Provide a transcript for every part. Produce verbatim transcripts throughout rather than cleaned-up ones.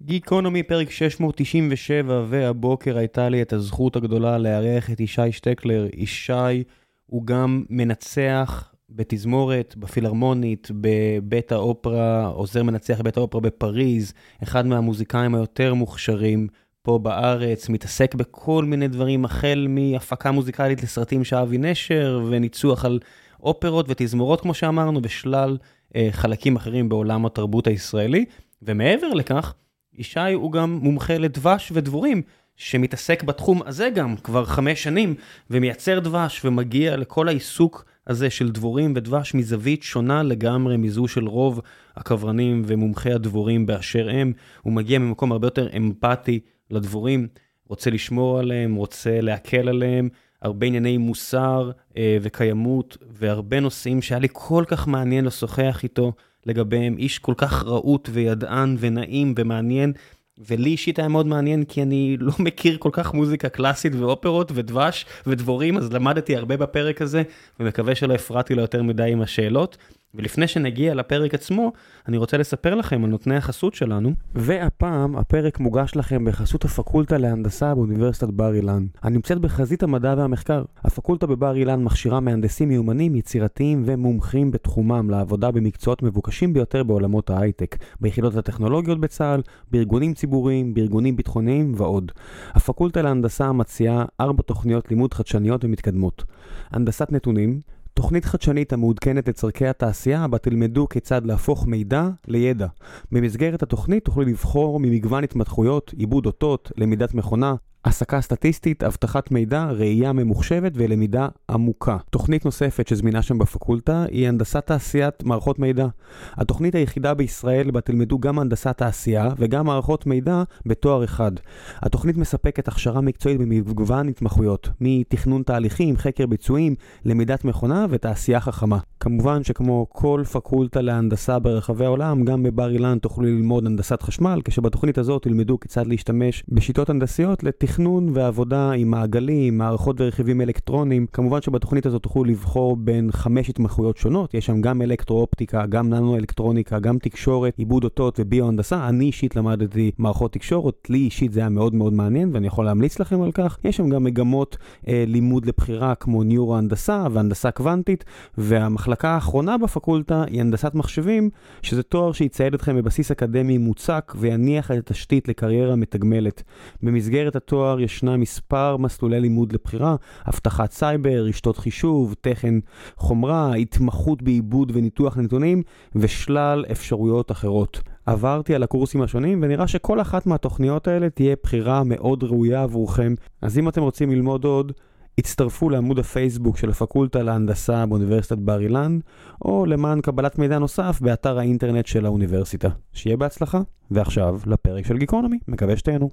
גיקונומי פרק שש מאות תשעים ושבע, והבוקר הייתה לי את הזכות הגדולה לארח את ישי שטקלר. ישי הוא גם מנצח בתזמורת, בפילהרמונית, בבית האופרה, עוזר מנצח בבית האופרה בפריז, אחד מהמוזיקאים היותר מוכשרים פה בארץ, מתעסק בכל מיני דברים, החל מהפקה מוזיקלית לסרטים של אבי נשר, וניצוח על אופרות ותזמורות, כמו שאמרנו, בשלל אה, חלקים אחרים בעולם התרבות הישראלי, ומעבר לכך, ישי הוא גם מומחה לדבש ודבורים, שמתעסק בתחום הזה גם כבר חמש שנים, ומייצר דבש ומגיע לכל העיסוק הזה של דבורים ודבש מזווית שונה לגמרי מזו של רוב הקברנים ומומחי הדבורים באשר הם. הוא מגיע ממקום הרבה יותר אמפתי לדבורים, רוצה לשמור עליהם, רוצה להקל עליהם, הרבה ענייני מוסר אה, וקיימות, והרבה נושאים שהיה לי כל כך מעניין לשוחח איתו לגביהם. איש כל כך ראות וידען ונעים ומעניין, ולי אישית היה מאוד מעניין, כי אני לא מכיר כל כך מוזיקה קלאסית ואופרות ודבש ודבורים, אז למדתי הרבה בפרק הזה, ומקווה שלא הפרעתי לו יותר מדי עם השאלות. ולפני שנגיע לפרק עצמו, אני רוצה לספר לכם על נותני החסות שלנו. והפעם הפרק מוגש לכם בחסות הפקולטה להנדסה באוניברסיטת בר אילן. הנמצאת בחזית המדע והמחקר. הפקולטה בבר אילן מכשירה מהנדסים מיומנים, יצירתיים ומומחים בתחומם לעבודה במקצועות מבוקשים ביותר בעולמות ההייטק, ביחידות הטכנולוגיות בצה"ל, בארגונים ציבוריים, בארגונים ביטחוניים ועוד. הפקולטה להנדסה מציעה ארבע תוכניות לימוד חדשניות ומתקדמות. הנדסת נתונים, תוכנית חדשנית המעודכנת לצרכי התעשייה, בה תלמדו כיצד להפוך מידע לידע. במסגרת התוכנית תוכלו לבחור ממגוון התמתחויות, עיבוד אותות, למידת מכונה, עסקה סטטיסטית, הבטחת מידע, ראייה ממוחשבת ולמידה עמוקה. תוכנית נוספת שזמינה שם בפקולטה היא הנדסת תעשיית מערכות מידע. התוכנית היחידה בישראל בה תלמדו גם הנדסת תעשייה וגם מערכות מידע בתואר אחד. התוכנית מספקת הכשרה מקצועית במגוון התמחויות, מתכנון תהליכים, חקר ביצועים, למידת מכונה ותעשייה חכמה. כמובן שכמו כל פקולטה להנדסה ברחבי העולם, גם בבר אילן תוכלו ללמוד הנדסת חשמל, כשבתוכנית הזאת תלמדו כיצד להשתמש בשיטות הנדסיות לתכנון ועבודה עם מעגלים, מערכות ורכיבים אלקטרוניים. כמובן שבתוכנית הזאת תוכלו לבחור בין חמש התמחויות שונות, יש שם גם אלקטרואופטיקה, גם ננו-אלקטרוניקה, גם תקשורת, עיבוד אותות וביו-הנדסה. אני אישית למדתי מערכות תקשורת, לי אישית זה היה מאוד מאוד מעניין ואני יכול להמליץ לכם על כך. יש שם גם מגמות אה, לימוד לבחירה כמו ניורו-הנדסה והנדסה קוונטית, והמחלקה האחרונה בפקולטה היא הנדסת מחשבים, שזה תואר שיצייד אתכם בבסיס אקדמי מוצק ויניח את התשתית לקריירה מתגמלת. במסגרת התואר ישנה מספר מסלולי לימוד לבחירה, הבטחת סייבר, רשתות חישוב, תכן חומרה, התמחות בעיבוד וניתוח נתונים ושלל אפשרויות אחרות. עברתי על הקורסים השונים ונראה שכל אחת מהתוכניות האלה תהיה בחירה מאוד ראויה עבורכם. אז אם אתם רוצים ללמוד עוד, הצטרפו לעמוד הפייסבוק של הפקולטה להנדסה באוניברסיטת בר אילן, או למען קבלת מידע נוסף באתר האינטרנט של האוניברסיטה. שיהיה בהצלחה, ועכשיו לפרק של גיקונומי, מקווה שתהנו.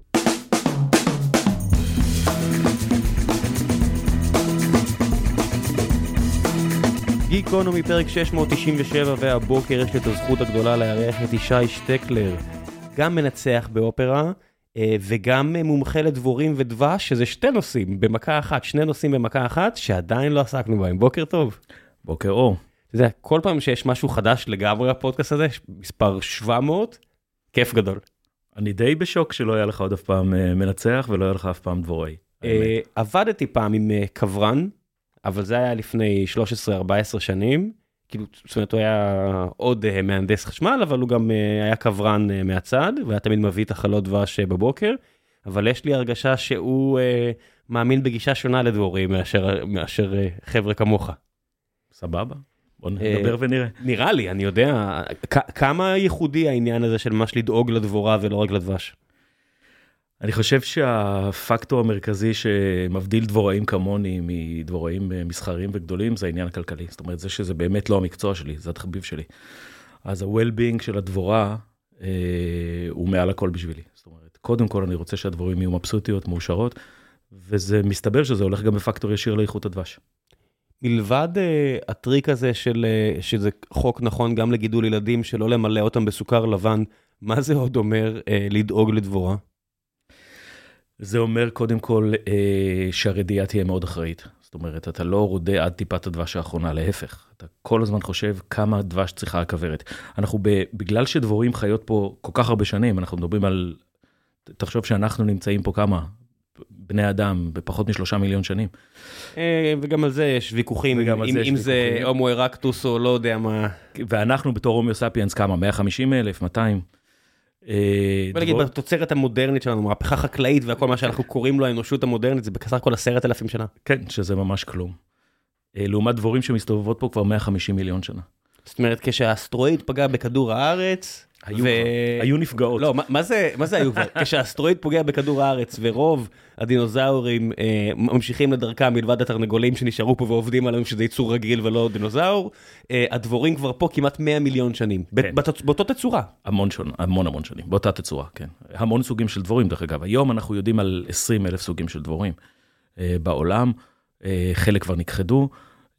גיקונומי פרק שש מאות תשעים ושבע, והבוקר יש לי את הזכות הגדולה לארח את ישי שטקלר, גם מנצח באופרה, וגם מומחה לדבורים ודבש, שזה שתי נושאים במכה אחת, שני נושאים במכה אחת, שעדיין לא עסקנו בהם. בוקר טוב. בוקר אור. אתה יודע, כל פעם שיש משהו חדש לגמרי הפודקאסט הזה, מספר שבע מאות, כיף גדול. אני די בשוק שלא היה לך עוד אף פעם מנצח, ולא היה לך אף פעם דבוראי. עבדתי פעם עם קברן, אבל זה היה לפני שלוש עשרה ארבע עשרה שנים, כאילו, זאת אומרת, הוא היה עוד מהנדס חשמל, אבל הוא גם היה קברן מהצד, והיה תמיד מביא את החלות דבש בבוקר, אבל יש לי הרגשה שהוא אה, מאמין בגישה שונה לדבורים, מאשר, מאשר אה, חבר'ה כמוך. סבבה, בוא נדבר אה, ונראה. נראה לי, אני יודע, כ- כמה ייחודי העניין הזה של ממש לדאוג לדבורה ולא רק לדבש? אני חושב שהפקטור המרכזי שמבדיל דבוראים כמוני מדבוראים מסחריים וגדולים זה העניין הכלכלי. זאת אומרת, זה שזה באמת לא המקצוע שלי, זה התחביב שלי. אז ה-well-being של הדבורה אה, הוא מעל הכל בשבילי. זאת אומרת, קודם כל אני רוצה שהדבורים יהיו מבסוטיות, מאושרות, וזה מסתבר שזה הולך גם בפקטור ישיר לאיכות הדבש. מלבד uh, הטריק הזה של, uh, שזה חוק נכון גם לגידול ילדים, שלא למלא אותם בסוכר לבן, מה זה עוד אומר uh, לדאוג לדבורה? זה אומר קודם כל אה, שהרדיעה תהיה מאוד אחראית. זאת אומרת, אתה לא רודה עד טיפת הדבש האחרונה, להפך. אתה כל הזמן חושב כמה דבש צריכה הכוורת. אנחנו, בגלל שדבורים חיות פה כל כך הרבה שנים, אנחנו מדברים על, תחשוב שאנחנו נמצאים פה כמה, בני אדם, בפחות משלושה מיליון שנים. וגם על זה יש ויכוחים, אם זה הומו ארקטוס או לא יודע מה. ואנחנו בתור הומו ספיאנס כמה, מאה וחמישים אלף, מאתיים. בוא נגיד, בתוצרת המודרנית שלנו, מהפכה חקלאית והכל מה שאנחנו קוראים לו האנושות המודרנית, זה בסך הכל עשרת אלפים שנה. כן, שזה ממש כלום. לעומת דבורים שמסתובבות פה כבר מאה וחמישים מיליון שנה. זאת אומרת, כשהאסטרואיד פגע בכדור הארץ, היו, ו... היו נפגעות. לא, מה, מה זה, מה זה היו כבר? כשהאסטרואיד פוגע בכדור הארץ, ורוב הדינוזאורים אה, ממשיכים לדרכם מלבד התרנגולים שנשארו פה ועובדים עליהם שזה ייצור רגיל ולא דינוזאור, אה, הדבורים כבר פה כמעט מאה מיליון שנים, כן. בת, באותו תצורה. המון, שון, המון המון שנים, באותה תצורה, כן. המון סוגים של דבורים, דרך אגב. היום אנחנו יודעים על עשרים אלף סוגים של דבורים אה, בעולם, אה, חלק כבר נכחדו,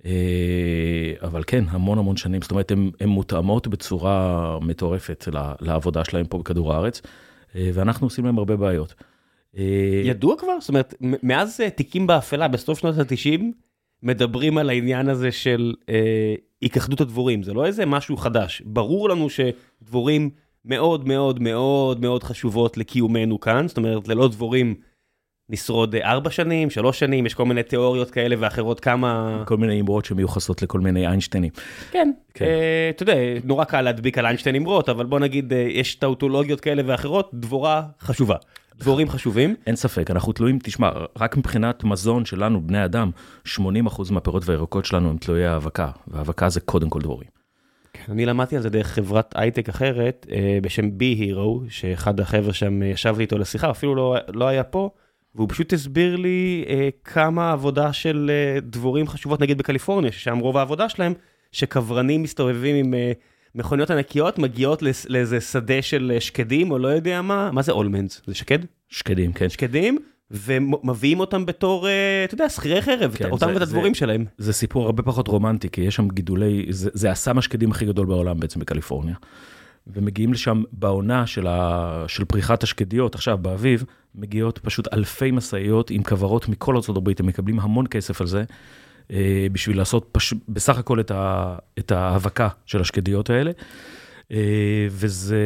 אבל כן, המון המון שנים, זאת אומרת, הן מותאמות בצורה מטורפת לעבודה שלהם פה בכדור הארץ, ואנחנו עושים להם הרבה בעיות. ידוע כבר? זאת אומרת, מאז תיקים באפלה, בסוף שנות ה-תשעים, מדברים על העניין הזה של היכחדות הדבורים, זה לא איזה משהו חדש. ברור לנו שדבורים מאוד מאוד מאוד מאוד חשובות לקיומנו כאן, זאת אומרת, ללא דבורים נשרוד ארבע שנים, שלוש שנים, יש כל מיני תיאוריות כאלה ואחרות, כמה... כל מיני אמרות שמיוחסות לכל מיני איינשטיינים. כן, כן. אה, אתה יודע, נורא קל להדביק על איינשטיין אמרות, אבל בוא נגיד, יש טאוטולוגיות כאלה ואחרות, דבורה חשובה. דבורים חשובים. אין ספק, אנחנו תלויים, תשמע, רק מבחינת מזון שלנו, בני אדם, שמונים אחוז מהפירות והירקות שלנו הם תלויי האבקה, והאבקה זה קודם כל דבורים. כן, אני למדתי על זה דרך חברת הייטק אחרת, אה, בשם בי-הירו, שאחד החבר'ה שם ישבתי איתו לשיחה, אפילו לא, לא היה פה, והוא פשוט הסביר לי אה, כמה עבודה של אה, דבורים חשובות, נגיד בקליפורניה, ששם רוב העבודה שלהם, שקברנים מסתובבים עם אה, מכוניות ענקיות, מגיעות לס, לאיזה שדה של שקדים, או לא יודע מה, מה זה אולמנדס? זה שקד? שקדים, כן. שקדים, ומביאים אותם בתור, אה, אתה יודע, שכירי חרב, כן, אותם זה, ואת הדבורים זה, שלהם. זה סיפור הרבה פחות רומנטי, כי יש שם גידולי, זה, זה הסם השקדים הכי גדול בעולם בעצם בקליפורניה. ומגיעים לשם בעונה של, ה... של פריחת השקדיות, עכשיו באביב, מגיעות פשוט אלפי מסעיות עם כוורות מכל ארצות הברית, הם מקבלים המון כסף על זה, אה, בשביל לעשות פש... בסך הכל את, ה... את ההאבקה של השקדיות האלה, אה, וזה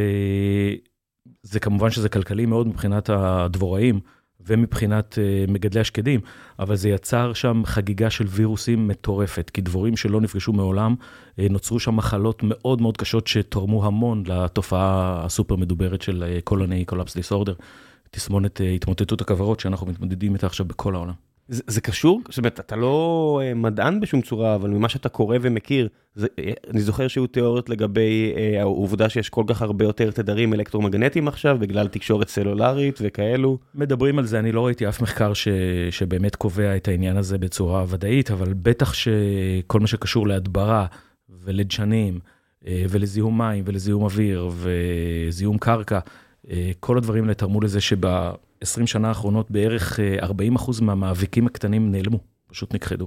זה כמובן שזה כלכלי מאוד מבחינת הדבוראים, ומבחינת uh, מגדלי השקדים, אבל זה יצר שם חגיגה של וירוסים מטורפת, כי דבורים שלא נפגשו מעולם, uh, נוצרו שם מחלות מאוד מאוד קשות, שתורמו המון לתופעה הסופר מדוברת של קולוני קולאפס דיסורדר, תסמונת uh, התמוטטות הכוורות, שאנחנו מתמודדים איתה עכשיו בכל העולם. זה, זה קשור? זאת אומרת, אתה לא מדען בשום צורה, אבל ממה שאתה קורא ומכיר, זה, אני זוכר שהיו תיאוריות לגבי אה, העובדה שיש כל כך הרבה יותר תדרים אלקטרומגנטיים עכשיו, בגלל תקשורת סלולרית וכאלו. מדברים על זה, אני לא ראיתי אף מחקר ש, שבאמת קובע את העניין הזה בצורה ודאית, אבל בטח שכל מה שקשור להדברה ולדשנים, אה, ולזיהום מים ולזיהום אוויר וזיהום קרקע, אה, כל הדברים האלה תרמו לזה שבה... עשרים שנה האחרונות בערך ארבעים אחוז מהמאביקים הקטנים נעלמו, פשוט נכחדו.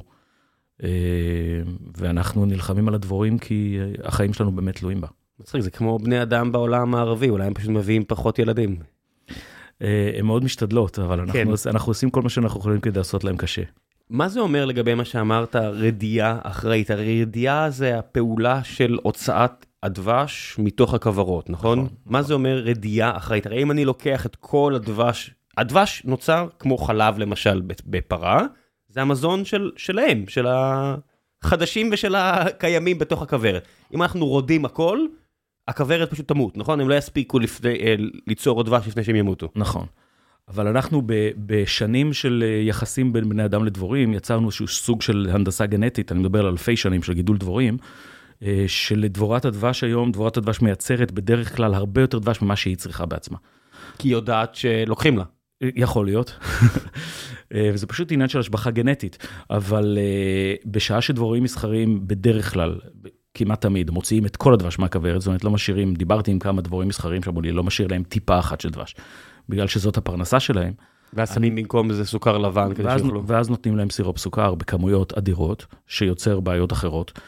ואנחנו נלחמים על הדבורים כי החיים שלנו באמת תלויים בה. מצחיק, זה כמו בני אדם בעולם הערבי, אולי הם פשוט מביאים פחות ילדים. הם מאוד משתדלות, אבל אנחנו, כן. אנחנו עושים כל מה שאנחנו יכולים כדי לעשות להם קשה. מה זה אומר לגבי מה שאמרת, רדיעה אחראית? הרי רדיעה זה הפעולה של הוצאת הדבש מתוך הכוורות, נכון? נכון מה נכון. זה אומר רדיעה אחראית? הרי אם אני לוקח את כל הדבש, הדבש נוצר כמו חלב למשל בפרה, זה המזון של, שלהם, של החדשים ושל הקיימים בתוך הכוורת. אם אנחנו רודים הכל, הכוורת פשוט תמות, נכון? הם לא יספיקו לפני, ליצור עוד דבש לפני שהם ימותו. נכון. אבל אנחנו בשנים של יחסים בין בני אדם לדבורים, יצרנו סוג של הנדסה גנטית, אני מדבר על אלפי שנים של גידול דבורים, שלדבורת הדבש היום, דבורת הדבש מייצרת בדרך כלל הרבה יותר דבש ממה שהיא צריכה בעצמה. כי היא יודעת שלוקחים לה. יכול להיות. וזה פשוט עניין של השבחה גנטית, אבל בשעה שדבורים מסחריים בדרך כלל, כמעט תמיד, מוציאים את כל הדבש מהכוורת, זאת אומרת לא משאירים, דיברתי עם כמה דבורים מסחריים שאמרו לי, לא משאיר להם טיפה אחת של דבש, בגלל שזאת הפרנסה שלהם. ואז שמים במקום זה סוכר לבן כדי שיוכלו. ואז נותנים להם סירופ סוכר בכמויות אדירות, שיוצר בעיות אחרות.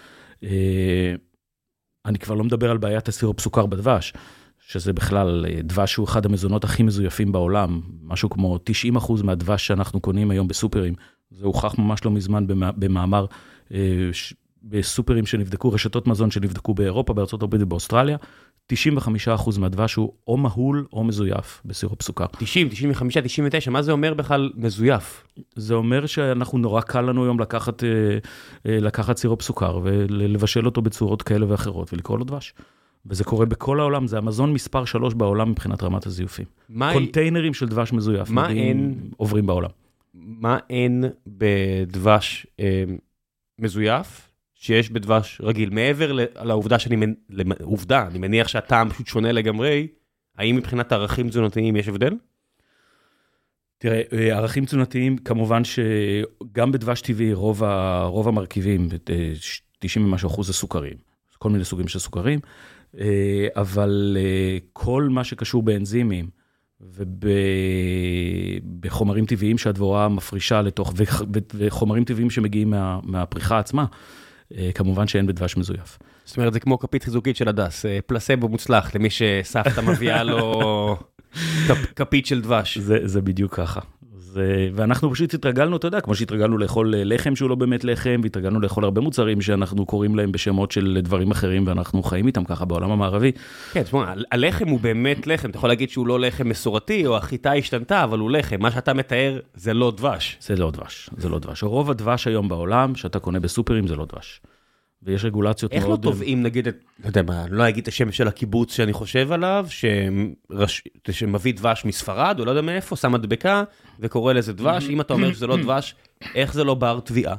אני כבר לא מדבר על בעיית הסירופ סוכר בדבש, שזה בכלל דבש שהוא אחד המזונות הכי מזויפים בעולם, משהו כמו תשעים אחוז מהדבש שאנחנו קונים היום בסופרים, זה הוכח ממש לא מזמן במאמר, בסופרים שנבדקו, רשתות מזון שנבדקו באירופה, בארצות הברית ובאוסטרליה, תשעים וחמישה אחוז מהדבש הוא או מהול או מזויף בסירופ סוכר. תשעים, תשעים וחמש, תשעים ותשע, מה זה אומר בכלל מזויף? זה אומר שאנחנו נורא קל לנו היום לקחת, לקחת סירופ סוכר ולבשל אותו בצורות כאלה ואחרות ולקרוא לו דבש. וזה קורה בכל העולם, זה המזון מספר שלוש בעולם מבחינת רמת הזיופים. קונטיינרים של דבש מזויף עוברים בעולם. מה אין בדבש מזויף? שיש בדבש רגיל, מעבר לעובדה שאני, לעובדה, אני מניח שהטעם פשוט שונה לגמרי, האם מבחינת ערכים תזונתיים יש הבדל? תראה, ערכים תזונתיים, כמובן שגם בדבש טבעי, רוב, ה, רוב המרכיבים, תשעים ומשהו אחוז הסוכרים, כל מיני סוגים של סוכרים, אבל כל מה שקשור באנזימים, ובחומרים טבעיים שהדבורה מפרישה לתוך, וחומרים טבעיים שמגיעים מה, מהפריחה עצמה, כמובן שאין בדבש מזויף. זאת אומרת, זה כמו כפית חיזוקית של הדס, פלסבו מוצלח, למי שסבתא מביאה לו כפית של דבש. זה, זה בדיוק ככה. זה, ואנחנו פשוט התרגלנו, אתה יודע, כמו שהתרגלנו לאכול לחם שהוא לא באמת לחם, והתרגלנו לאכול הרבה מוצרים שאנחנו קוראים להם בשמות של דברים אחרים, ואנחנו חיים איתם ככה בעולם המערבי. כן, תשמע, הלחם הוא באמת לחם, אתה יכול להגיד שהוא לא לחם מסורתי, או החיטה השתנתה, אבל הוא לחם. מה שאתה מתאר זה לא דבש. זה לא דבש, זה לא דבש. רוב הדבש היום בעולם, שאתה קונה בסופרים, זה לא דבש. ויש רגולציות מאוד... איך לא טובעים, נגיד, את, לא יודע מה, לא אגיד את השם של הקיבוץ שאני חושב עליו, שמרש... שמביא דבש מספרד, או לא יודע מאיפה, שם מדבקה, וקורא לזה דבש. אם אתה אומר שזה לא דבש, איך זה לא בר תביעה?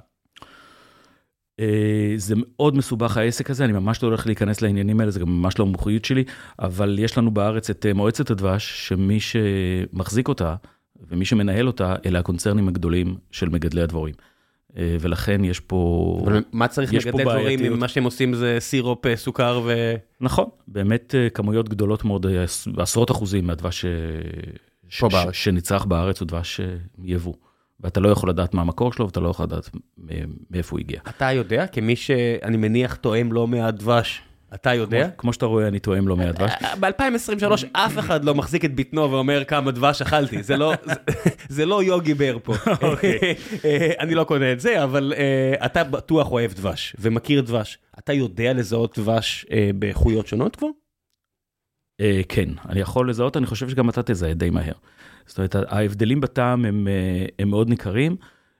זה מאוד מסובך העסק הזה, אני ממש לא הולך להיכנס לעניינים האלה, זה גם ממש לא מומחיות שלי, אבל יש לנו בארץ את מועצת הדבש, שמי שמחזיק אותה, ומי שמנהל אותה, אלה הקונצרנים הגדולים של מגדלי הדבורים. ולכן יש פה... אבל מה צריך לגדל דבורים אם מה שהם עושים זה סירופ, סוכר ו... נכון, באמת כמויות גדולות מאוד, עשרות אחוזים מהדבש ש... שנצרך בארץ הוא דבש יבוא. ואתה לא יכול לדעת מה המקור שלו, ואתה לא יכול לדעת מאיפה הוא הגיע. אתה יודע, כמי שאני מניח תואם לא מהדבש, אתה יודע? כמו, כמו שאתה רואה, אני תואם לא מהדבש. ב-אלפיים עשרים ושלוש אף אחד לא מחזיק את ביטנו ואומר כמה דבש אכלתי. זה לא, זה, זה לא יוגי בר פה. אני לא קונה את זה, אבל אתה בטוח אוהב דבש ומכיר דבש. אתה יודע לזהות דבש באיכויות שונות כבר? כן, אני יכול לזהות, אני חושב שגם אתה תזהה די מהר. זאת אומרת, ההבדלים בטעם הם, הם מאוד ניכרים,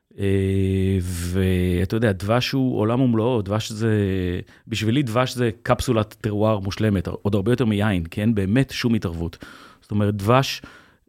ואתה יודע, דבש הוא עולם ומלואו, דבש זה, בשבילי דבש זה קפסולת טרואר מושלמת, עוד הרבה יותר מיין, כי אין באמת שום התערבות. זאת אומרת, דבש,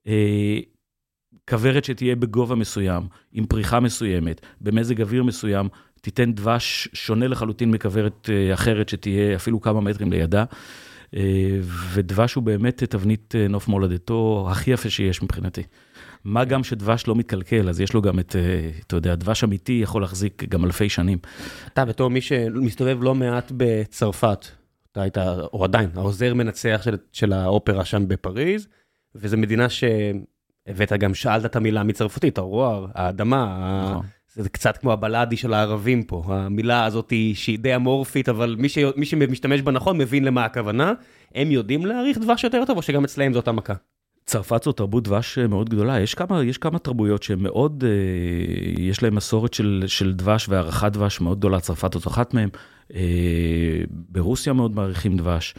כברת שתהיה בגובה מסוים, עם פריחה מסוימת, במזג אוויר מסוים, תיתן דבש שונה לחלוטין מכברת אחרת שתהיה אפילו כמה מטרים לידה, ודבש הוא באמת תבנית נוף מולדתו הכי יפה שיש מבחינתי. מה גם שדבש לא מתקלקל, אז יש לו גם את, אתה יודע, דבש אמיתי יכול להחזיק גם אלפי שנים. אתה בתור מי שמסתובב לא מעט בצרפת, אתה היית, או עדיין, העוזר מנצח של, של האופרה שם בפריז, וזו מדינה שהבאת גם, שאלת את המילה מצרפתית, הרוער, האדמה, נכון. זה קצת כמו הבלאדי של הערבים פה, המילה הזאת היא שהיא די אמורפית, אבל מי, ש... מי שמשתמש בה נכון מבין למה הכוונה. הם יודעים להעריך דבש יותר טוב, או שגם אצלהם זאת המכה? צרפת זו תרבות דבש מאוד גדולה, יש כמה, יש כמה תרבויות שהן מאוד, יש להם מסורת של, של דבש והערכת דבש מאוד גדולה, צרפת זאת אחת מהם, ברוסיה מאוד מעריכים דבש,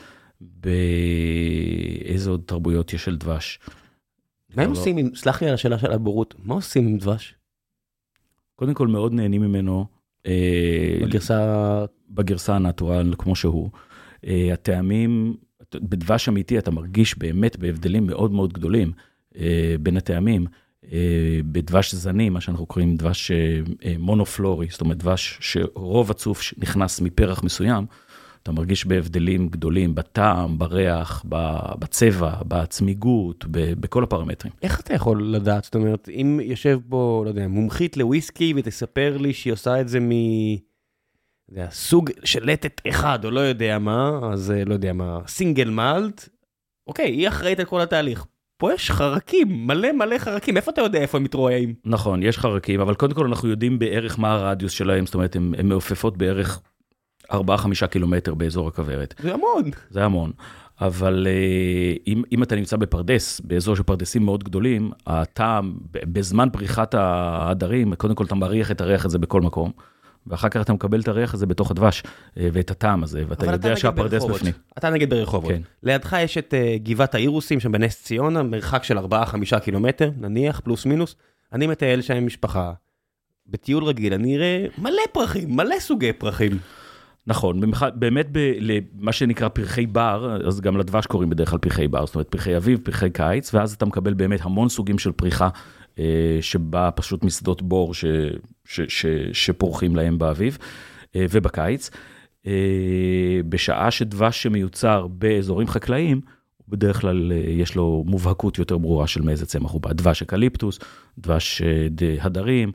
באיזה עוד תרבויות יש של דבש? מה הם עושים עם, סלח לי על השאלה של הבורות, מה עושים עם דבש? קודם כל מאוד נהנים ממנו, בגרסה, בגרסה הנטורל כמו שהוא, הטעמים, בדבש אמיתי אתה מרגיש באמת בהבדלים מאוד מאוד גדולים בין הטעמים, בדבש זני, מה שאנחנו קוראים דבש מונופלורי, זאת אומרת דבש שרוב הצוף נכנס מפרח מסוים, אתה מרגיש בהבדלים גדולים, בטעם, בריח, בצבע, בצמיגות, בכל הפרמטרים. איך אתה יכול לדעת? זאת אומרת, אם יושב בו, לא יודע, מומחית לוויסקי, ותספר לי שהיא עושה את זה מ... יודע, סוג שלטת אחד, או לא יודע מה, אז לא יודע מה, סינגל מלט, אוקיי, היא אחראית על כל התהליך. פה יש חרקים, מלא מלא חרקים, איפה אתה יודע איפה הם מתרועעים? נכון, יש חרקים, אבל קודם כל אנחנו יודעים בערך מה הרדיוס שלהם, זאת אומרת, הם מעופפות בערך ארבעה חמישה קילומטר באזור הכוורת. זה המון. זה המון. אבל אם, אם אתה נמצא בפרדס, באזור של פרדסים מאוד גדולים, הטעם, בזמן פריחת העדרים, קודם כל אתה מריח את הריח הזה בכל מקום, ואחר כך אתה מקבל את הריח הזה בתוך הדבש, ואת הטעם הזה, ואתה יודע שהפרדס בפנים. אתה נגיד ברחובות. כן. לידך יש את uh, גבעת האירוסים, שם בנס ציונה, מרחק של ארבעה חמישה קילומטר, נניח, פלוס מינוס. אני מטייל שם עם משפחה. בטיול רגיל, אני אראה מלא פרחים, מלא סוגי פרחים. נכון, באמת במה שנקרא פרחי בר, אז גם לדבש קוראים בדרך כלל פרחי בר, זאת אומרת פרחי אביב, פרחי קיץ, ואז אתה מקבל באמת המון סוגים של פריחה, שבה פשוט משדות בור ש, ש, ש, שפורחים להם באביב ובקיץ. בשעה שדבש שמיוצר באזורים חקלאיים, בדרך כלל יש לו מובהקות יותר ברורה של מאיזה צמח הוא בא. דבש אקליפטוס, דבש הדרים.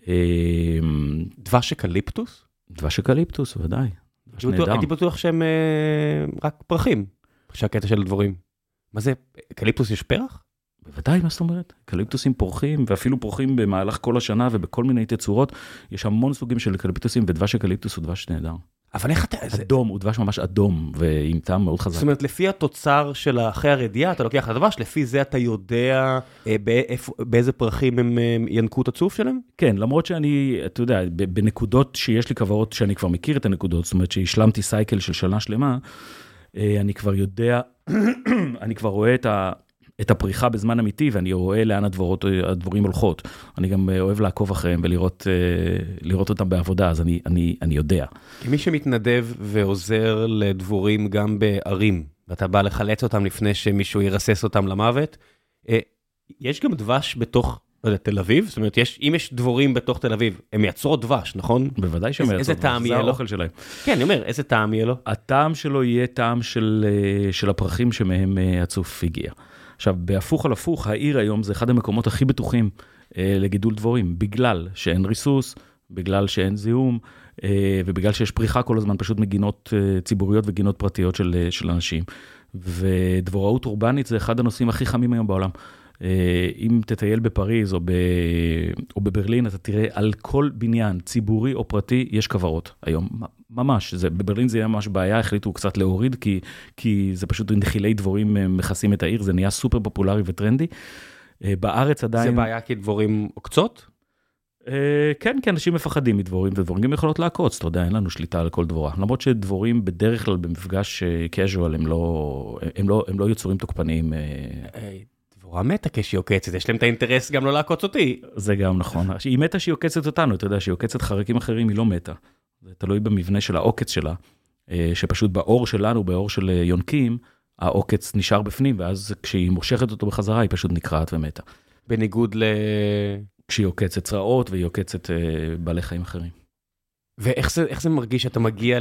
דבש אקליפטוס? דבש אקליפטוס, ודאי. הייתי בטוח שהם רק פרחים, שהקטע של הדבורים. מה זה, אקליפטוס יש פרח? בוודאי, מה זאת אומרת? אקליפטוסים פורחים, ואפילו פורחים במהלך כל השנה, ובכל מיני תצורות. יש המון סוגים של אקליפטוסים, ודבש אקליפטוס הוא דבש נהדר. אבל איך אתה... אדום, הוא דבש ממש אדום, ועם טעם מאוד חזק. זאת אומרת, לפי התוצר של אחרי הרדיעה, אתה לוקח את הדבש, לפי זה אתה יודע באיזה פרחים הם ינקו את הצוף שלהם? כן, למרות שאני, אתה יודע, בנקודות שיש לי כברות, שאני כבר מכיר את הנקודות, זאת אומרת שהשלמתי סייקל של שנה שלמה, אני כבר יודע, אני כבר רואה את ה... את הפריחה בזמן אמיתי, ואני רואה לאן הדבורות, הדבורים הולכות. אני גם אוהב לעקוב אחריהם ולראות לראות אותם בעבודה, אז אני, אני, אני יודע. כמי שמתנדב ועוזר לדבורים גם בערים, ואתה בא לחלץ אותם לפני שמישהו ירסס אותם למוות, יש גם דבש בתוך תל אביב? זאת אומרת, יש, אם יש דבורים בתוך תל אביב, הם מייצרות דבש, נכון? בוודאי שהם מייצרות דבש, זה האוכל שלהם. כן, אני אומר, איזה טעם יהיה לו? הטעם שלו יהיה טעם של, של הפרחים שמהם הצוף הגיע. עכשיו, בהפוך על הפוך, העיר היום זה אחד המקומות הכי בטוחים אה, לגידול דבורים, בגלל שאין ריסוס, בגלל שאין זיהום, אה, ובגלל שיש פריחה כל הזמן, פשוט מגינות אה, ציבוריות וגינות פרטיות של, של אנשים. ודבוראות אורבנית זה אחד הנושאים הכי חמים היום בעולם. אה, אם תטייל בפריז או, ב, או בברלין, אתה תראה על כל בניין ציבורי או פרטי, יש כוורות היום. ממש, זה, בברלין זה היה ממש בעיה, החליטו קצת להוריד, כי, כי זה פשוט נחילי דבורים מכסים את העיר, זה נהיה סופר פופולרי וטרנדי. בארץ עדיין... זה בעיה כי דבורים עוקצות? כן, כי אנשים מפחדים מדבורים, ודבורים גם יכולות לעקוץ, אתה יודע, אין לנו שליטה על כל דבורה. למרות שדבורים בדרך כלל במפגש קז'ואל, הם לא, הם לא, הם לא יצורים תוקפניים. דבורה מתה כשהיא עוקצת, יש להם את האינטרס גם לא לעקוץ אותי. זה גם נכון. היא מתה שהיא עוקצת אותנו, אתה יודע, שהיא עוקצת חרקים אחרים, היא לא מתה. זה תלוי במבנה של העוקץ שלה, שפשוט באור שלנו, באור של יונקים, העוקץ נשאר בפנים, ואז כשהיא מושכת אותו בחזרה, היא פשוט נקרעת ומתה. בניגוד ל... כשהיא עוקצת צרעות, והיא עוקצת בעלי חיים אחרים. ואיך זה, איך זה מרגיש שאתה מגיע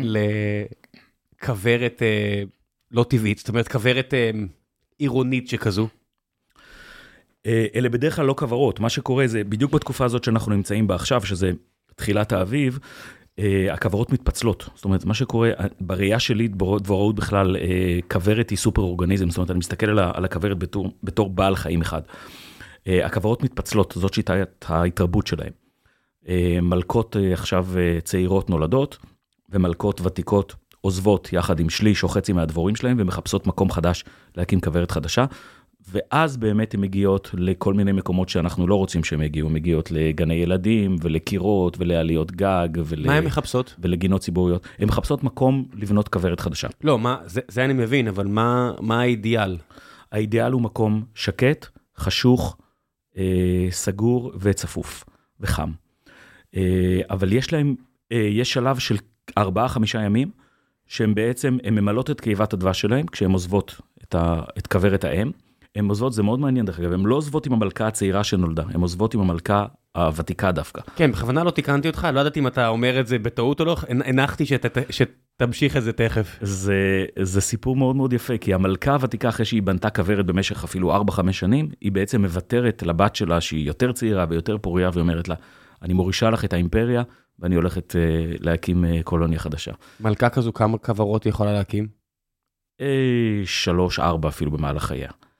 לכוורת לא טבעית, זאת אומרת, כוורת עירונית שכזו? אלה בדרך כלל לא כוורות. מה שקורה זה, בדיוק בתקופה הזאת שאנחנו נמצאים בה עכשיו, שזה תחילת האביב, הכוורות מתפצלות. זאת אומרת, מה שקורה, בראייה שלי, דבוראות בכלל, כוורת היא סופר אורגניזם, זאת אומרת, אני מסתכל על הכוורת בתור, בתור בעל חיים אחד. הכוורות מתפצלות, זאת שיטת ההתרבות שלהם. מלכות עכשיו צעירות נולדות, ומלכות ותיקות עוזבות יחד עם שליש או חצי מהדבורים שלהם, ומחפשות מקום חדש להקים כוורת חדשה, ואז באמת הן מגיעות לכל מיני מקומות שאנחנו לא רוצים שהן יגיעו, הן מגיעות לגני ילדים ולקירות ולעליות גג. ול... מה הן מחפשות? ולגינות ציבוריות. הן מחפשות מקום לבנות כוורת חדשה. לא, מה, זה, זה אני מבין, אבל מה, מה האידיאל? האידיאל הוא מקום שקט, חשוך, אה, סגור וצפוף וחם. אה, אבל יש להם, אה, יש שלב של ארבעה, חמישה ימים, שהן בעצם, הן ממלאות את כאיבת הדבש שלהם, כשהן עוזבות את, ה, את כוורת האם. הן עוזבות, זה מאוד מעניין דרך אגב, הן לא עוזבות עם המלכה הצעירה שנולדה, הן עוזבות עם המלכה הוותיקה דווקא. כן, בכוונה לא תיקנתי אותך, לא ידעתי אם אתה אומר את זה בטעות או לא, הנחתי שת, שתמשיך את זה תכף. זה, זה סיפור מאוד מאוד יפה, כי המלכה הוותיקה אחרי שהיא בנתה כוורת במשך אפילו ארבע חמש שנים, היא בעצם מוותרת לבת שלה שהיא יותר צעירה ויותר פוריה, ואומרת לה, אני מורישה לך את האימפריה, ואני הולכת uh, להקים uh, קולוניה חדשה. מלכה כזו, כמה כוורות היא יכולה להקים? אה, שלוש, ארבע אפילו במהלך חייה.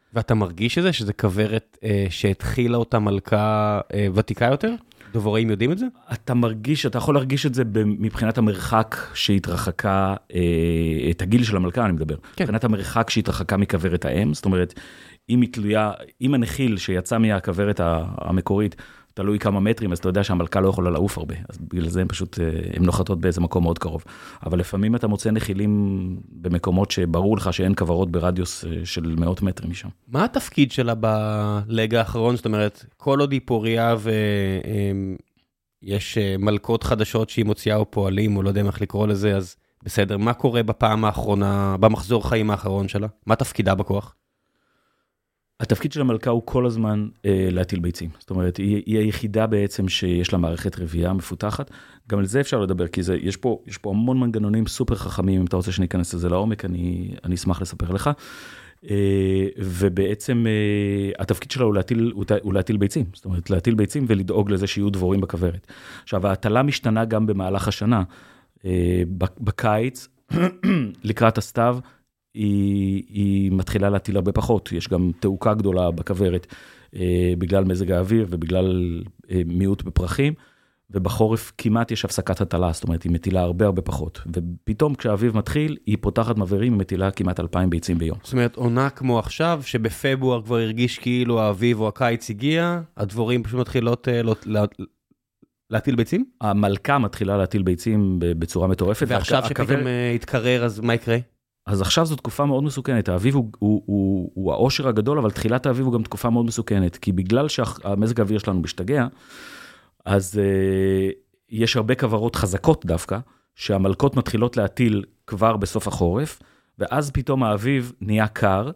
ואתה מרגיש את זה, שזה כברת אה, שהתחילה אותה מלכה אה, ותיקה יותר? דבוראים יודעים את זה? אתה מרגיש, אתה יכול להרגיש את זה מבחינת המרחק שהתרחקה, אה, את הגיל של המלכה אני מדבר, כן. מבחינת המרחק שהתרחקה מכברת האם, זאת אומרת, אם היא תלויה, אם הנחיל שיצא מהכברת המקורית, תלוי כמה מטרים, אז אתה יודע שהמלכה לא יכולה לעוף הרבה, אז בגלל זה הם פשוט, הם נוחתות באיזה מקום מאוד קרוב. אבל לפעמים אתה מוצא נחילים במקומות שברור לך שאין כברות ברדיוס של מאות מטרים משם. מה התפקיד שלה בלג האחרון? זאת אומרת, כל עוד היא פוריה ויש מלכות חדשות שהיא מוציאה או פועלים, או לא יודע איך לקרוא לזה, אז בסדר. מה קורה בפעם האחרונה, במחזור חיים האחרון שלה? מה תפקידה בכוח? התפקיד של המלכה הוא כל הזמן אה, להטיל ביצים. זאת אומרת, היא, היא היחידה בעצם שיש לה מערכת רבייה מפותחת. גם על זה אפשר לדבר, כי זה, יש פה, יש פה המון מנגנונים סופר חכמים, אם אתה רוצה שניכנס לזה לעומק, אני, אני אשמח לספר לך. אה, ובעצם אה, התפקיד שלה הוא להטיל, הוא, הוא להטיל ביצים. זאת אומרת, להטיל ביצים ולדאוג לזה שיהיו דבורים בכברת. עכשיו, ההטלה משתנה גם במהלך השנה. אה, בקיץ, לקראת הסתיו, היא, היא מתחילה להטיל הרבה פחות, יש גם תאוקה גדולה בכברת, אה, בגלל מזג האוויר ובגלל אה, מיעוט בפרחים, ובחורף כמעט יש הפסקת הטלה, זאת אומרת, היא מטילה הרבה הרבה פחות, ופתאום כשהאביב מתחיל, היא פותחת מבערים, היא מטילה כמעט אלפיים ביצים ביום. זאת אומרת, עונה כמו עכשיו, שבפברואר כבר הרגיש כאילו האביב או הקיץ הגיע, הדבורים פשוט מתחילות לא, לא, להטיל ביצים? המלכה מתחילה להטיל ביצים בצורה מטורפת. ועכשיו שפתאום הכבר... יתקרר, אז מה יקרה? אז עכשיו זו תקופה מאוד מסוכנת, האביב הוא, הוא, הוא, הוא העושר הגדול, אבל תחילת האביב הוא גם תקופה מאוד מסוכנת, כי בגלל שהמזג האוויר שלנו משתגע, אז uh, יש הרבה כברות חזקות דווקא, שהמלכות מתחילות להטיל כבר בסוף החורף, ואז פתאום האביב נהיה קר,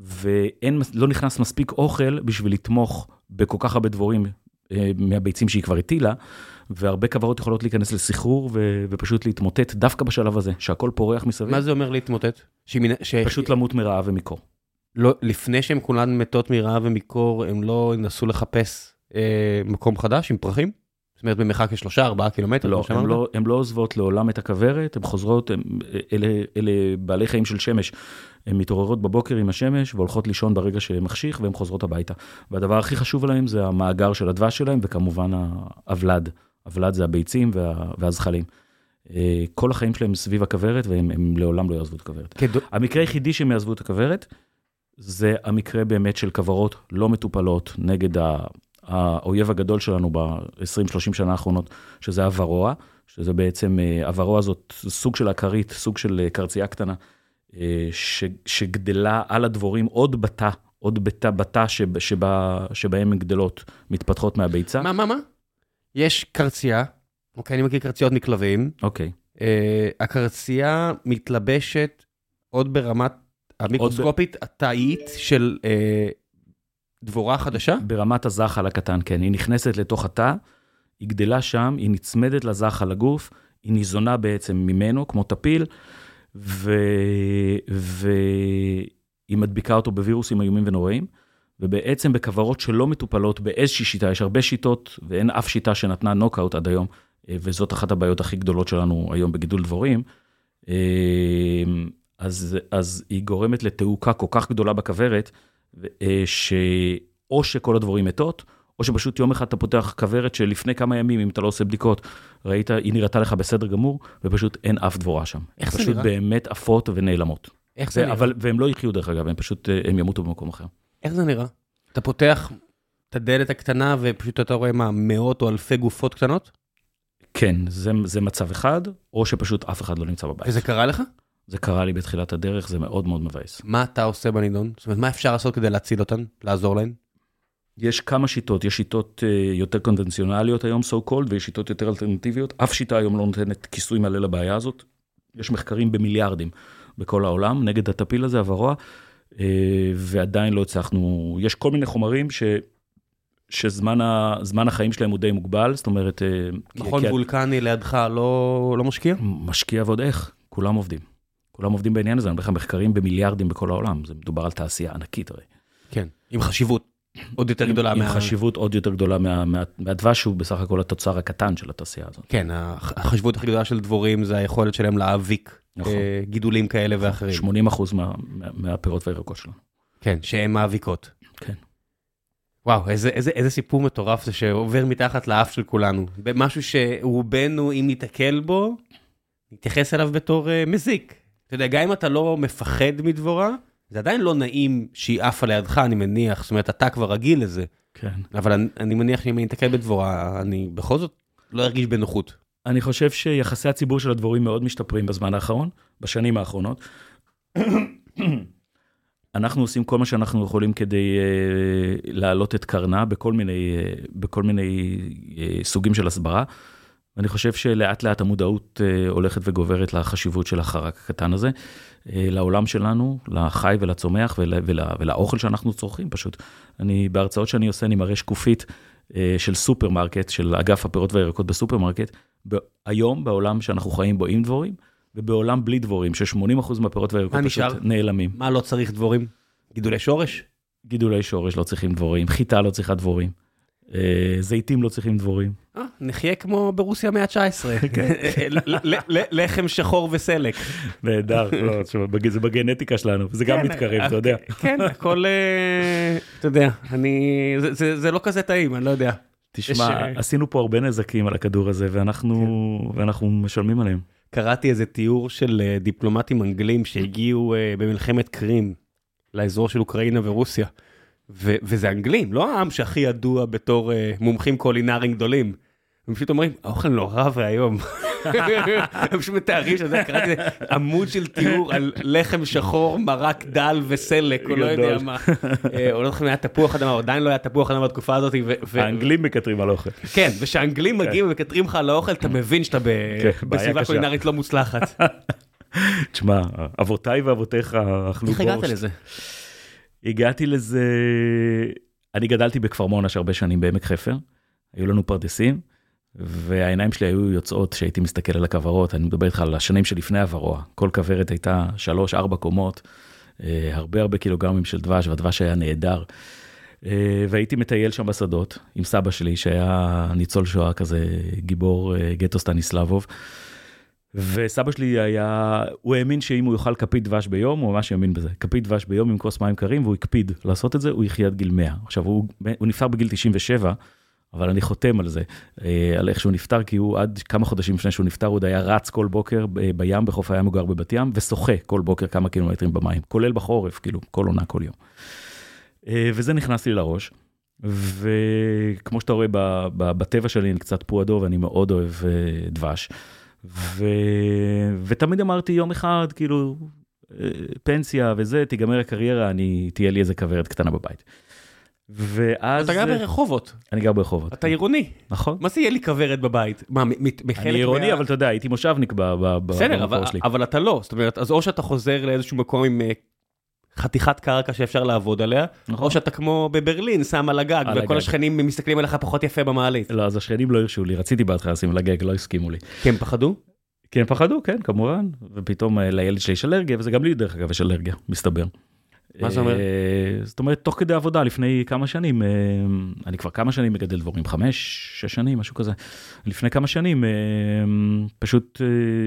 ולא נכנס מספיק אוכל בשביל לתמוך בכל כך הרבה דבורים uh, מהביצים שהיא כבר הטילה, והרבה כברות יכולות להיכנס לסחרור, ו- ופשוט להתמוטט דווקא בשלב הזה, שהכל פורח מסביב. מה זה אומר להתמוטט? ש... פשוט למות מרעב ומקור. לא, לפני שהן כולן מתות מרעב ומקור, הם לא ינסו לחפש אה, מקום חדש עם פרחים? זאת אומרת, במרחק כשלושה, ארבעה קילומטר? לא, הן לא, הן לא עוזבות לעולם את הכברת, הן חוזרות, הן, אלה, אלה בעלי חיים של שמש, הן מתעוררות בבוקר עם השמש, והולכות לישון ברגע שמחשיך, והן חוזרות הביתה. והדבר הכי חשוב עליהם זה המאגר של הדבש שלהם, וכמובן האבלד. אבלד זה הביצים וה, והזחלים. כל החיים שלהם סביב הכברת, והם הם לעולם לא יעזבו את הכברת. כדו... המקרה היחידי שהם יעזבו את הכברת, זה המקרה באמת של כברות לא מטופלות, נגד האויב הגדול שלנו ב-עשרים שלושים שנה האחרונות, שזה הוורוע, שזה בעצם, הוורוע זאת סוג של הכרית, סוג של קרצייה קטנה, ש, שגדלה על הדבורים עוד בתא, עוד בתא, בתא שבה, שבה, שבהם הן גדלות, מתפתחות מהביצה. מה, מה, מה? יש קרצייה, אוקיי, אני מכיר קרציות מכלבים. אוקיי. אה, הקרצייה מתלבשת עוד ברמת המיקרוסקופית ב... התאית של אה, דבורה חדשה? ברמת הזחל הקטן, כן. היא נכנסת לתוך התא, היא גדלה שם, היא נצמדת לזחל הגוף, היא ניזונה בעצם ממנו, כמו טפיל, ו... והיא מדביקה אותו בווירוסים איומים ונוראים, ובעצם בכברות שלא מטופלות באיזושהי שיטה, יש הרבה שיטות, ואין אף שיטה שנתנה נוקאוט עד היום, וזאת אחת הבעיות הכי גדולות שלנו היום בגידול דבורים, אז, אז היא גורמת לתאוקה כל כך גדולה בכברת, שאו שכל הדבורים מתות, או שפשוט יום אחד אתה פותח כברת שלפני כמה ימים, אם אתה לא עושה בדיקות, ראית, היא נראתה לך בסדר גמור, ופשוט אין אף דבורה שם. איך זה נראה? פשוט באמת עפות ונעלמות. איך זה נראה? אבל, והם לא יחיו דרך אגב, הם פשוט, הם ימותו במקום אחר. איך זה נראה? אתה פותח את הדלת הקטנה, ופשוט אתה רואה מה, מאות או אלפי גופות קטנות? כן, זה, זה מצב אחד, או שפשוט אף אחד לא נמצא בבית. וזה קרה לך? זה קרה לי בתחילת הדרך, זה מאוד מאוד מבאס. מה אתה עושה בנידון? זאת אומרת, מה אפשר לעשות כדי להציל אותן, לעזור להן? יש כמה שיטות, יש שיטות יותר קונבנציונליות היום, so called, ויש שיטות יותר אלטרנטיביות. אף שיטה היום לא נותנת כיסוי מלא לבעיה הזאת. יש מחקרים במיליארדים בכל העולם, נגד הטפיל הזה, הוורוע, ועדיין לא הצלחנו. יש כל מיני חומרים ש... שזמן ה... זמן החיים שלהם הוא די מוגבל, זאת אומרת... מכון כי... וולקני לידך לא, לא משקיע? משקיע ועוד איך, כולם עובדים. כולם עובדים בעניין הזה, אני בכלל מחקרים במיליארדים בכל העולם, זה מדובר על תעשייה ענקית הרי. כן, עם חשיבות עוד יותר גדולה. עם מה... חשיבות עוד יותר גדולה מה... מה... מהדבש, שהוא בסך הכל התוצר הקטן של התעשייה הזאת. כן, החשיבות הכי גדולה של דבורים זה היכולת שלהם להאביק נכון. גידולים כאלה ואחרים. שמונים אחוז מה... מה... מהפירות והירקות שלנו. כן, שהן מאביקות. כן. וואו, איזה, איזה, איזה סיפור מטורף זה שעובר מתחת לאף של כולנו. משהו שרובנו, אם נתקל בו, נתייחס אליו בתור uh, מזיק. אתה יודע, גם אם אתה לא מפחד מדבורה, זה עדיין לא נעים שהיא עפה לידך, אני מניח. זאת אומרת, אתה כבר רגיל לזה. כן. אבל אני, אני מניח שאם אני נתקל בדבורה, אני בכל זאת לא ארגיש בנוחות. אני חושב שיחסי הציבור של הדבורים מאוד משתפרים בזמן האחרון, בשנים האחרונות. אנחנו עושים כל מה שאנחנו יכולים כדי uh, להעלות את קרנה בכל מיני, uh, בכל מיני uh, סוגים של הסברה. ואני חושב שלאט לאט המודעות uh, הולכת וגוברת לחשיבות של החרק הקטן הזה, uh, לעולם שלנו, לחי ולצומח ול, ול, ולאוכל שאנחנו צורכים פשוט. אני, בהרצאות שאני עושה, אני מראה שקופית uh, של סופרמרקט, של אגף הפירות והירקות בסופרמרקט, היום בעולם שאנחנו חיים בו עם דבורים, ובעולם בלי דבורים, ש-שמונים אחוז מהפירות והירקות פשוט נעלמים. מה לא צריך דבורים? גידולי שורש? גידולי שורש לא צריכים דבורים, חיטה לא צריכה דבורים, זיתים לא צריכים דבורים. נחיה כמו ברוסיה המאה ה-תשע עשרה, לחם שחור וסלק. נהדר, זה בגנטיקה שלנו, זה גם מתקרב, אתה יודע. כן, הכל, אתה יודע, זה לא כזה טעים, אני לא יודע. תשמע, עשינו פה הרבה נזקים על הכדור הזה, ואנחנו משלמים עליהם. קראתי איזה תיאור של דיפלומטים אנגלים שהגיעו במלחמת קרים לאזור של אוקראינה ורוסיה, וזה אנגלים, לא העם שהכי ידוע בתור מומחים קולינריים גדולים. הם פשוט אומרים, האוכל נורא והיום. הם פשוט מתארים שזה, קראתי עמוד של תיאור על לחם שחור, מרק דל וסלק, או לא יודע מה. או לא היה תפוח אדמה, או עדיין לא היה תפוח אדמה בתקופה הזאת. האנגלים מקטרים על האוכל. כן, ושהאנגלים מגיעים ומקטרים לך על האוכל, אתה מבין שאתה בסביבה קולינרית לא מוצלחת. תשמע, אבותיי ואבותיך אכלו בורשט. איך הגעת לזה? הגעתי לזה, אני גדלתי בכפר מונש הרבה שנים בעמק חפר, היו לנו פרדסים, והעיניים שלי היו יוצאות שהייתי מסתכל על הכוורות, אני מדבר איתך על השנים שלפני הוורוע, כל כוורת הייתה שלוש, ארבע קומות, הרבה הרבה קילוגרמים של דבש, והדבש היה נהדר, והייתי מטייל שם בשדות, עם סבא שלי, שהיה ניצול שואה כזה, גיבור גטו סטניסלבוב, וסבא שלי היה, הוא האמין שאם הוא יאכל כפית דבש ביום, הוא ממש יאמין בזה, כפית דבש ביום עם כוס מים קרים, והוא הקפיד לעשות את זה, הוא יחיה עד גיל מאה. עכשיו, הוא, הוא נפטר בגיל תשעים ושבע, אבל אני חותם על זה, על איך שהוא נפטר, כי הוא עד כמה חודשים לפני שהוא נפטר, הוא עוד היה רץ כל בוקר בים, בחוף הים, הוא גר בבת ים, ושוחה כל בוקר כמה קילומטרים במים, כולל בחורף, כאילו, כל עונה, כל יום. וזה נכנס לי לראש, וכמו שאתה רואה, בטבע שלי אני קצת פועדו, ואני מאוד אוהב דבש. ו... ותמיד אמרתי יום אחד, כאילו, פנסיה וזה, תיגמר הקריירה, אני, תהיה לי איזה כוורת קטנה בבית. ואז... אתה גר ברחובות. אני גר ברחובות. אתה עירוני. נכון. מה זה יהיה לי כוורת בבית? מה, מחלק... אני עירוני, אבל אתה יודע, הייתי מושבניק במקור שלי. בסדר, אבל אתה לא. זאת אומרת, אז או שאתה חוזר לאיזשהו מקום עם חתיכת קרקע שאפשר לעבוד עליה, או שאתה כמו בברלין, שם על הגג, וכל השכנים מסתכלים עליך פחות יפה במעלית. לא, אז השכנים לא הרשו לי, רציתי בהתחלה לשים על הגג, לא הסכימו לי. כי הם פחדו? כי הם פחדו, כן, כמובן, ופתאום לילד שלי יש אלרגיה, וזה גם לי דרך אגב יש אלרגיה, מסתבר. מה זה אומר? זאת אומרת, תוך כדי עבודה, לפני כמה שנים, אני כבר כמה שנים מגדל דבורים, חמש, שש שנים, משהו כזה. לפני כמה שנים, פשוט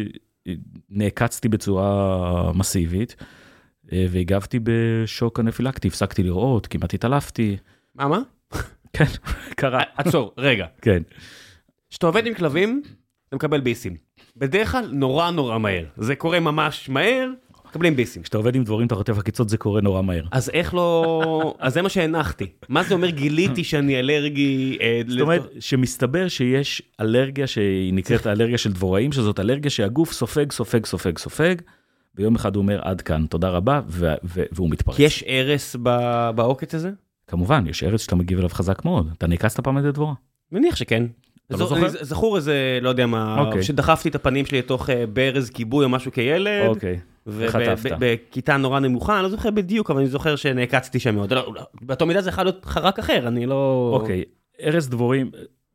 נעקצתי בצורה מסיבית, והגבתי בשוק אנפילקטי, הפסקתי לראות, כמעט התעלפתי. מה, מה? כן, קרה. עצור, רגע. כן. כשאתה עובד עם כלבים, אתה מקבל ביסים. בדרך כלל נורא נורא מהר. זה קורה ממש מהר, מקבלים ביסים. כשאתה עובד עם דבורים, אתה חוטף עקיצות, זה קורה נורא מהר. אז איך לא... אז זה מה שהנחתי. מה זה אומר גיליתי שאני אלרגי... זאת אומרת, שמסתבר שיש אלרגיה שהיא נקראת האלרגיה של דבוראים, שזאת אלרגיה שהגוף סופג, סופג, סופג, סופג, ביום אחד הוא אומר עד כאן, תודה רבה, והוא מתפרץ. כי יש ערס בעוקץ הזה? כמובן, יש ערס שאתה מגיב אליו חזק מאוד. אתה נעקצת פעם את הדבורה? מניח שכן. זכור איזה, לא יודע מה, שדחפתי את הפנים שלי לתוך ברז כיבוי או משהו כילד. אוקיי. ובכיתה נורא נמוכה, אני לא זוכר בדיוק, אבל אני זוכר שנעקצתי שם מאוד. באותו מידה זה יכול להיות חרק אחר, אני לא... אוקיי, ערס דבורים,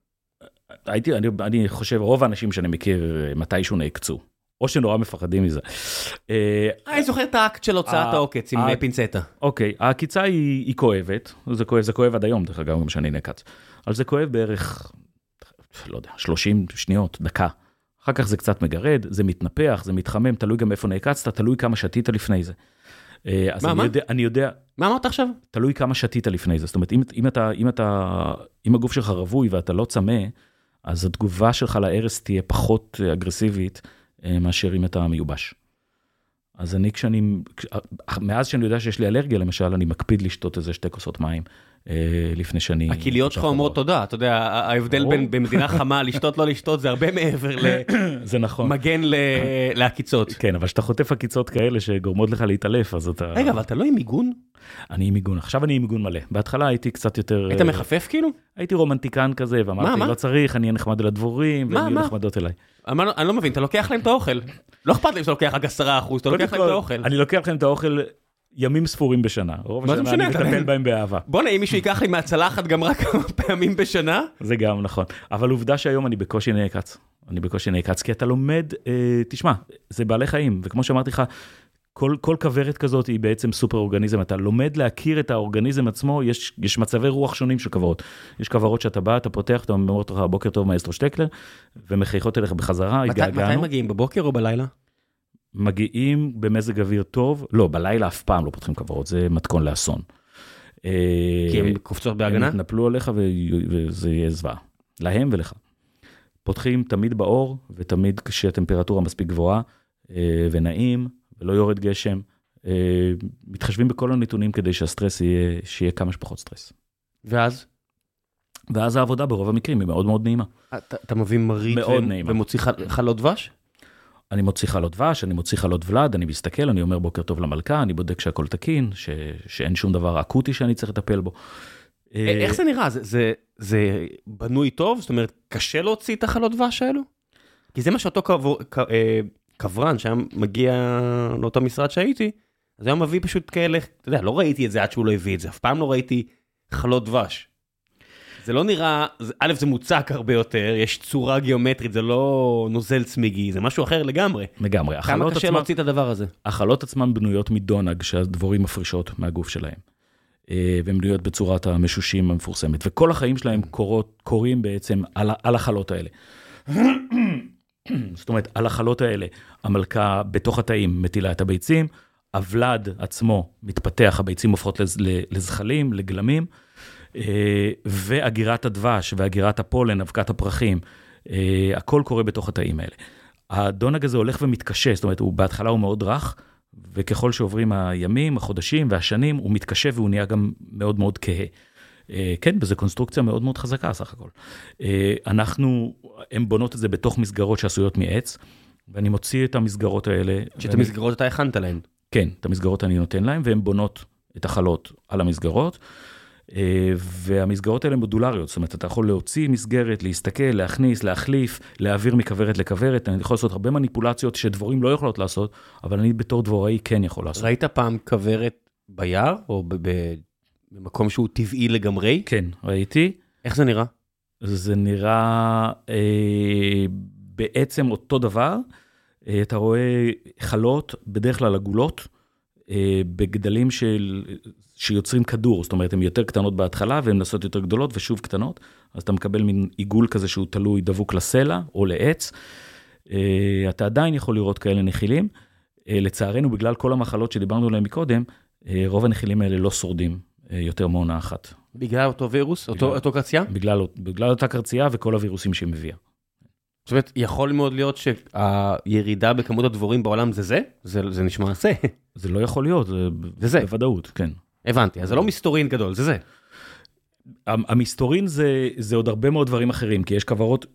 אני חושב, רוב האנשים שאני מכיר מתישהו נעקצו. או שנורא מפחדים מזה. אני זוכר את האקט של הוצאת העוקץ עם פינצטה. אוקיי, העקיצה היא כואבת, זה כואב, זה כואב עד היום, דרך אגב, גם שאני נעקץ. אבל זה כואב בערך, לא יודע, שלושים שניות, דקה. אחר כך זה קצת מגרד, זה מתנפח, זה מתחמם, תלוי גם איפה נעקצת, תלוי כמה שתית לפני זה. אז אני יודע, אני יודע... מה אמרת עכשיו? תלוי כמה שתית לפני זה. זאת אומרת, אם, אם אתה, אם אתה, אם הגוף שלך רווי ואתה לא צמא, אז התגובה שלך להרס תהיה פחות אגרסיבית מאשר אם אתה מיובש. אז אני כשאני, מאז שאני יודע שיש לי אלרגיה, למשל, אני מקפיד לשתות איזה שתי כוסות מים, לפני שאני... הכליות שלך אומרות תודה, אתה יודע, ההבדל בין במדינה חמה, לשתות, לא לשתות, זה הרבה מעבר למגן לעקיצות. כן, אבל שאתה חוטף עקיצות כאלה שגורמות לך להתעלף, אז אתה... רגע, אבל אתה לא עם מיגון? אני עם מיגון, עכשיו אני עם מיגון מלא. בהתחלה הייתי קצת יותר... היית מחפף כאילו? הייתי רומנטיקן כזה, ואמרתי, לא צריך, אני אהיה נחמד על הדבורים, והם יהיו נחמדות אליי. אני לא מבין, אתה לוקח להם את האוכל. לא אכפת להם שאתה לוקח רק עשרה אחוז, אתה לוקח להם את האוכל. אני לוקח להם את האוכל ימים ספורים בשנה. רוב השנה אני מטפל בהם באהבה. בוא נעים, מישהו ייקח לי מהצלחת גם רק כמה פעמים בשנה? זה גם נכון. אבל עובדה שהיום אני בקושי נעקץ. אני בקושי נעקץ, כי אתה לומד, תשמע, זה בעלי חיים, וכמו שאמרתי לך, כל, כל כברת כזאת היא בעצם סופר אורגניזם, אתה לומד להכיר את האורגניזם עצמו, יש, יש מצבי רוח שונים של כברות, יש כברות שאתה בא, אתה פותח, אתה אומר לך, בוקר טוב מאסטרו שטקלר, ומחייכות אליך בחזרה, התגעגענו. מתי מגיעים, בבוקר או בלילה? מגיעים במזג אוויר טוב, לא, בלילה אף פעם לא פותחים כברות, זה מתכון לאסון. כי הם קופצות בהגנה? הם יתנפלו עליך וזה יהיה זוועה, להם ולך. פותחים תמיד באור, ותמיד כשהטמפרטורה מספיק גבוהה, ונעים, ולא יורד גשם, מתחשבים בכל הנתונים כדי שהסטרס יהיה, שיהיה כמה שפחות סטרס. ואז? ואז העבודה ברוב המקרים היא מאוד מאוד נעימה. אתה, אתה מביא מרית ו... ומוציא חלות דבש? אני מוציא חלות דבש, אני מוציא חלות ולד, אני מסתכל, אני אומר בוקר טוב למלכה, אני בודק שהכל תקין, ש... שאין שום דבר אקוטי שאני צריך לטפל בו. איך זה נראה? זה, זה, זה בנוי טוב? זאת אומרת, קשה להוציא את החלות דבש האלו? כי זה מה שאותו קבור... קברן שהיה מגיע לאותו משרד שהייתי, אז היה מביא פשוט כאלה, אתה יודע, לא ראיתי את זה עד שהוא לא הביא את זה, אף פעם לא ראיתי חלות דבש. זה לא נראה, א' זה מוצק הרבה יותר, יש צורה גיאומטרית, זה לא נוזל צמיגי, זה משהו אחר לגמרי. לגמרי. כמה קשה להוציא את הדבר הזה? החלות עצמן בנויות מדונג, שהדבורים מפרישות מהגוף שלהם. והן בנויות בצורת המשושים המפורסמת, וכל החיים שלהם קורות, קורים בעצם על, על החלות האלה. זאת אומרת, על החלות האלה, המלכה בתוך התאים מטילה את הביצים, הוולד עצמו מתפתח, הביצים הופכות לזחלים, לגלמים, והגירת הדבש והגירת הפולן, אבקת הפרחים, הכל קורה בתוך התאים האלה. הדונג הזה הולך ומתקשה, זאת אומרת, הוא, בהתחלה הוא מאוד רך, וככל שעוברים הימים, החודשים והשנים, הוא מתקשה והוא נהיה גם מאוד מאוד כהה. כן, וזו קונסטרוקציה מאוד מאוד חזקה, סך הכל. אנחנו, הם בונות את זה בתוך מסגרות שעשויות מעץ, ואני מוציא את המסגרות האלה. שאת המסגרות אתה הכנת להן. כן, את המסגרות אני נותן להן, והן בונות את החלות על המסגרות, והמסגרות האלה מודולריות, זאת אומרת, אתה יכול להוציא מסגרת, להסתכל, להכניס, להחליף, להעביר מכוורת לכוורת, אני יכול לעשות הרבה מניפולציות שדבורים לא יכולות לעשות, אבל אני בתור דבוראי כן יכול לעשות. ראית פעם כוורת ביער, או במקום שהוא טבעי לגמרי? כן, ראיתי. איך זה נראה? זה נראה אה, בעצם אותו דבר, אה, אתה רואה חלות, בדרך כלל עגולות, אה, בגדלים של... שיוצרים כדור, זאת אומרת, הן יותר קטנות בהתחלה, והן נעשות יותר גדולות ושוב קטנות, אז אתה מקבל מין עיגול כזה שהוא תלוי דבוק לסלע או לעץ, אתה עדיין יכול לראות כאלה נחילים, לצערנו, בגלל כל המחלות שדיברנו עליהן מקודם, רוב הנחילים האלה לא שורדים יותר מעונה אחת. בגלל אותו וירוס, אותו, אותו קרצייה? בגלל, בגלל אותה קרצייה וכל הווירוסים שהיא מביאה. זאת אומרת, יכול מאוד להיות שהירידה בכמות הדבורים בעולם זה זה? זה, זה נשמע זה. זה לא יכול להיות, זה, זה, זה. בוודאות, כן. הבנתי, אז זה לא מסתורין גדול, זה זה. המסתורין זה, זה עוד הרבה מאוד דברים אחרים, כי יש כברות...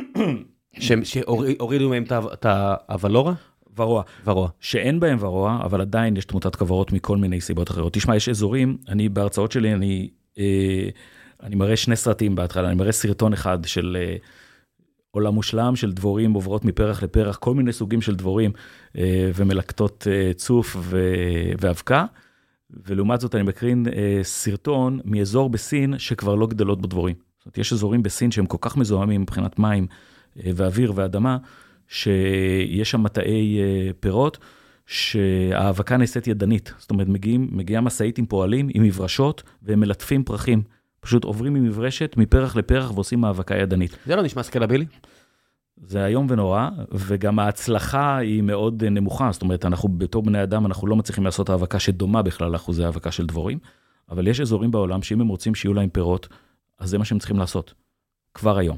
שהורידו מהם את הוולורה? ורוע. ורוע. שאין בהם ורוע, אבל עדיין יש תמותת כברות מכל מיני סיבות אחרות. תשמע, יש אזורים, אני בהרצאות שלי, אני, אה, אני מראה שני סרטים בהתחלה, אני מראה סרטון אחד של אה, עולם מושלם, של דבורים עוברות מפרח לפרח, כל מיני סוגים של דבורים, אה, ומלקטות אה, צוף ו- ואבקה, ולעומת זאת אני מקרין אה, סרטון מאזור בסין שכבר לא גדלות בדבורים. זאת אומרת, יש אזורים בסין שהם כל כך מזוהמים מבחינת מים אה, ואוויר ואדמה, שיש שם מטעי אה, פירות, שהאבקה נעשית ידנית. זאת אומרת, מגיעים, מגיעה מסעית עם פועלים, עם מברשות, והם מלטפים פרחים. פשוט עוברים עם מברשת, מפרח לפרח, ועושים האבקה ידנית. זה לא נשמע סקלבילי? זה היום ונורא, וגם ההצלחה היא מאוד נמוכה, זאת אומרת, אנחנו בתור בני אדם, אנחנו לא מצליחים לעשות האבקה שדומה בכלל לאחוזי האבקה של דבורים, אבל יש אזורים בעולם שאם הם רוצים שיהיו להם פירות, אז זה מה שהם צריכים לעשות, כבר היום.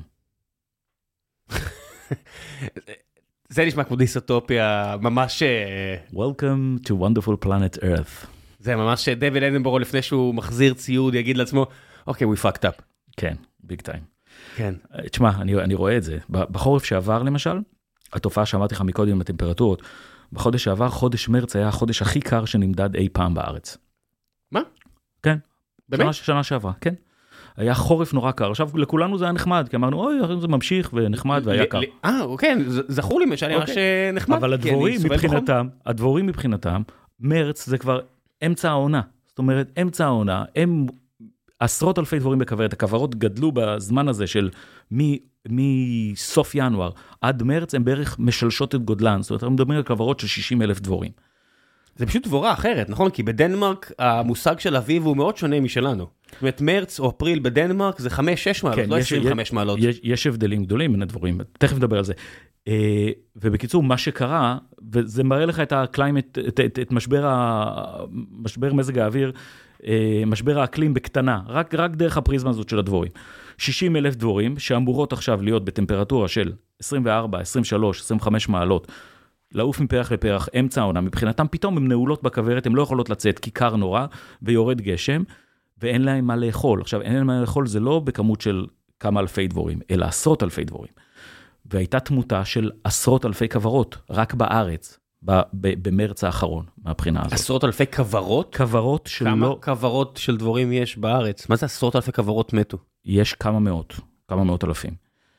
זה נשמע כמו דיסטופיה, ממש... Welcome to wonderful planet Earth. זה ממש דויד אטנבורו לפני שהוא מחזיר ציוד, יגיד לעצמו, אוקיי, we fucked up. כן, big time. כן. תשמע, אני, אני רואה את זה. בחורף שעבר, למשל, התופעה שאמרתי לך מקודם עם הטמפרטורות, בחודש שעבר, חודש מרץ היה החודש הכי קר שנמדד אי פעם בארץ. מה? כן. באמת? שנה, שנה שעברה, כן. היה חורף נורא קר. עכשיו, לכולנו זה היה נחמד, כי אמרנו, אוי, זה ממשיך ונחמד והיה קר. אה, כן, זכור לי שאני ממש נחמד. אבל הדבורים מבחינתם, הדבורים מבחינתם, מרץ זה כבר אמצע העונה. זאת אומרת, אמצע העונה, הם עשרות אלפי דבורים בכוורת. הכוורות גדלו בזמן הזה של מסוף ינואר עד מרץ, הם בערך משלשות את גודלן. זאת אומרת, הם מדברים על כוורות של שישים אלף דבורים. זה פשוט דבורה אחרת, נכון? כי בדנמרק המושג של אביב הוא מאוד שונה משלנו. זאת אומרת, מרץ או אפריל בדנמרק זה חמש שש מעלות, לא עשרים וחמש מעלות. יש, יש הבדלים גדולים בין הדבורים, תכף נדבר על זה. ובקיצור, מה שקרה, וזה מראה לך את הקליימט, את, את, את משבר, ה, משבר מזג האוויר, משבר האקלים בקטנה, רק, רק דרך הפריזמה הזאת של הדבורים. שישים אלף דבורים שאמורות עכשיו להיות בטמפרטורה של עשרים וארבע, עשרים ושלוש, עשרים וחמש מעלות, לעוף מפרח לפרח, אמצע העונה, מבחינתם פתאום הן נעולות בכוורת, הן לא יכולות לצאת, כי קר נורא, ויורד גשם, ואין להם מה לאכול. עכשיו, אין להם מה לאכול, זה לא בכמות של כמה אלפי דבורים, אלא עשרות אלפי דבורים. והייתה תמותה של עשרות אלפי כוורות, רק בארץ, ב- ב- במרץ האחרון, מהבחינה הזאת. עשרות אלפי כוורות? כוורות של כמה לא... כוורות של דבורים יש בארץ? מה זה עשרות אלפי כוורות מתו? יש כמה מאות, כמה מאות אלפים.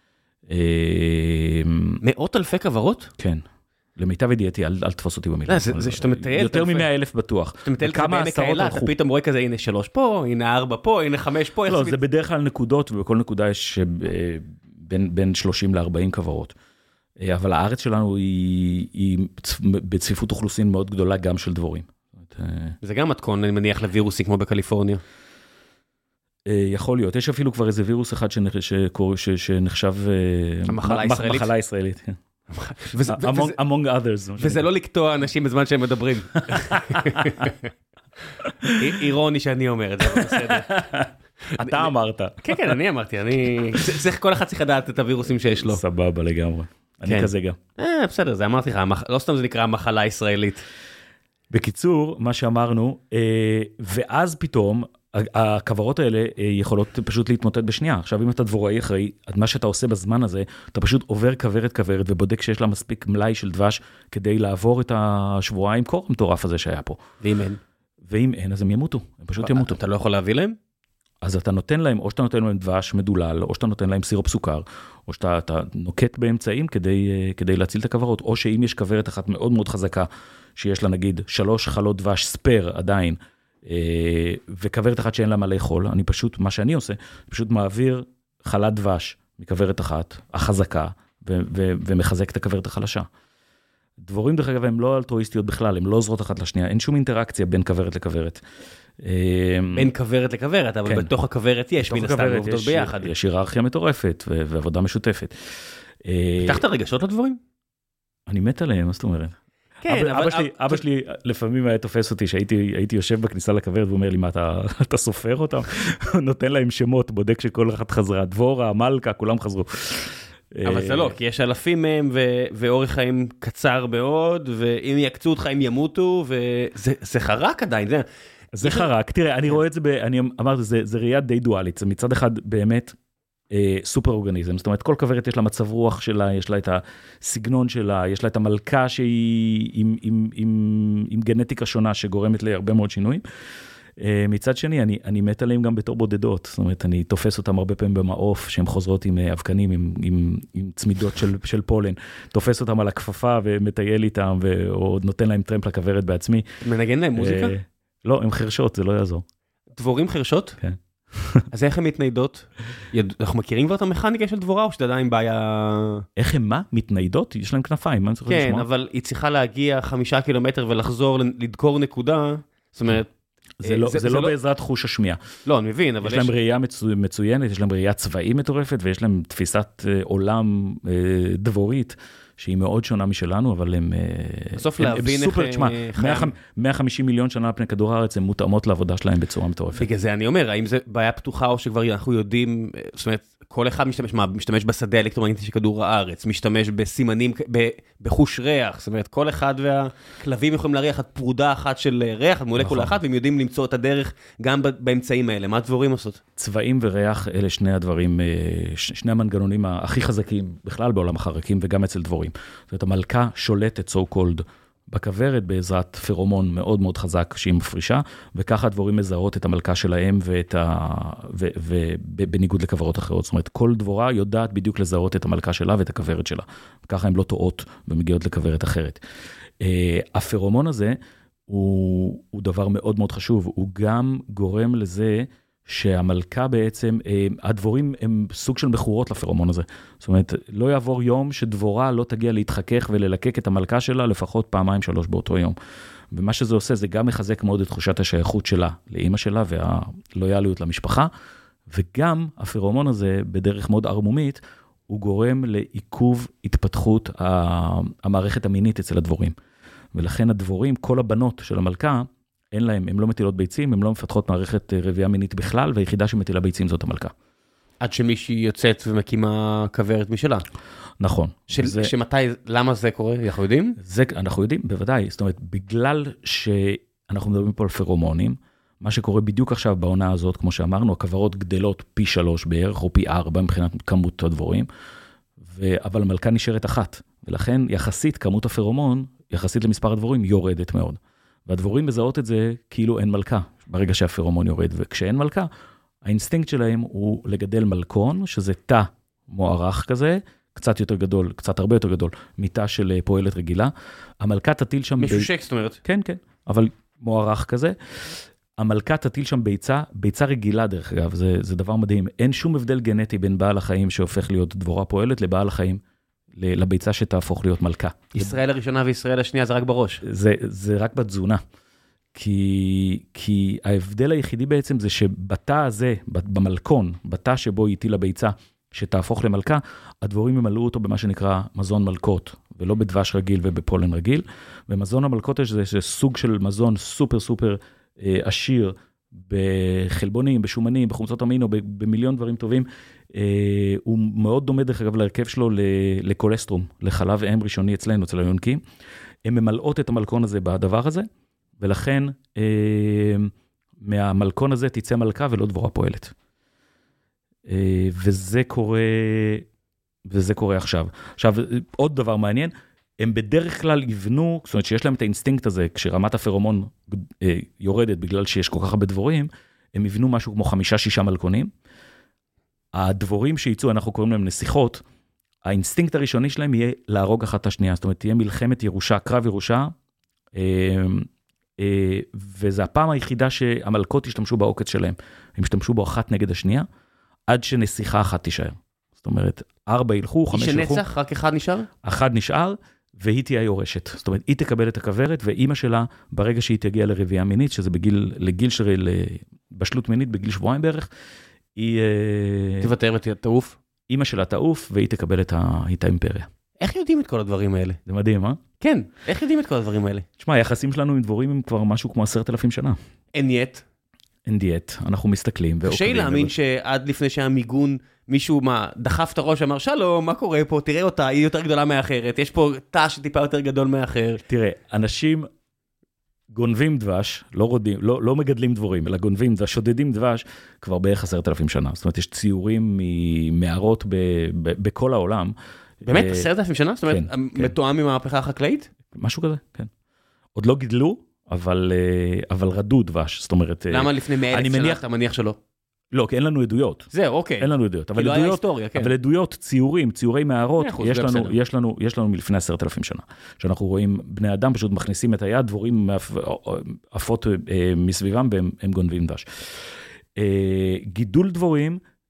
מאות אלפי כוורות? כן. למיטב ידיעתי, אל, אל תפוס אותי במילה. לא, זה, זה שאתה מטייל... יותר מ-מאה אלף בטוח. שאתה מטייל כזה בעמק האלה, אתה פתאום רואה כזה, הנה שלוש פה, הנה ארבע פה, הנה חמש פה. לא, זה בדרך כלל נקודות, ובכל נקודה יש בין, בין שלושים לארבעים כוורות. אבל הארץ שלנו היא, היא בצפיפות אוכלוסין מאוד גדולה, גם של דבורים. זה גם מתכון, אני מניח, לווירוסי כמו בקליפורניה. יכול להיות. יש אפילו כבר איזה וירוס אחד שנחשב... המחלה הישראלית. מחלה הישראלית, כן. among others. וזה לא לקטוע אנשים בזמן שהם מדברים. אירוני שאני אומר את זה, אבל בסדר. אתה אמרת. כן, כן, אני אמרתי. כל אחד צריך לדעת את הווירוסים שיש לו. סבבה לגמרי. אני כזה גם. בסדר, זה אמרתי לך, לא סתם זה נקרא המחלה הישראלית. בקיצור, מה שאמרנו, ואז פתאום, הכוורות האלה יכולות פשוט להתמוטט בשנייה. עכשיו, אם אתה דבוראי אחראי, מה שאתה עושה בזמן הזה, אתה פשוט עובר כוורת כוורת, ובודק שיש לה מספיק מלאי של דבש, כדי לעבור את השבועיים קור המטורף הזה שהיה פה. ואם אין? ואם אין, אז הם ימותו. הם פשוט ימותו. אתה לא יכול להביא להם? אז אתה נותן להם, או שאתה נותן להם דבש מדולל, או שאתה נותן להם סירופ סוכר, או שאתה אתה נוקט באמצעים כדי, כדי להציל את הכוורות, או שאם יש כוורת אחת מאוד מאוד חזקה, שיש לה נגיד שלוש חלות דבש ספר עדיין, וכוורת אחת שאין לה מה לאכול, אני פשוט, מה שאני עושה, פשוט מעביר חלת דבש מכוורת אחת, החזקה, ו- ו- ומחזק את הכוורת החלשה. דבורים דרך אגב הם לא אלטרואיסטיות בכלל, הם לא עוזרות אחת לשנייה, אין שום אינטראקציה בין כוורת לכוורת. בין כוורת לכוורת, אבל כן. בתוך הכוורת יש, מן הסתם עובדות ביחד. יש היררכיה מטורפת ו- ועבודה משותפת. פתחת רגשות לדבורים? אני מת עליהם, מה זאת אומרת? כן, אבא, אבל... אבא, שלי, אבא שלי לפעמים היה תופס אותי שהייתי הייתי יושב בכניסה לכוורת והוא אומר לי, מה, אתה, אתה סופר אותם? נותן להם שמות, בודק שכל אחת חזרה, דבורה, מלכה, כולם חזרו. אבל זה לא, כי יש אלפים מהם ו- ואורך חיים קצר מאוד, ואם יקצו אותך הם ימותו, וזה זה חרק עדיין. זה, זה חרק, תראה, אני רואה את זה, ב, אני אמרתי, זה, זה ראייה די דואלית, זה מצד אחד באמת, סופר אורגניזם, זאת אומרת, כל כוורת יש לה מצב רוח שלה, יש לה את הסגנון שלה, יש לה את המלכה שהיא עם, עם, עם, עם גנטיקה שונה שגורמת להרבה מאוד שינויים. מצד שני, אני, אני מת עליהם גם בתור בודדות, זאת אומרת, אני תופס אותם הרבה פעמים במעוף, שהן חוזרות עם אבקנים, עם, עם, עם צמידות של, של פולן, תופס אותם על הכפפה ומטייל איתם, ועוד נותן להם טרמפ לכוורת בעצמי. מנגן להם מוזיקה? לא, הם חרשות, זה לא יעזור. דבורים חרשות? כן. אז איך הן מתניידות? אנחנו מכירים כבר את המכניקה של דבורה, או שזה עדיין בעיה... איך הן מה? מתניידות? יש להן כנפיים, מה אני צריך לשמוע? כן, אבל היא צריכה להגיע חמישה קילומטר ולחזור לדקור נקודה, זאת אומרת... זה לא, זה לא בעזרת חוש השמיעה. לא, אני מבין, אבל יש להם ראייה מצוינת, יש להם ראייה צבאי מטורפת, ויש להם תפיסת עולם דבורית, שהיא מאוד שונה משלנו, אבל הם בסוף להבין איך חיים. מאה וחמישים מיליון שנה על פני כדור הארץ, הם מותאמות לעבודה שלהם בצורה מטורפת. בגלל זה אני אומר, האם זה בעיה פתוחה, או שכבר אנחנו יודעים, זאת אומרת, כל אחד משתמש, מה, משתמש בשדה האלקטרומגנטי של כדור הארץ, משתמש בסימנים, בחוש ריח, זאת אומרת, כל אחד והכלבים יכולים להריח את פרודה אחת של ריח, מולקולה אחת, והם יודעים למצוא את הדרך גם באמצעים האלה. מה הדבורים עושות? צבעים וריח, אלה שני הדברים, שני המנגנונים הכי חזקים בכלל בעולם החרקים, וגם אצל דבורים. זאת אומרת, המלכה שולטת, so called, בכוורת בעזרת פרומון מאוד מאוד חזק שהיא מפרישה, וככה הדבורים מזהות את המלכה שלהם ואת ה... ו... ובניגוד לכוורות אחרות. זאת אומרת, כל דבורה יודעת בדיוק לזהות את המלכה שלה ואת הכוורת שלה. ככה הן לא טועות ומגיעות לכוורת אחרת. הפרומון הזה הוא, הוא דבר מאוד מאוד חשוב. הוא גם גורם לזה שהמלכה בעצם, הדבורים הם סוג של מכורות לפרומון הזה. זאת אומרת, לא יעבור יום שדבורה לא תגיע להתחכך וללקק את המלכה שלה לפחות פעמיים שלוש באותו יום. ומה שזה עושה, זה גם מחזק מאוד את תחושת השייכות שלה לאמא שלה והלויאליות למשפחה, וגם הפרומון הזה, בדרך מאוד ערמומית, הוא גורם לעיכוב התפתחות המערכת המינית אצל הדבורים. ולכן הדבורים, כל הבנות של המלכה, אין להם, הם לא מטילות ביצים, הם לא מפתחות מערכת רבייה מינית בכלל, והיחידה שמטילה ביצים זאת המלכה. עד שמישהי יוצאת ומקימה כוורת משלה. נכון. של, זה, שמתי, למה זה קורה? אנחנו יודעים? זה, אנחנו יודעים, בוודאי. זאת אומרת, בגלל שאנחנו מדברים פה על פרומונים, מה שקורה בדיוק עכשיו בעונה הזאת, כמו שאמרנו, הכוורות גדלות פי שלוש בערך, או פי ארבע מבחינת כמות הדבורים, ו... אבל המלכה נשארת אחת. ולכן, יחסית, כמות הפרומון, יחסית למספר הדבורים, יורדת מאוד. והדבורים מזהות את זה כאילו אין מלכה, ברגע שהפרומון יורד. וכשאין מלכה, האינסטינקט שלהם הוא לגדל מלכון, שזה תא מוערך כזה, קצת יותר גדול, קצת הרבה יותר גדול, מיטה של פועלת רגילה. המלכה תטיל שם... משושק, זאת אומרת. כן, כן, אבל מוערך כזה. המלכה תטיל שם ביצה, ביצה רגילה דרך אגב, זה, זה דבר מדהים. אין שום הבדל גנטי בין בעל החיים שהופך להיות דבורה פועלת, לבעל החיים, לביצה שתהפוך להיות מלכה. ישראל הראשונה וישראל השנייה זה רק בראש. זה, זה רק בתזונה. כי, כי ההבדל היחידי בעצם זה שבתא הזה, במלכון, בתא שבו היא הטילה ביצה, שתהפוך למלכה, הדבורים ימלאו אותו במה שנקרא מזון מלכות, ולא בדבש רגיל ובפולן רגיל. ומזון המלכות זה, זה סוג של מזון סופר סופר אה, עשיר, בחלבונים, בשומנים, בחומצות אמינו, במיליון דברים טובים. אה, הוא מאוד דומה דרך אגב להרכב שלו לקולסטרום, לחלב אם ראשוני אצלנו, אצל היונקים. הן ממלאות את המלכון הזה בדבר הזה, ולכן אה, מהמלכון הזה תצא מלכה ולא דבורה פועלת. אה, וזה קורה, וזה קורה עכשיו. עכשיו, עוד דבר מעניין, הם בדרך כלל יבנו, זאת אומרת שיש להם את האינסטינקט הזה, כשרמת הפרומון אה, יורדת בגלל שיש כל כך הרבה דבורים, הם יבנו משהו כמו חמישה, שישה מלכונים. הדבורים שיצאו, אנחנו קוראים להם נסיכות, האינסטינקט הראשוני שלהם יהיה להרוג אחת את השנייה, זאת אומרת, תהיה מלחמת ירושה, קרב ירושה, אה, אה, וזה הפעם היחידה שהמלכות ישתמשו בעוקץ שלהם. הם ישתמשו בו אחת נגד השנייה, עד שנסיכה אחת תישאר. זאת אומרת, ארבע ילכו, חמש ילכו. איש שנצח, רק אחד נשאר? אחד נשאר, והיא תהיה היורשת. זאת אומרת, היא תקבל את הכוורת, ואימא שלה, ברגע שהיא תגיע לרבייה מינית, שזה בגיל, לגיל של בשלות מינית, בגיל שבועיים בערך, היא... תוותר ותעוף? אימא שלה תעוף, והיא תקבל את, ה... את האימפריה. איך יודעים את כל הדברים האלה? זה מדהים, אה? כן, איך יודעים את כל הדברים האלה? תשמע, היחסים שלנו עם דבורים הם כבר משהו כמו עשרת אלפים שנה. אין דיאט? אין דיאט, אנחנו מסתכלים. קשה להאמין שעד לפני שהיה מיגון, מישהו מה, דחף את הראש, אמר, שלום, מה קורה פה? תראה אותה, היא יותר גדולה מאחרת. יש פה תא שטיפה יותר גדול מאחר. תראה, אנשים גונבים דבש, לא רודים, לא, לא מגדלים דבורים, אלא גונבים דבש, שודדים דבש, כבר בערך עשרת אלפים שנה. זאת אומרת, יש ציורים ממערות ב, ב, בכל העולם. באמת? עשרת אלפים שנה? זאת אומרת, כן, מתואם כן. עם המהפכה החקלאית? משהו כזה, כן. עוד לא גידלו, אבל, אבל רדו דבש, זאת אומרת... למה לפני מאה אלף שנה אתה מניח שלא? לא, כי אין לנו עדויות. זהו, אוקיי. אין לנו עדויות. כי לא היה היסטוריה, כן. אבל עדויות, ציורים, ציורי מערות, יש לנו, יש לנו, יש לנו מלפני עשרת אלפים שנה. שאנחנו רואים בני אדם פשוט מכניסים את היד, דבורים עפות מסביבם, והם גונבים דבש. גידול דבורים,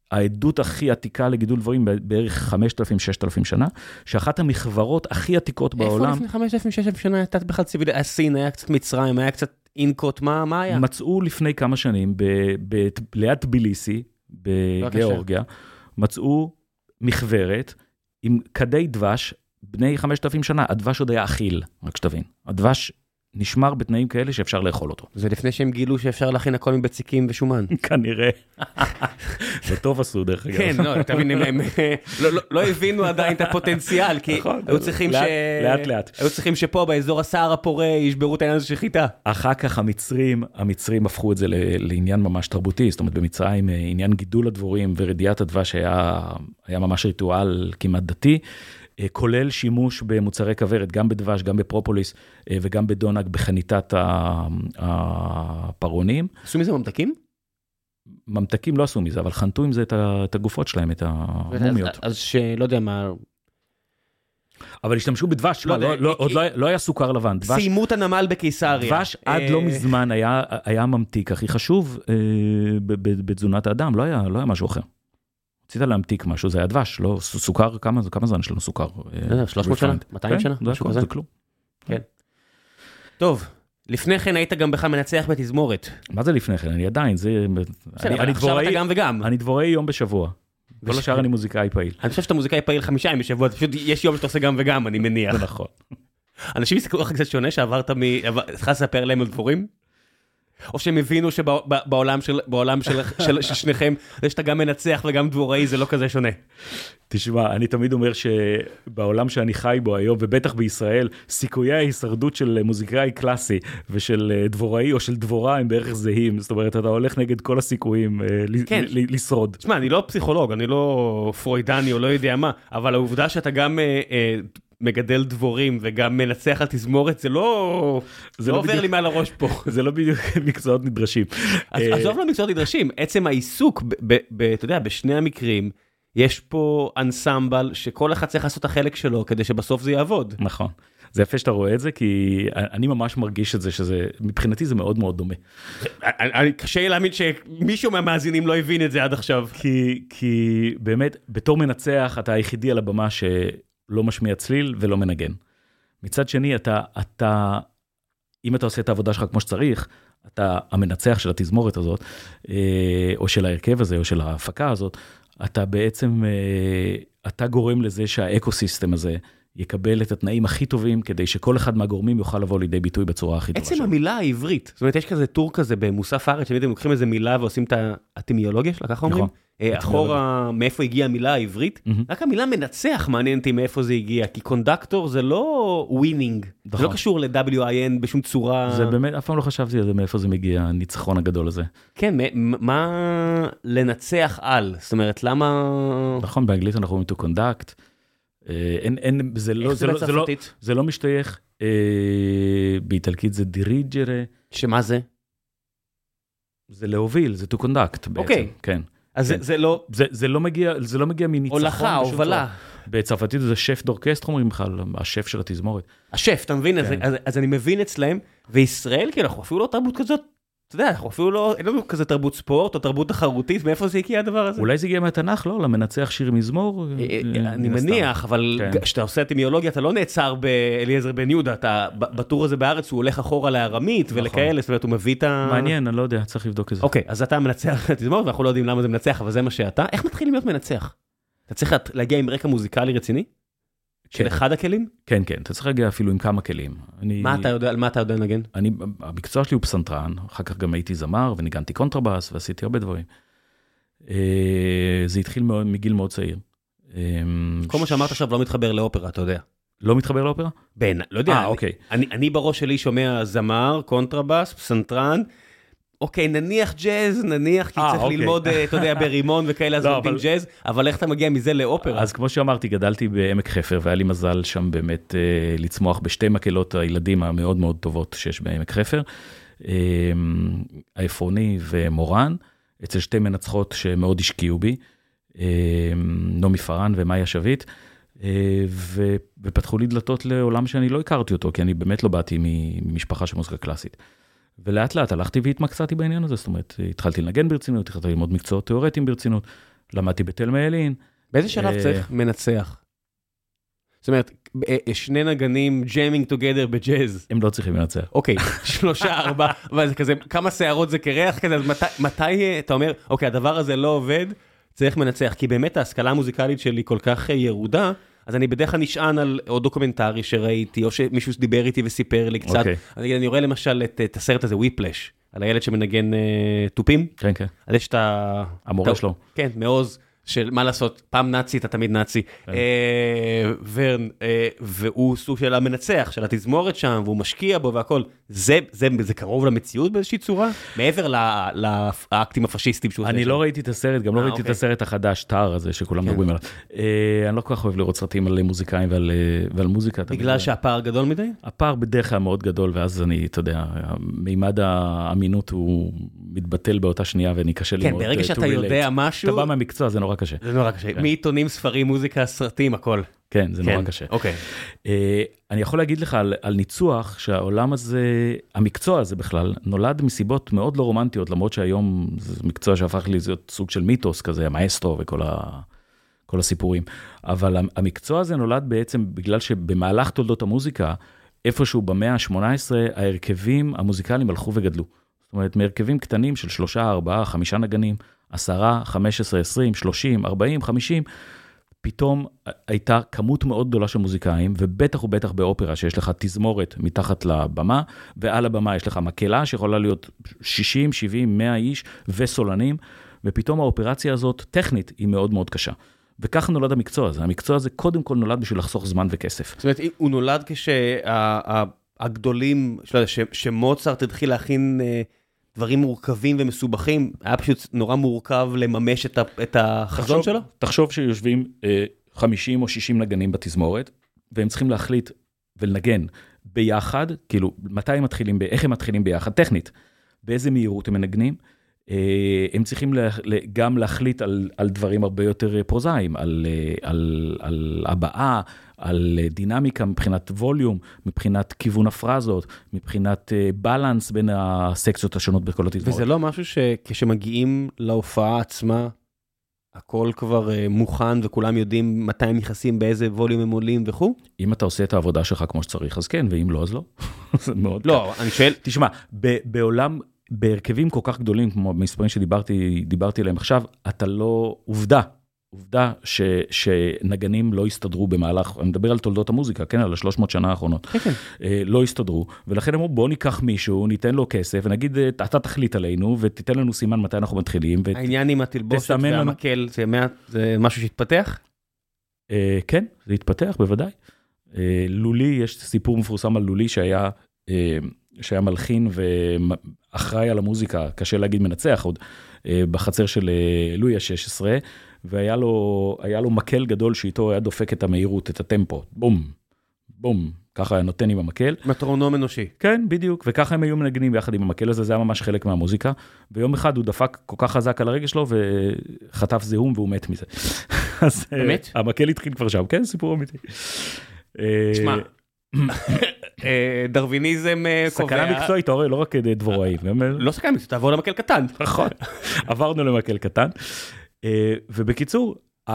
העדות הכי עתיקה לגידול דבורים בערך חמשת אלפים ששת אלפים שנה, שאחת המחברות הכי עתיקות בעולם... איפה לפני חמשת אלפים ששת אלפים שנה הייתה בכלל ציוויל... היה סין, היה קצת מצרים, היה קצת אינקות, מה, מה היה? מצאו לפני כמה שנים, ב, ב, ליד טביליסי, בגיאורגיה, מצאו מחברת עם כדי דבש, בני חמשת אלפים שנה, הדבש עוד היה אכיל, רק שתבין. הדבש נשמר בתנאים כאלה שאפשר לאכול אותו. זה לפני שהם גילו שאפשר להכין הכל מבציקים ושומן. כנראה. זה טוב עשו דרך אגב. כן, לא, תבין, הם לא הבינו עדיין את הפוטנציאל, כי היו צריכים ש... לאט לאט. היו צריכים שפה באזור הסהר הפורה ישברו את העניין הזה של חיטה. אחר כך המצרים, המצרים הפכו את זה לעניין ממש תרבותי, זאת אומרת במצרים עניין גידול הדבורים ורדיעת הדבש היה ממש ריטואל כמעט דתי, כולל שימוש במוצרי כברת, גם בדבש, גם בפרופוליס, וגם בדונג, בחניתת הפרונים. עשו מזה ממתקים? ממתקים לא עשו מזה, אבל חנתו עם זה את הגופות שלהם, את המומיות. אז שלא יודע מה... אבל השתמשו בדבש, עוד לא היה סוכר לבן. סיימו את הנמל בקיסריה. דבש עד לא מזמן היה ממתיק הכי חשוב בתזונת האדם, לא היה משהו אחר. רצית להמתיק משהו, זה היה דבש, לא סוכר, כמה זמן שלנו סוכר? שלוש מאות שנה, מאתיים שנה, משהו כזה. זה כלום. כן. טוב, לפני כן היית גם בכלל מנצח בתזמורת. מה זה לפני כן? אני עדיין, זה... עכשיו אתה גם וגם. אני דבוראי יום בשבוע. כל השאר אני מוזיקאי פעיל. אני חושב שאתה מוזיקאי פעיל חמישה ימים בשבוע, פשוט יש יום שאתה עושה גם וגם, אני מניח. זה נכון. אנשים יסתכלו לך קצת שונה שעברת מ... צריך לספר להם על דבורים? או שהם הבינו שבעולם של, בעולם של, של, של שניכם, זה שאתה גם מנצח וגם דבוראי, זה לא כזה שונה. תשמע, אני תמיד אומר שבעולם שאני חי בו היום, ובטח בישראל, סיכויי ההישרדות של מוזיקאי קלאסי ושל דבוראי או של דבורה הם בערך זהים. זאת אומרת, אתה הולך נגד כל הסיכויים כן. לשרוד. תשמע, אני לא פסיכולוג, אני לא פרוידני או לא יודע מה, אבל העובדה שאתה גם... מגדל דבורים וגם מנצח על תזמורת, זה לא עובר לי מעל הראש פה. זה לא בדיוק מקצועות נדרשים. עזוב לא מקצועות נדרשים, עצם העיסוק, אתה יודע, בשני המקרים, יש פה אנסמבל שכל אחד צריך לעשות את החלק שלו, כדי שבסוף זה יעבוד. נכון. זה יפה שאתה רואה את זה, כי אני ממש מרגיש את זה, שזה, מבחינתי זה מאוד מאוד דומה. קשה להאמין שמישהו מהמאזינים לא הבין את זה עד עכשיו. כי באמת, בתור מנצח, אתה היחידי על הבמה ש... לא משמיע צליל ולא מנגן. מצד שני, אתה, אתה, אם אתה עושה את העבודה שלך כמו שצריך, אתה המנצח של התזמורת הזאת, או של ההרכב הזה, או של ההפקה הזאת, אתה בעצם, אתה גורם לזה שהאקוסיסטם הזה יקבל את התנאים הכי טובים, כדי שכל אחד מהגורמים יוכל לבוא לידי ביטוי בצורה הכי טובה. עצם המילה העברית, זאת אומרת, יש כזה טור כזה במוסף הארץ, שמידים לוקחים איזה מילה ועושים את האטימיולוגיה שלה, ככה אומרים? אחורה, מאיפה הגיעה המילה העברית? רק המילה מנצח מעניין אותי מאיפה זה הגיע, כי קונדקטור זה לא ווינינג, זה לא קשור ל-דאבליו איי אן בשום צורה... זה באמת, אף פעם לא חשבתי על זה, מאיפה זה מגיע, הניצחון הגדול הזה. כן, מה לנצח על? זאת אומרת, למה... נכון, באנגלית אנחנו אומרים to conduct, אין, אין, זה לא, זה לא, זה לא, זה לא משתייך, באיטלקית זה דיריג'רה. שמה זה? זה להוביל, זה to conduct בעצם, כן. אז זה לא... זה לא מגיע, זה לא מגיע מניצחון. הולכה, הובלה. בצרפתית זה שף דורקסט, אומרים בכלל, השף של התזמורת. השף, אתה מבין? אז אני מבין אצלהם, וישראל, כאילו, אנחנו אפילו לא תרבות כזאת, אתה יודע, אנחנו אפילו לא, אין לנו כזה תרבות ספורט, או תרבות תחרותית, מאיפה זה הגיע הדבר הזה? אולי זה הגיע מהתנ"ך, לא? למנצח שיר מזמור? אני מניח, אבל כשאתה עושה אטימיולוגיה, אתה לא נעצר באליעזר בן יהודה, אתה בטור הזה בארץ, הוא הולך אחורה לארמית ולכאלה, זאת אומרת, הוא מביא את ה... מעניין, אני לא יודע, צריך לבדוק את זה. אוקיי, אז אתה מנצח תזמור, ואנחנו לא יודעים למה זה מנצח, אבל זה מה שאתה. איך מתחילים להיות מנצח? אתה צריך להגיע עם רקע מוזיקלי רציני? של אחד הכלים? כן, כן, אתה צריך להגיע אפילו עם כמה כלים. מה אתה יודע, על מה אתה יודע לנגן? אני, המקצוע שלי הוא פסנתרן, אחר כך גם הייתי זמר, וניגנתי קונטרבאס, ועשיתי הרבה דברים. זה התחיל מגיל מאוד צעיר. כל מה שאמרת עכשיו לא מתחבר לאופרה, אתה יודע. לא מתחבר לאופרה? בין, לא יודע. אני בראש שלי שומע זמר, קונטרבאס, פסנתרן, אוקיי, נניח ג'אז, נניח, כי צריך ללמוד, אתה יודע, ברימון וכאלה, אז לומדים ג'אז, אבל איך אתה מגיע מזה לאופרה? אז כמו שאמרתי, גדלתי בעמק חפר, והיה לי מזל שם באמת לצמוח בשתי מקהלות הילדים המאוד מאוד טובות שיש בעמק חפר, העפרוני ומורן, אצל שתי מנצחות שמאוד השקיעו בי, נעמי פארן ומאיה שביט, ופתחו לי דלתות לעולם שאני לא הכרתי אותו, כי אני באמת לא באתי ממשפחה של מוזיקה קלאסית. ולאט לאט הלכתי והתמקצעתי בעניין הזה, זאת אומרת, התחלתי לנגן ברצינות, התחלתי ללמוד מקצועות תיאורטיים ברצינות, למדתי בתל מאלין. באיזה שלב צריך מנצח? זאת אומרת, שני נגנים ג'יימינג טוגדר בג'אז. הם לא צריכים לנצח. אוקיי, שלושה, ארבע, אבל זה כזה, כמה שערות זה קרח כזה, אז מתי, מתי אתה אומר, אוקיי, הדבר הזה לא עובד, צריך מנצח, כי באמת ההשכלה המוזיקלית שלי כל כך ירודה, אז אני בדרך כלל נשען על עוד דוקומנטרי שראיתי, או שמישהו דיבר איתי וסיפר לי קצת. אני, אני רואה למשל את, את הסרט הזה, וויפלש, על הילד שמנגן תופים. כן, כן. אז יש את ה... המורה שלו. כן, מעוז. של מה לעשות, פעם נאצי, אתה תמיד נאצי, ורן, והוא סוג של המנצח, של התזמורת שם, והוא משקיע בו והכל, זה קרוב למציאות באיזושהי צורה? מעבר לאקטים הפשיסטיים שהוא עושה. אני לא ראיתי את הסרט, גם לא ראיתי את הסרט החדש, טאר הזה, שכולם מדברים עליו. אני לא כל כך אוהב לראות סרטים על מוזיקאים ועל מוזיקה. בגלל שהפער גדול מדי? הפער בדרך כלל מאוד גדול, ואז אני, אתה יודע, מימד האמינות הוא מתבטל באותה שנייה, ואני קשה לי מאוד. כן, ברגע שאתה יודע משהו... אתה בא מהמקצוע, זה נורא קשה. זה נורא קשה. מעיתונים, ספרים, מוזיקה, סרטים, הכל. כן, זה נורא קשה. אוקיי. אני יכול להגיד לך על ניצוח, שהעולם הזה, המקצוע הזה בכלל, נולד מסיבות מאוד לא רומנטיות, למרות שהיום זה מקצוע שהפך לי להיות סוג של מיתוס כזה, המאסטרו וכל ה... כל הסיפורים. אבל המקצוע הזה נולד בעצם בגלל שבמהלך תולדות המוזיקה, איפשהו במאה ה-שמונה עשרה, ההרכבים המוזיקליים הלכו וגדלו. זאת אומרת, מהרכבים קטנים של שלושה, ארבעה, חמישה נגנים, עשרה, חמש עשרה, עשרים, שלושים, ארבעים, חמישים, פתאום הייתה כמות מאוד גדולה של מוזיקאים, ובטח ובטח באופרה, שיש לך תזמורת מתחת לבמה, ועל הבמה יש לך מקהלה שיכולה להיות שישים, שבעים, מאה איש וסולנים, ופתאום האופרציה הזאת, טכנית, היא מאוד מאוד קשה. וכך נולד המקצוע הזה. המקצוע הזה קודם כל נולד בשביל לחסוך זמן וכסף. זאת אומרת, הוא נולד כשהגדולים, שמוצרט התחיל להכין דברים מורכבים ומסובכים, היה פשוט נורא מורכב לממש את החזון שלו? תחשוב שיושבים חמישים או שישים נגנים בתזמורת, והם צריכים להחליט ולנגן ביחד, כאילו, מתי הם מתחילים, איך הם מתחילים ביחד, טכנית, באיזה מהירות הם מנגנים, הם צריכים גם להחליט על, על דברים הרבה יותר פרוזאיים, על, על, על הבאה, על דינמיקה מבחינת ווליום, מבחינת כיוון הפרזות, מבחינת בלנס בין הסקציות השונות בכל התזמורת. וזה לא משהו שכשמגיעים להופעה עצמה, הכל כבר מוכן וכולם יודעים מתי הם נכנסים, באיזה ווליום הם עולים וכו'? אם אתה עושה את העבודה שלך כמו שצריך, אז כן, ואם לא, אז לא. זה מאוד לא, אני שואל... תשמע, בעולם... בהרכבים כל כך גדולים, כמו במספרים שדיברתי, דיברתי עליהם עכשיו, אתה לא, עובדה, עובדה ש, שנגנים לא הסתדרו במהלך, אני מדבר על תולדות המוזיקה, כן, על ה-שלוש מאות שנה האחרונות, כן. לא הסתדרו, ולכן אמרו, בוא ניקח מישהו, ניתן לו כסף, ונגיד, אתה תחליט עלינו, ותיתן לנו סימן מתי אנחנו מתחילים. ות... העניין עם התלבושת והמקל, זה, מה... זה משהו שהתפתח? כן, זה התפתח, בוודאי. לולי, יש סיפור מפורסם על לולי שהיה... שהיה מלחין ואחראי על המוזיקה, קשה להגיד מנצח עוד, בחצר של לואי ה-שש עשרה, והיה לו, היה לו מקל גדול שאיתו היה דופק את המהירות, את הטמפו, בום, בום, ככה היה נותן עם המקל. מטרונום אנושי. כן, בדיוק, וככה הם היו מנגנים ביחד עם המקל הזה, זה היה ממש חלק מהמוזיקה, ויום אחד הוא דפק כל כך חזק על הרגל שלו, וחטף זיהום והוא מת מזה. באמת? המקל התחיל כבר שם, כן, סיפור אמיתי. תשמע, דרוויניזם קובע... סכנה מקצועית, אתה רואה, לא רק דבוראים. לא סכנה מקצועית, תעבור למקל קטן. נכון, עברנו למקל קטן. ובקיצור,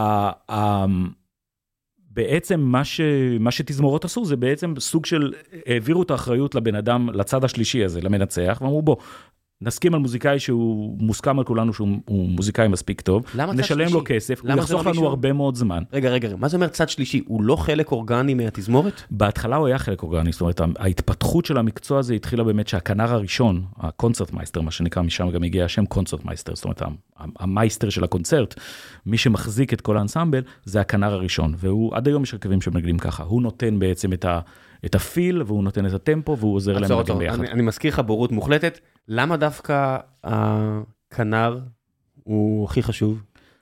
בעצם מה שתזמורות עשו, זה בעצם סוג של, העבירו את האחריות לבן אדם, לצד השלישי הזה, למנצח, ואמרו בוא, נסכים על מוזיקאי שהוא מוסכם על כולנו שהוא מוזיקאי מספיק טוב, נשלם לו כסף, הוא יחסוך לנו הרבה מאוד זמן. רגע, רגע, מה זה אומר צד שלישי? הוא לא חלק אורגני מהתזמורת? בהתחלה הוא היה חלק אורגני, זאת אומרת, ההתפתחות של המקצוע הזה התחילה באמת שהכנר הראשון, הקונצרט מייסטר, מה שנקרא, משם גם הגיע השם קונצרט מייסטר, זאת אומרת, המייסטר של הקונצרט, מי שמחזיק את כל האנסמבל, זה הכנר הראשון, והוא עד היום יש הרכבים שמנגנים ככה, הוא נותן בעצם את ה... את הפיל, והוא נותן את הטמפו, והוא עוזר להם גם ביחד. אני, אני מזכיר לך בורות מוחלטת, למה דווקא הכנר הוא הכי חשוב?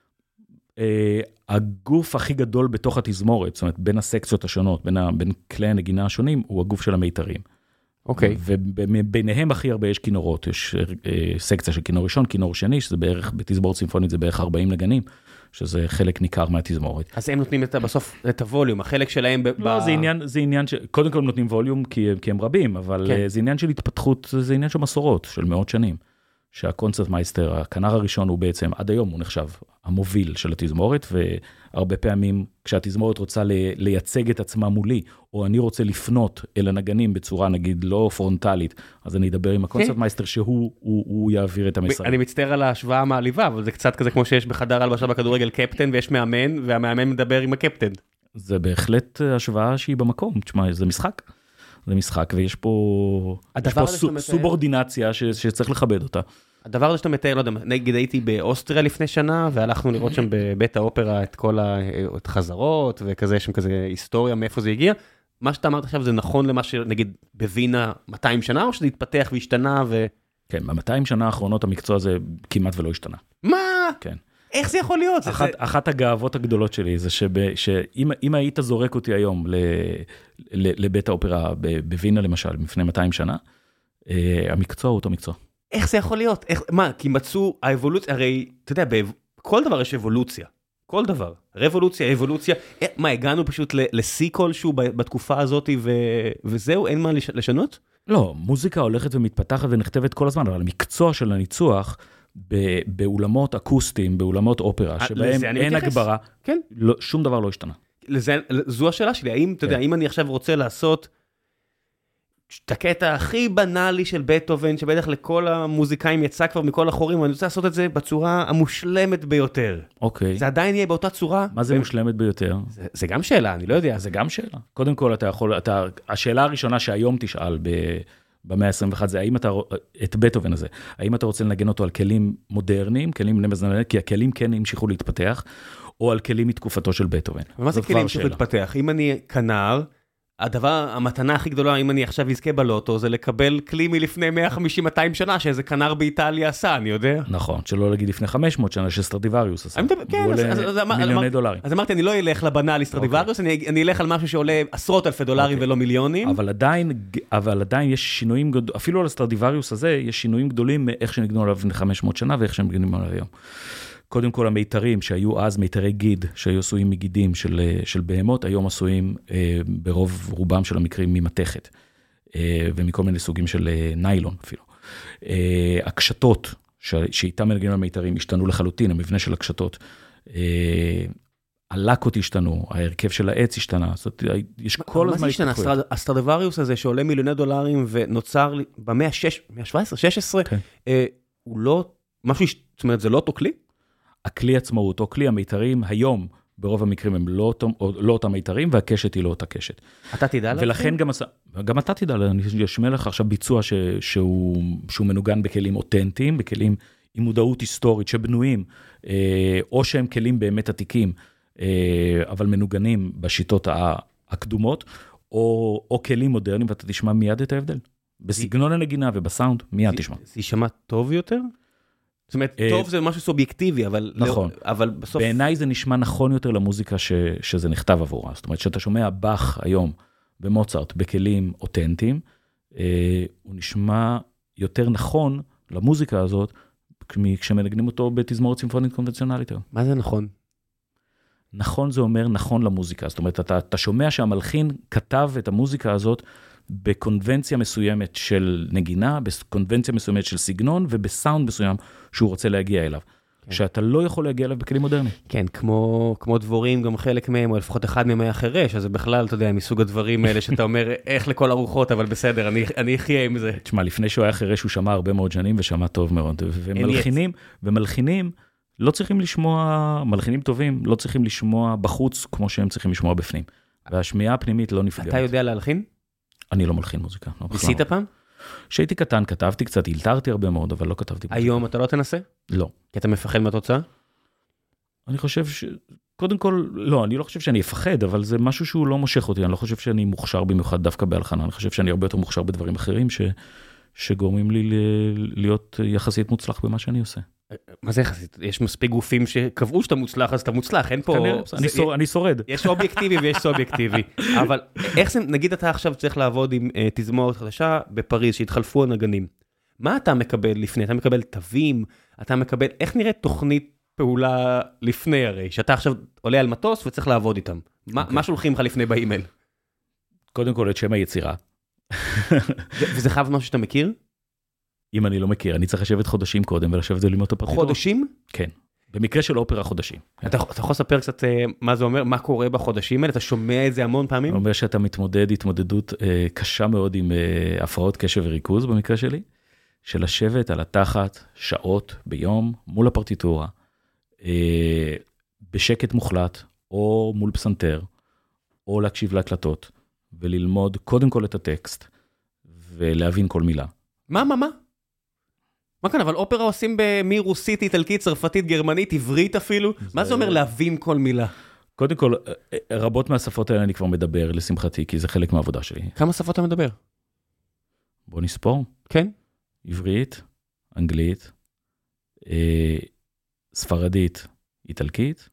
הגוף הכי גדול בתוך התזמורת, זאת אומרת, בין הסקציות השונות, בין, ה, בין כלי הנגינה השונים, הוא הגוף של המיתרים. אוקיי. וביניהם הכי הרבה יש כינורות, יש סקציה של כינור ראשון, כינור שני, שזה בערך, בתזמורת סימפונית זה בערך ארבעים נגנים, שזה חלק ניכר מהתזמורת. אז הם נותנים את, בסוף את הווליום, החלק שלהם... ב- לא, ב- זה עניין, זה עניין ש... קודם כל הם נותנים ווליום כי, כי הם רבים, אבל כן. זה עניין של התפתחות, זה עניין של מסורות, של מאות שנים. שהקונצרט מייסטר, הכנר הראשון הוא בעצם, עד היום הוא נחשב, המוביל של התזמורת, והרבה פעמים כשהתזמורת רוצה לייצג את עצמה מולי, או אני רוצה לפנות אל הנגנים בצורה נגיד לא פרונטלית, אז אני אדבר עם הקונצרט מייסטר שהוא הוא, הוא יעביר את המסרים. אני מצטער על ההשוואה המעליבה, אבל זה קצת כזה כמו שיש בחדר הלבשה בכדורגל קפטן, ויש מאמן, והמאמן מדבר עם הקפטן. זה בהחלט השוואה שהיא במקום, תשמע, זה משחק. זה משחק, ויש פה, יש פה סו, סובורדינציה ש, שצריך לכבד אותה. הדבר הזה שאתה מתאר, לא יודע, נגיד הייתי באוסטריה לפני שנה, והלכנו לראות שם בבית האופרה את כל החזרות, וכזה, יש שם כזה היסטוריה מאיפה זה הגיע. מה שאתה אמרת עכשיו זה נכון למה שנגיד בווינה מאתיים שנה, או שזה התפתח והשתנה ו... כן, ב-מאתיים שנה האחרונות המקצוע הזה כמעט ולא השתנה. מה? כן. איך זה יכול להיות? אחת, זה... אחת הגאוות הגדולות שלי זה שב, שאם אם היית זורק אותי היום ל, ל, לבית האופרה בווינה למשל, לפני מאתיים שנה, המקצוע הוא אותו מקצוע. איך זה יכול להיות? איך, מה? כי מצאו האבולוציה, הרי, אתה יודע, בכל דבר יש אבולוציה. כל דבר. רבולוציה, אבולוציה. מה, הגענו פשוט לשיא כלשהו בתקופה הזאת ו... וזהו, אין מה לשנות? לא, מוזיקה הולכת ומתפתחת ונכתבת כל הזמן, אבל המקצוע של הניצוח, באולמות אקוסטיים, באולמות אופרה, שבהם אין הגברה, כן. לא, שום דבר לא השתנה. לזה, זו השאלה שלי, האם, אתה יודע, אם אני עכשיו רוצה לעשות את הקטע הכי בנאלי של בטהובן, שבטח לכל המוזיקאים יצא כבר מכל החורים, ואני רוצה לעשות את זה בצורה המושלמת ביותר. אוקיי. זה עדיין יהיה באותה צורה? מה זה מושלמת ביותר? זה, זה גם שאלה, אני לא יודע. זה גם שאלה. קודם כל, אתה יכול, אתה, השאלה הראשונה שהיום תשאל ב... במאה ה-עשרים ואחת זה, האם אתה, את בטהובן הזה, האם אתה רוצה לנגן אותו על כלים מודרניים, כלים למזננת, כי הכלים כן המשיכו להתפתח, או על כלים מתקופתו של בטהובן. ומה זה כלים המשיכו להתפתח? אם אני כנר, הדבר, המתנה הכי גדולה, אם אני עכשיו אזכה בלוטו, זה לקבל כלי מלפני מאה וחמישים מאתיים שנה, שאיזה כנר באיטליה עשה, אני יודע. נכון, שלא להגיד לפני חמש מאות שנה, שסטרדיווריוס עשה. כן, מיליוני דולרים. אז אמרתי, אני לא אלך לבנאלי סטרדיווריוס, אני אלך על משהו שעולה עשרות אלפי דולרים ולא מיליונים. אבל עדיין, אבל עדיין יש שינויים, אפילו על הסטרדיווריוס הזה, יש שינויים גדולים מאיך שנגנו עליו לפני חמש מאות שנה, ואיך שהם נגנים עליו היום. קודם כל המיתרים שהיו אז מיתרי גיד, שהיו עשויים מגידים של, של בהמות, היום עשויים אה, ברוב רובם של המקרים ממתכת, אה, ומכל מיני סוגים של אה, ניילון אפילו. אה, הקשתות ש, שאיתם מנגנים המיתרים השתנו לחלוטין, המבנה של הקשתות, אה, הלקות השתנו, ההרכב של העץ השתנה, זאת אומרת, יש כל הזמן השתנה, הסטרדיווריוס הזה שעולה מיליוני דולרים ונוצר במאה ה-שבע עשרה, שש עשרה, אה, הוא לא, משהו, זאת אומרת, זה לא אותו כלי? הכלי עצמו הוא אותו כלי, המיתרים היום, ברוב המקרים הם לא, לא אותם מיתרים, והקשת היא לא אותה קשת. אתה תדע לך? ולכן גם, גם אתה תדע, אני אשמע לך עכשיו ביצוע ש, שהוא, שהוא מנוגן בכלים אותנטיים, בכלים עם מודעות היסטורית שבנויים, או שהם כלים באמת עתיקים, אבל מנוגנים בשיטות הקדומות, או, או כלים מודרניים, ואתה תשמע מיד את ההבדל. בסגנון הנגינה ובסאונד, מיד תשמע. זה יישמע טוב יותר? זאת אומרת, טוב זה משהו סובייקטיבי, אבל, נכון. לא, אבל בסוף... בעיניי זה נשמע נכון יותר למוזיקה ש, שזה נכתב עבורה. זאת אומרת, שאתה שומע באך היום במוצרט בכלים אותנטיים, אה, הוא נשמע יותר נכון למוזיקה הזאת, כשמנגנים אותו בתזמורת סימפונית קונבנציונלית. מה זה נכון? נכון זה אומר נכון למוזיקה. זאת אומרת, אתה, אתה שומע שהמלחין כתב את המוזיקה הזאת, בקונבנציה מסוימת של נגינה, בקונבנציה מסוימת של סגנון, ובסאונד מסוים שהוא רוצה להגיע אליו. כן. שאתה לא יכול להגיע אליו בכלים מודרניים. כן, כמו, כמו דבורים, גם חלק מהם, או לפחות אחד מהם היה חירש, אז זה בכלל, אתה יודע, מסוג הדברים האלה, שאתה אומר, איך לכל הרוחות, אבל בסדר, אני, אני אחיה עם זה. תשמע, לפני שהוא היה חירש, הוא שמע הרבה מאוד שנים, ושמע טוב מאוד. ומלחינים, ומלחינים, לא צריכים לשמוע, מלחינים טובים, לא צריכים לשמוע בחוץ, כמו שהם צריכים לשמוע בפנים. והשמיעה הפנימית לא נפגעת. אתה יודע להלחין? אני לא מלחין מוזיקה. ניסית פעם? כשהייתי קטן, כתבתי קצת, הלתרתי הרבה מאוד, אבל לא כתבתי מוזיקה. היום אתה לא תנסה? לא. כי אתה מפחד מהתוצאה? אני חושב ש... קודם כל, לא, אני לא חושב שאני אפחד, אבל זה משהו שהוא לא מושך אותי. אני לא חושב שאני מוכשר במיוחד דווקא בהלחנה. אני חושב שאני הרבה יותר מוכשר בדברים אחרים ש... שגורמים לי להיות יחסית מוצלח במה שאני עושה. מה זה יחסית? יש מספיק גופים שקבעו שאתה מוצלח, אז אתה מוצלח, אין פה... אני שורד. יש אובייקטיבי ויש סובייקטיבי. אבל איך זה, נגיד אתה עכשיו צריך לעבוד עם תזמורת חדשה בפריז, שהתחלפו הנגנים. מה אתה מקבל לפני? אתה מקבל תווים? אתה מקבל... איך נראית תוכנית פעולה לפני הרי? שאתה עכשיו עולה על מטוס וצריך לעבוד איתם. מה שולחים לך לפני באימייל? קודם כל את שם היצירה. וזה חייב משהו שאתה מכיר? אם אני לא מכיר, אני צריך לשבת חודשים קודם ולשבת וללמוד את הפרטיטורה. חודשים? כן. במקרה של אופרה חודשים. אתה יכול לספר קצת מה זה אומר, מה קורה בחודשים האלה? אתה שומע את זה המון פעמים? זה אומר שאתה מתמודד התמודדות קשה מאוד עם הפרעות קשב וריכוז במקרה שלי, של לשבת על התחת שעות ביום מול הפרטיטורה, בשקט מוחלט, או מול פסנתר, או להקשיב להקלטות, וללמוד קודם כל את הטקסט, ולהבין כל מילה. מה, מה, מה? מה כאן, אבל אופרה עושים מרוסית, איטלקית, צרפתית, גרמנית, עברית אפילו? זה... מה זה אומר להבין כל מילה? קודם כל, רבות מהשפות האלה אני כבר מדבר, לשמחתי, כי זה חלק מהעבודה שלי. כמה שפות אתה מדבר? בוא נספור. כן. עברית, אנגלית, אה, ספרדית, איטלקית,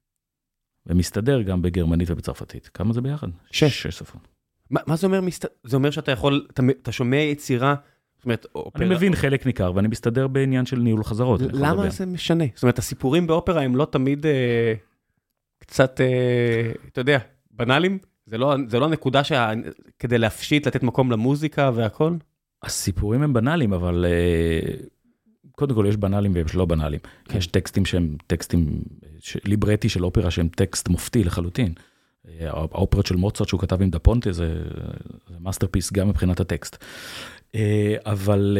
ומסתדר גם בגרמנית ובצרפתית. כמה זה ביחד? שש. שש שפות. מה, מה זה אומר? מסת... זה אומר שאתה יכול, אתה, אתה שומע יצירה, זאת אומרת, אופרה... אני מבין חלק ניכר, ואני מסתדר בעניין של ניהול חזרות. למה זה משנה? זאת אומרת, הסיפורים באופרה הם לא תמיד אה, קצת, אה, אתה יודע, בנאליים? זה לא, זה לא נקודה שה... כדי להפשיט, לתת מקום למוזיקה והכל? הסיפורים הם בנאליים, אבל אה, קודם כל יש בנאליים ויש לא בנאליים. כן. יש טקסטים שהם טקסטים, ש... ליברטי של אופרה שהם טקסט מופתי לחלוטין. האופרות של מוצרט שהוא כתב עם דה פונטה, זה, זה מאסטרפיס גם מבחינת הטקסט. אבל...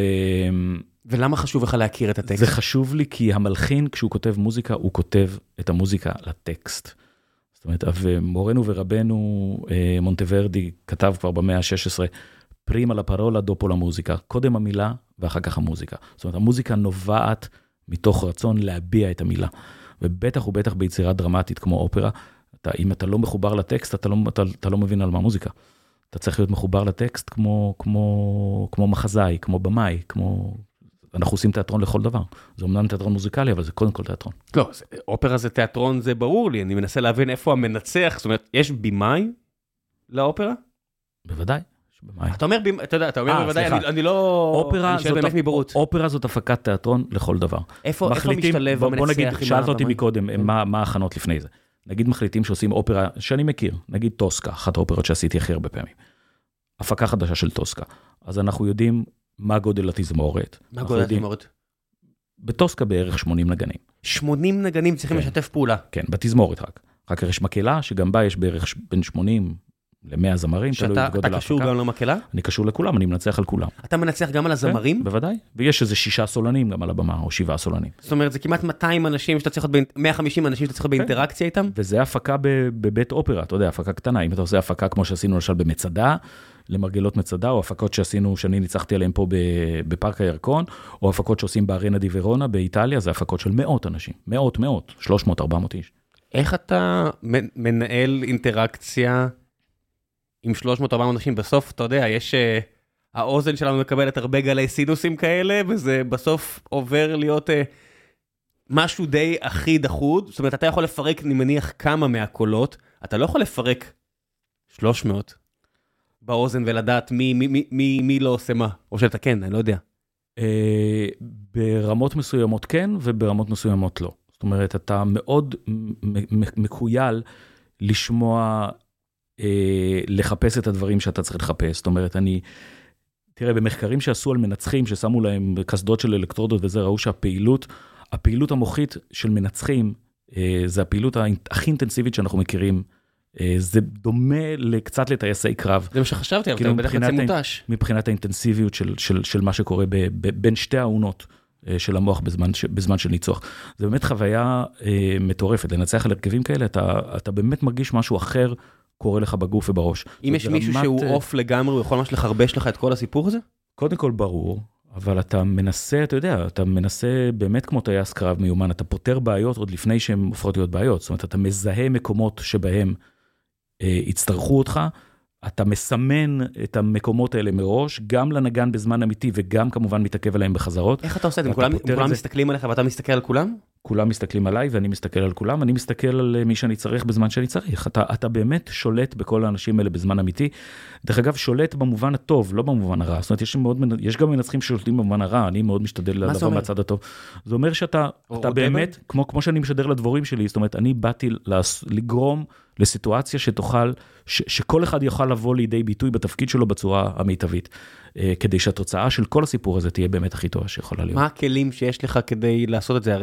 ולמה חשוב לך להכיר את הטקסט? זה חשוב לי כי המלחין, כשהוא כותב מוזיקה, הוא כותב את המוזיקה לטקסט. זאת אומרת, ומורנו ורבנו מונטוורדי כתב כבר במאה ה-שש עשרה, פרימה לפרולה דופו למוזיקה, קודם המילה ואחר כך המוזיקה. זאת אומרת, המוזיקה נובעת מתוך רצון להביע את המילה. ובטח ובטח ביצירה דרמטית כמו אופרה, אתה, אם אתה לא מחובר לטקסט, אתה לא, אתה, אתה לא מבין על מה מוזיקה. אתה צריך להיות מחובר לטקסט כמו, כמו, כמו מחזאי, כמו במאי, כמו... אנחנו עושים תיאטרון לכל דבר. זה אומנם תיאטרון מוזיקלי, אבל זה קודם כל תיאטרון. לא, אופרה זה תיאטרון, זה ברור לי. אני מנסה להבין איפה המנצח, זאת אומרת, יש במאי לאופרה? בוודאי. אתה אומר, אתה יודע, אתה אומר בוודאי, אני לא... אני שואל באמת מבורות. אופרה זאת הפקת תיאטרון לכל דבר. איפה משתלב המנצח? בוא נגיד, שאלת אותי מקודם, מה ההכנות לפני זה? נגיד מחליטים שעושים אופרה שאני מכיר, נגיד טוסקה, אחת האופרות שעשיתי הכי הרבה פעמים. הפקה חדשה של טוסקה. אז אנחנו יודעים מה גודל התזמורת. מה גודל התזמורת? בטוסקה בערך שמונים נגנים. שמונים נגנים צריכים לשתף פעולה? כן, בתזמורת רק. רק יש מקהלה, שגם בה יש בערך בין שמונים ל-מאה זמרים. שאתה קשור גם למקהלה? אני קשור לכולם, אני מנצח על כולם. אתה מנצח גם על הזמרים? בוודאי. ויש איזה שישה סולנים גם על הבמה, או שבעה סולנים. זאת אומרת, זה כמעט מאתיים אנשים שאתה צריך להיות, מאה וחמישים אנשים שאתה צריך להיות באינטראקציה איתם? וזה הפקה בבית אופרה, אתה יודע, הפקה קטנה. אם אתה עושה הפקה כמו שעשינו למשל במצדה, למרגלות מצדה, או הפקות שעשינו, שאני ניצחתי עליהם פה בפארק הירקון, או הפקות שעושים בארנה די ורונה באיטליה, זה הפקות של מאות אנשים. מאות, מאות, שלוש מאות, ארבע מאות איש. איך אתה מנהל אינטראקציה עם שלוש מאות ארבע מאות אנשים? בסוף, אתה יודע, יש... האוזן שלנו מקבלת הרבה גלי סינוסים כאלה, וזה בסוף עובר להיות משהו די אחיד אחוד. זאת אומרת, אתה יכול לפרק, אני מניח, כמה מהקולות, אתה לא יכול לפרק שלוש מאות באוזן ולדעת מי, מי, מי, מי, מי לא עושה מה. או שאתה כן, אני לא יודע. ברמות מסוימות כן, וברמות מסוימות לא. זאת אומרת, אתה מאוד מקויל לשמוע, לחפש את הדברים שאתה צריך לחפש. זאת אומרת, אני, תראה, במחקרים שעשו על מנצחים, ששמו להם קסדות של אלקטרודות וזה, ראו שהפעילות, הפעילות המוחית של מנצחים, זה הפעילות הכי אינטנסיבית שאנחנו מכירים. זה דומה קצת לטייסי קרב. זה מה שחשבתי, אבל אתה בטח חצי מוטש. מבחינת האינטנסיביות של, של, של מה שקורה ב, ב, בין שתי העונות של המוח בזמן, ש, בזמן של ניצוח. זה באמת חוויה אה, מטורפת. לנצח על הרכבים כאלה, אתה, אתה באמת מרגיש משהו אחר קורה לך בגוף ובראש. אם יש מישהו רמת... שהוא אוף לגמרי, הוא יכול ממש לחרבש לך את כל הסיפור הזה? קודם כל ברור, אבל אתה מנסה, אתה יודע, אתה מנסה באמת כמו טייס קרב מיומן, אתה פותר בעיות עוד לפני שהן הופכות להיות בעיות. זאת אומרת, אתה מזהה מקומות שבהם יצטרכו אותך, אתה מסמן את המקומות האלה מראש, גם לנגן בזמן אמיתי, וגם כמובן מתעכב עליהם בחזרות. איך אתה עושה את זה? כולם, כולם מסתכלים עליך ואתה מסתכל על כולם? כולם מסתכלים עליי ואני מסתכל על כולם, אני מסתכל על מי שאני צריך בזמן שאני צריך. אתה, אתה באמת שולט בכל האנשים האלה בזמן אמיתי. דרך אגב, שולט במובן הטוב, לא במובן הרע. זאת אומרת, יש, מאוד, יש גם מנצחים ששולטים במובן הרע, אני מאוד משתדל לבוא מהצד הטוב. זה אומר שאתה אתה באמת, כמו, כמו שאני משדר לדבורים שלי, זאת אומרת, אני באתי לגרום לסיטואציה שתוכל, ש, שכל אחד יוכל לבוא לידי ביטוי בתפקיד שלו בצורה המיטבית, כדי שהתוצאה של כל הסיפור הזה תהיה באמת הכי טובה שיכולה להיות. מה הכלים שיש לך כדי לעשות את זה? הרי אתה יודע, בניגוד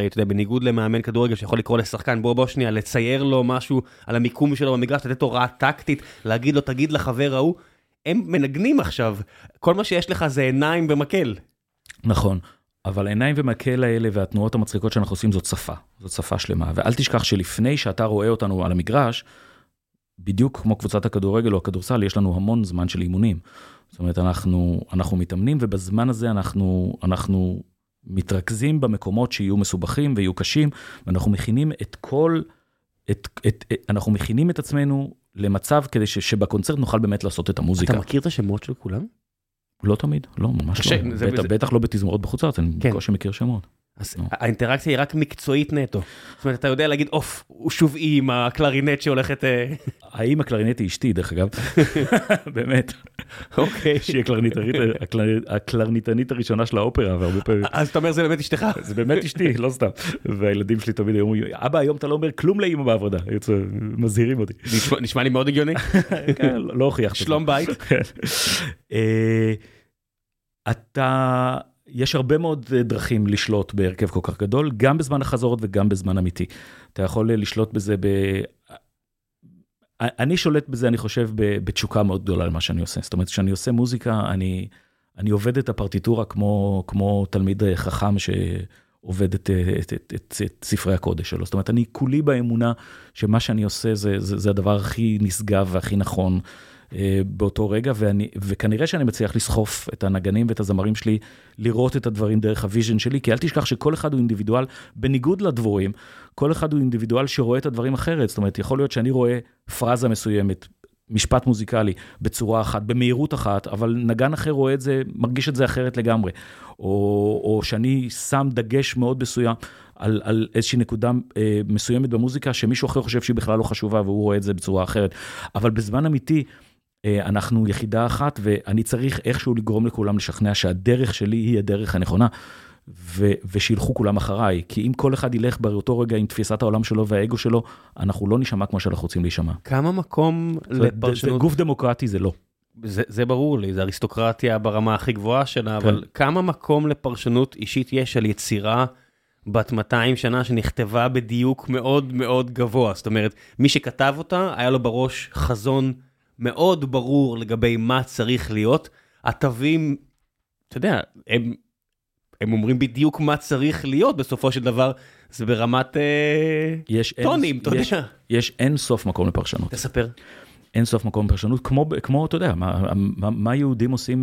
בניגוד למאמן כדורגל שיכול לקרוא לשחקן, בוא בוא שנייה, לצייר לו משהו על המיקום שלו במגרש, לתת הוראה טקטית, להגיד לו, תגיד לחבר ההוא, הם מנגנים עכשיו, כל מה שיש לך זה עיניים ומקל. נכון, אבל העיניים ומקל האלה והתנועות המצחיקות שאנחנו עושים זאת שפה, זאת שפה שלמה, ואל תשכח שלפני שאתה רואה אותנו על המגרש, בדיוק כמו קבוצת הכדורגל או הכדורסל, יש לנו המון זמן של אימונים. זאת אומרת, אנחנו, אנחנו מתאמנים, ובזמן הזה אנחנו, אנחנו מתרכזים במקומות שיהיו מסובכים ויהיו קשים, ואנחנו מכינים את כל, את, את, את, אנחנו מכינים את עצמנו למצב כדי ש, שבקונצרט נוכל באמת לעשות את המוזיקה. אתה מכיר את השמות של כולם? לא תמיד, לא, ממש קשה, לא. זה, בטח, זה... בטח לא בתזמורות בחוצות, אני כן. בקושי מכיר שמות. אז האינטראקציה היא רק מקצועית נטו. זאת אומרת, אתה יודע להגיד, אוף, הוא שוב אי עם הקלרינט שהולכת... האם הקלרינט היא אשתי, דרך אגב? באמת. אוקיי. שהיא הקלרניתנית הראשונה של האופרה, והרבה פעמים... אז אתה אומר, זה באמת אשתך? זה באמת אשתי, לא סתם. והילדים שלי תמיד אומרים, אבא, היום אתה לא אומר כלום לאמא בעבודה. מזהירים אותי. נשמע לי מאוד הגיוני. כן, לא הוכיח. שלום בית. אתה... יש הרבה מאוד דרכים לשלוט בהרכב כל כך גדול, גם בזמן החזרות וגם בזמן אמיתי. אתה יכול לשלוט בזה ב... אני שולט בזה, אני חושב, בתשוקה מאוד גדולה למה שאני עושה. זאת אומרת, כשאני עושה מוזיקה, אני, אני עובד את הפרטיטורה כמו, כמו תלמיד חכם שעובד את, את, את, את, את ספרי הקודש שלו. זאת אומרת, אני כולי באמונה שמה שאני עושה זה, זה, זה הדבר הכי נשגב והכי נכון, באותו רגע, ואני, וכנראה שאני מצליח לסחוף את הנגנים ואת הזמרים שלי, לראות את הדברים דרך הוויז'ן שלי, כי אל תשכח שכל אחד הוא אינדיבידואל, בניגוד לדבורים, כל אחד הוא אינדיבידואל שרואה את הדברים אחרת, זאת אומרת, יכול להיות שאני רואה פרזה מסוימת, משפט מוזיקלי, בצורה אחת, במהירות אחת, אבל נגן אחר רואה את זה, מרגיש את זה אחרת לגמרי, או, או שאני שם דגש מאוד מסוים, על, על איזושהי נקודה אה, מסוימת במוזיקה, שמישהו אחר חושב שהיא בכלל לא חשובה, והוא רואה את זה בצורה אחרת, אבל בזמן אמיתי, אנחנו יחידה אחת, ואני צריך איכשהו לגרום לכולם לשכנע שהדרך שלי היא הדרך הנכונה, ו- ושילכו כולם אחריי, כי אם כל אחד ילך באותו רגע עם תפיסת העולם שלו והאגו שלו, אנחנו לא נשמע כמו שאנחנו רוצים להישמע. כמה מקום לפרשנות... זה גוף דמוקרטי, זה לא. זה, זה ברור לי, זה אריסטוקרטיה ברמה הכי גבוהה שלה, כן. אבל כמה מקום לפרשנות אישית יש על יצירה בת מאתיים שנה שנכתבה בדיוק מאוד מאוד גבוה? זאת אומרת, מי שכתב אותה, היה לו בראש חזון מאוד ברור לגבי מה צריך להיות. התווים, אתה יודע, הם, הם אומרים בדיוק מה צריך להיות בסופו של דבר, זה ברמת יש טונים, אין, אתה יש, יודע. יש אין סוף מקום לפרשנות. תספר. אין סוף מקום לפרשנות, כמו, כמו אתה יודע, מה, מה, מה יהודים עושים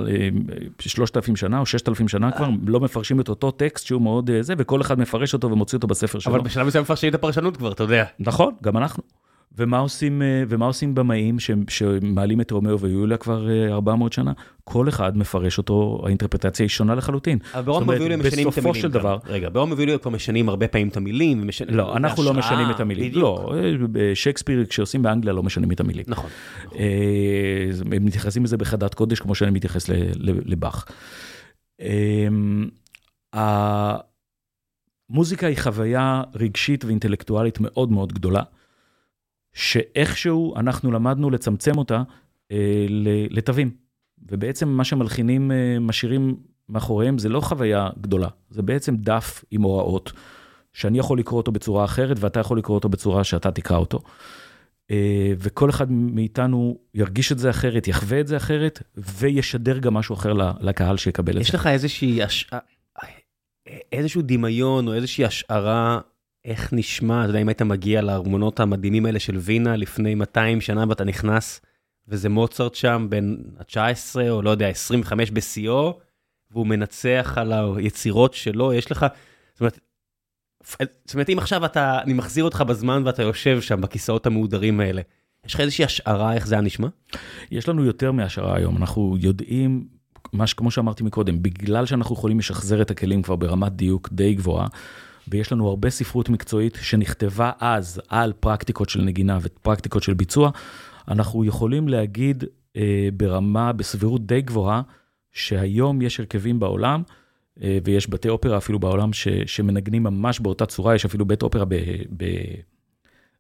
שלושת אלפים שנה או ששת אלפים שנה כבר, לא מפרשים את אותו טקסט שהוא מאוד זה, וכל אחד מפרש אותו ומוציא אותו בספר שלו. אבל בשלב מסוים מפרשים את הפרשנות כבר, אתה יודע. נכון, גם אנחנו. ומה עושים, ומה עושים במאים שמעלים את רומאו ויוליה כבר ארבע מאות שנה? כל אחד מפרש אותו, האינטרפרטציה היא שונה לחלוטין. אבל ברומאו ויוליה משנים את המילים. דבר, רגע, ברומאו ויוליה כבר משנים הרבה פעמים את המילים. ומשנים, לא, אנחנו לא משנים את המילים. בדיוק. לא, בשייקספיר, כשעושים באנגליה, לא משנים את המילים. נכון. הם מתייחסים לזה בחדת קודש, כמו שאני מתייחס לבח. המוזיקה היא חוויה רגשית ואינטלקטואלית מאוד מאוד גדולה, שאיכשהו אנחנו למדנו לצמצם אותה אה, לתווים. ובעצם מה שמלחינים אה, משאירים מאחוריהם, זה לא חוויה גדולה, זה בעצם דף עם הוראות, שאני יכול לקרוא אותו בצורה אחרת, ואתה יכול לקרוא אותו בצורה שאתה תקרא אותו. אה, וכל אחד מאיתנו ירגיש את זה אחרת, יחווה את זה אחרת, וישדר גם משהו אחר לקהל שיקבל את זה. יש לך איזושהי, איזשהו דמיון, או איזושהי השערה, איך נשמע, אתה יודע, אם היית מגיע לארמונות המדהימים האלה של וינה לפני מאתיים שנה, ואתה נכנס, וזה מוצרט שם בין ה-תשע עשרה, או לא יודע, עשרים וחמש בשיאו, והוא מנצח על היצירות שלו, יש לך, זאת אומרת, זאת אומרת, אם עכשיו אתה, אני מחזיר אותך בזמן, ואתה יושב שם בכיסאות המהודרים האלה, יש לך איזושהי השערה איך זה היה נשמע? יש לנו יותר מהשערה היום, אנחנו יודעים, ממש כמו שאמרתי מקודם, בגלל שאנחנו יכולים לשחזר את הכלים כבר ברמת דיוק די גבוהה, ויש לנו הרבה ספרות מקצועית שנכתבה אז על פרקטיקות של נגינה ופרקטיקות של ביצוע, אנחנו יכולים להגיד אה, ברמה, בסבירות די גבוהה, שהיום יש הרכבים בעולם, אה, ויש בתי אופרה אפילו בעולם ש, שמנגנים ממש באותה צורה, יש אפילו בית אופרה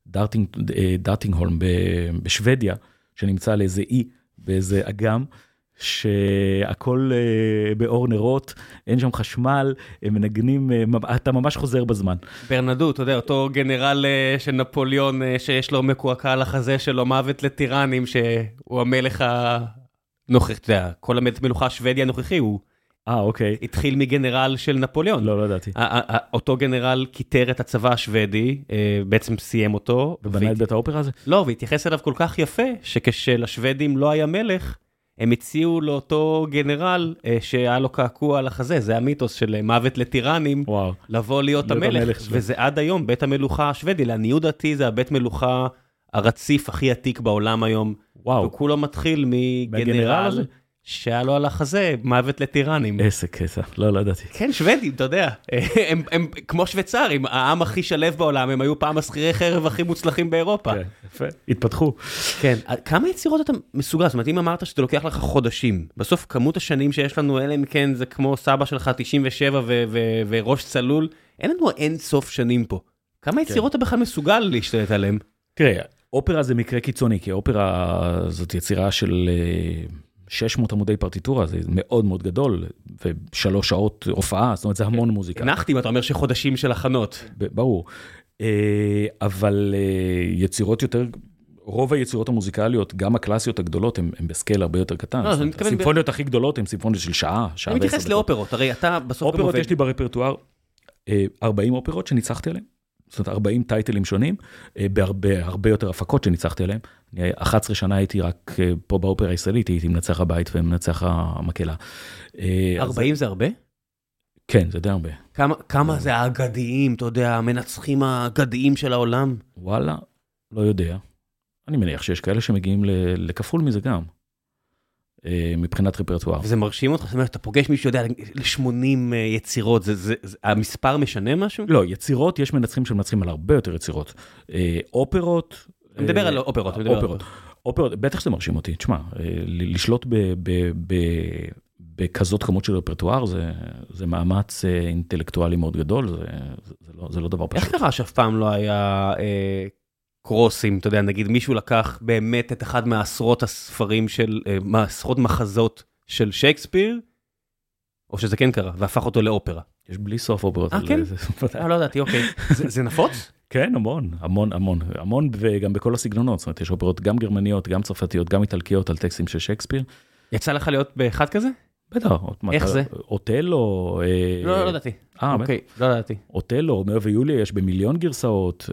בדרטינג, דרטינגהולם בשוודיה, שנמצא לאיזה אי, באיזה אגם, שהכל באור נרות, אין שם חשמל, הם מנגנים, אתה ממש חוזר בזמן. ברנדו, אתה יודע, אותו גנרל של נפוליאון, שיש לו מקועקע על החזה שלו, מוות לטירנים, שהוא המלך הנוכחי, אתה יודע, כל המלוכה השוודיה הנוכחי הוא... אה, אוקיי. התחיל מגנרל של נפוליאון. לא, לא ידעתי. אותו גנרל כיתר את הצבא השוודי, בעצם סיים אותו. ובנה את בית האופרה הזה? לא, והתייחס אליו כל כך יפה, שכשלשוודים לא היה מלך, הם הציעו לאותו גנרל שהיה לו קעקוע על החזה, זה המיתוס של מוות לטירנים, לבוא להיות המלך, וזה עד היום בית המלוכה השוודי, לעניות דעתי זה הבית מלוכה הרציף הכי עתיק בעולם היום, וכולו מתחיל מגנרל שהיה לו על החזה, מוות לטירנים. עסק, עסק, לא, לא ידעתי. כן, שוודים, אתה יודע, הם, הם כמו שוויצרים, העם הכי שלב בעולם, הם היו פעם השכירי חרב הכי מוצלחים באירופה. כן, יפה, התפתחו. כן, כמה יצירות אתה מסוגל? זאת אומרת, אם אמרת שאתה לוקח לך חודשים, בסוף כמות השנים שיש לנו, אלה אם כן, זה כמו סבא שלך תשעים ושבע ו- ו- וראש צלול, אין לנו אין סוף שנים פה. כמה יצירות אתה בכלל מסוגל להשתלט עליהם? תראה, אופרה זה מקרה קיצוני, כי אופרה זאת יצירה של... שש מאות עמודי פרטיטורה, זה מאוד מאוד גדול, ושלוש שעות הופעה, זאת אומרת, זה המון מוזיקה. הנחתי אם אתה אומר שחודשים של הכנות. ברור. אבל יצירות יותר, רוב היצירות המוזיקליות, גם הקלאסיות הגדולות, הן בסקייל הרבה יותר קטן. הסימפוניות הכי גדולות הן סימפוניות של שעה, שעה אני מתייחס לאופרות, הרי אתה בסוף גם עובד. אופרות יש לי ברפרטואר ארבעים אופרות שניצחתי עליהן. זאת אומרת, ארבעים טייטלים שונים, בהרבה, הרבה יותר הפקות שניצחתי עליהם. אני אחת עשרה שנה הייתי רק פה באופרה הישראלית, הייתי מנצח הבית ומנצח המקהלה. ארבעים זה הרבה? כן, זה די הרבה. כמה, כמה זה האגדיים, אתה יודע, המנצחים האגדיים של העולם? וואלה, לא יודע. אני מניח שיש כאלה שמגיעים לכפול מזה גם. מבחינת רפרטואר. וזה מרשים אותך, זאת אומרת, אתה פוגש מישהו יודע, ל-שמונים יצירות, זה, זה, זה, המספר משנה משהו? לא, יצירות, יש מנצחים שמנצחים על הרבה יותר יצירות. אופרות... אני מדבר על אופרות. אופרות. אופרות, בטח שזה מרשים אותי. תשמע, לשלוט בכזאת כמות של רפרטואר, זה מאמץ אינטלקטואלי מאוד גדול, זה לא דבר פשוט. איך קרה שאף פעם לא היה... קרוסים, אתה יודע, נגיד מישהו לקח באמת את אחד מהעשרות הספרים של, מעשרות מחזות של שייקספיר, או שזה כן קרה, והפך אותו לאופרה. יש בלי סוף אופרות. אה, כן? אה, לא ידעתי, אוקיי. זה נפוץ? כן, המון, המון, המון, המון, וגם בכל הסגנונות, זאת אומרת, יש אופרות גם גרמניות, גם צרפתיות, גם איטלקיות על טקסטים של שייקספיר. יצא לך להיות באחד כזה? בטח. איך זה? אוטלו. לא, לא ידעתי. אה, אוקיי, לא ידעתי. אוטלו, רומאו ויוליה, יש במיליון גרסאות.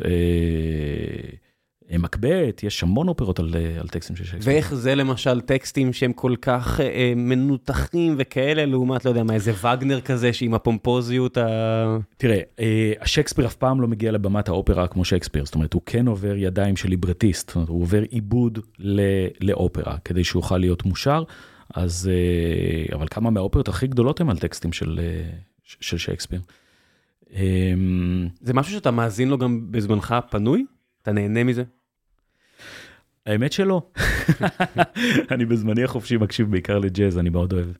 מקבט, יש המון אופרות על, על טקסטים של שייקספיר. ואיך זה למשל טקסטים שהם כל כך אה, מנותחים וכאלה, לעומת, לא יודע מה, איזה וגנר כזה, שעם הפומפוזיות ה... תראה, אה, השייקספיר אף פעם לא מגיע לבמת האופרה כמו שייקספיר, זאת אומרת, הוא כן עובר ידיים של ליברטיסט, זאת אומרת, הוא עובר עיבוד ל, לאופרה, כדי שהוא יוכל להיות מושר, אז, אה, אבל כמה מהאופרות הכי גדולות הם על טקסטים של, אה, של שייקספיר. אה, זה משהו שאתה מאזין לו גם בזמנך הפנוי? אתה נהנה מזה? האמת שלא. אני בזמני החופשי מקשיב בעיקר לג'אז, אני מאוד אוהב.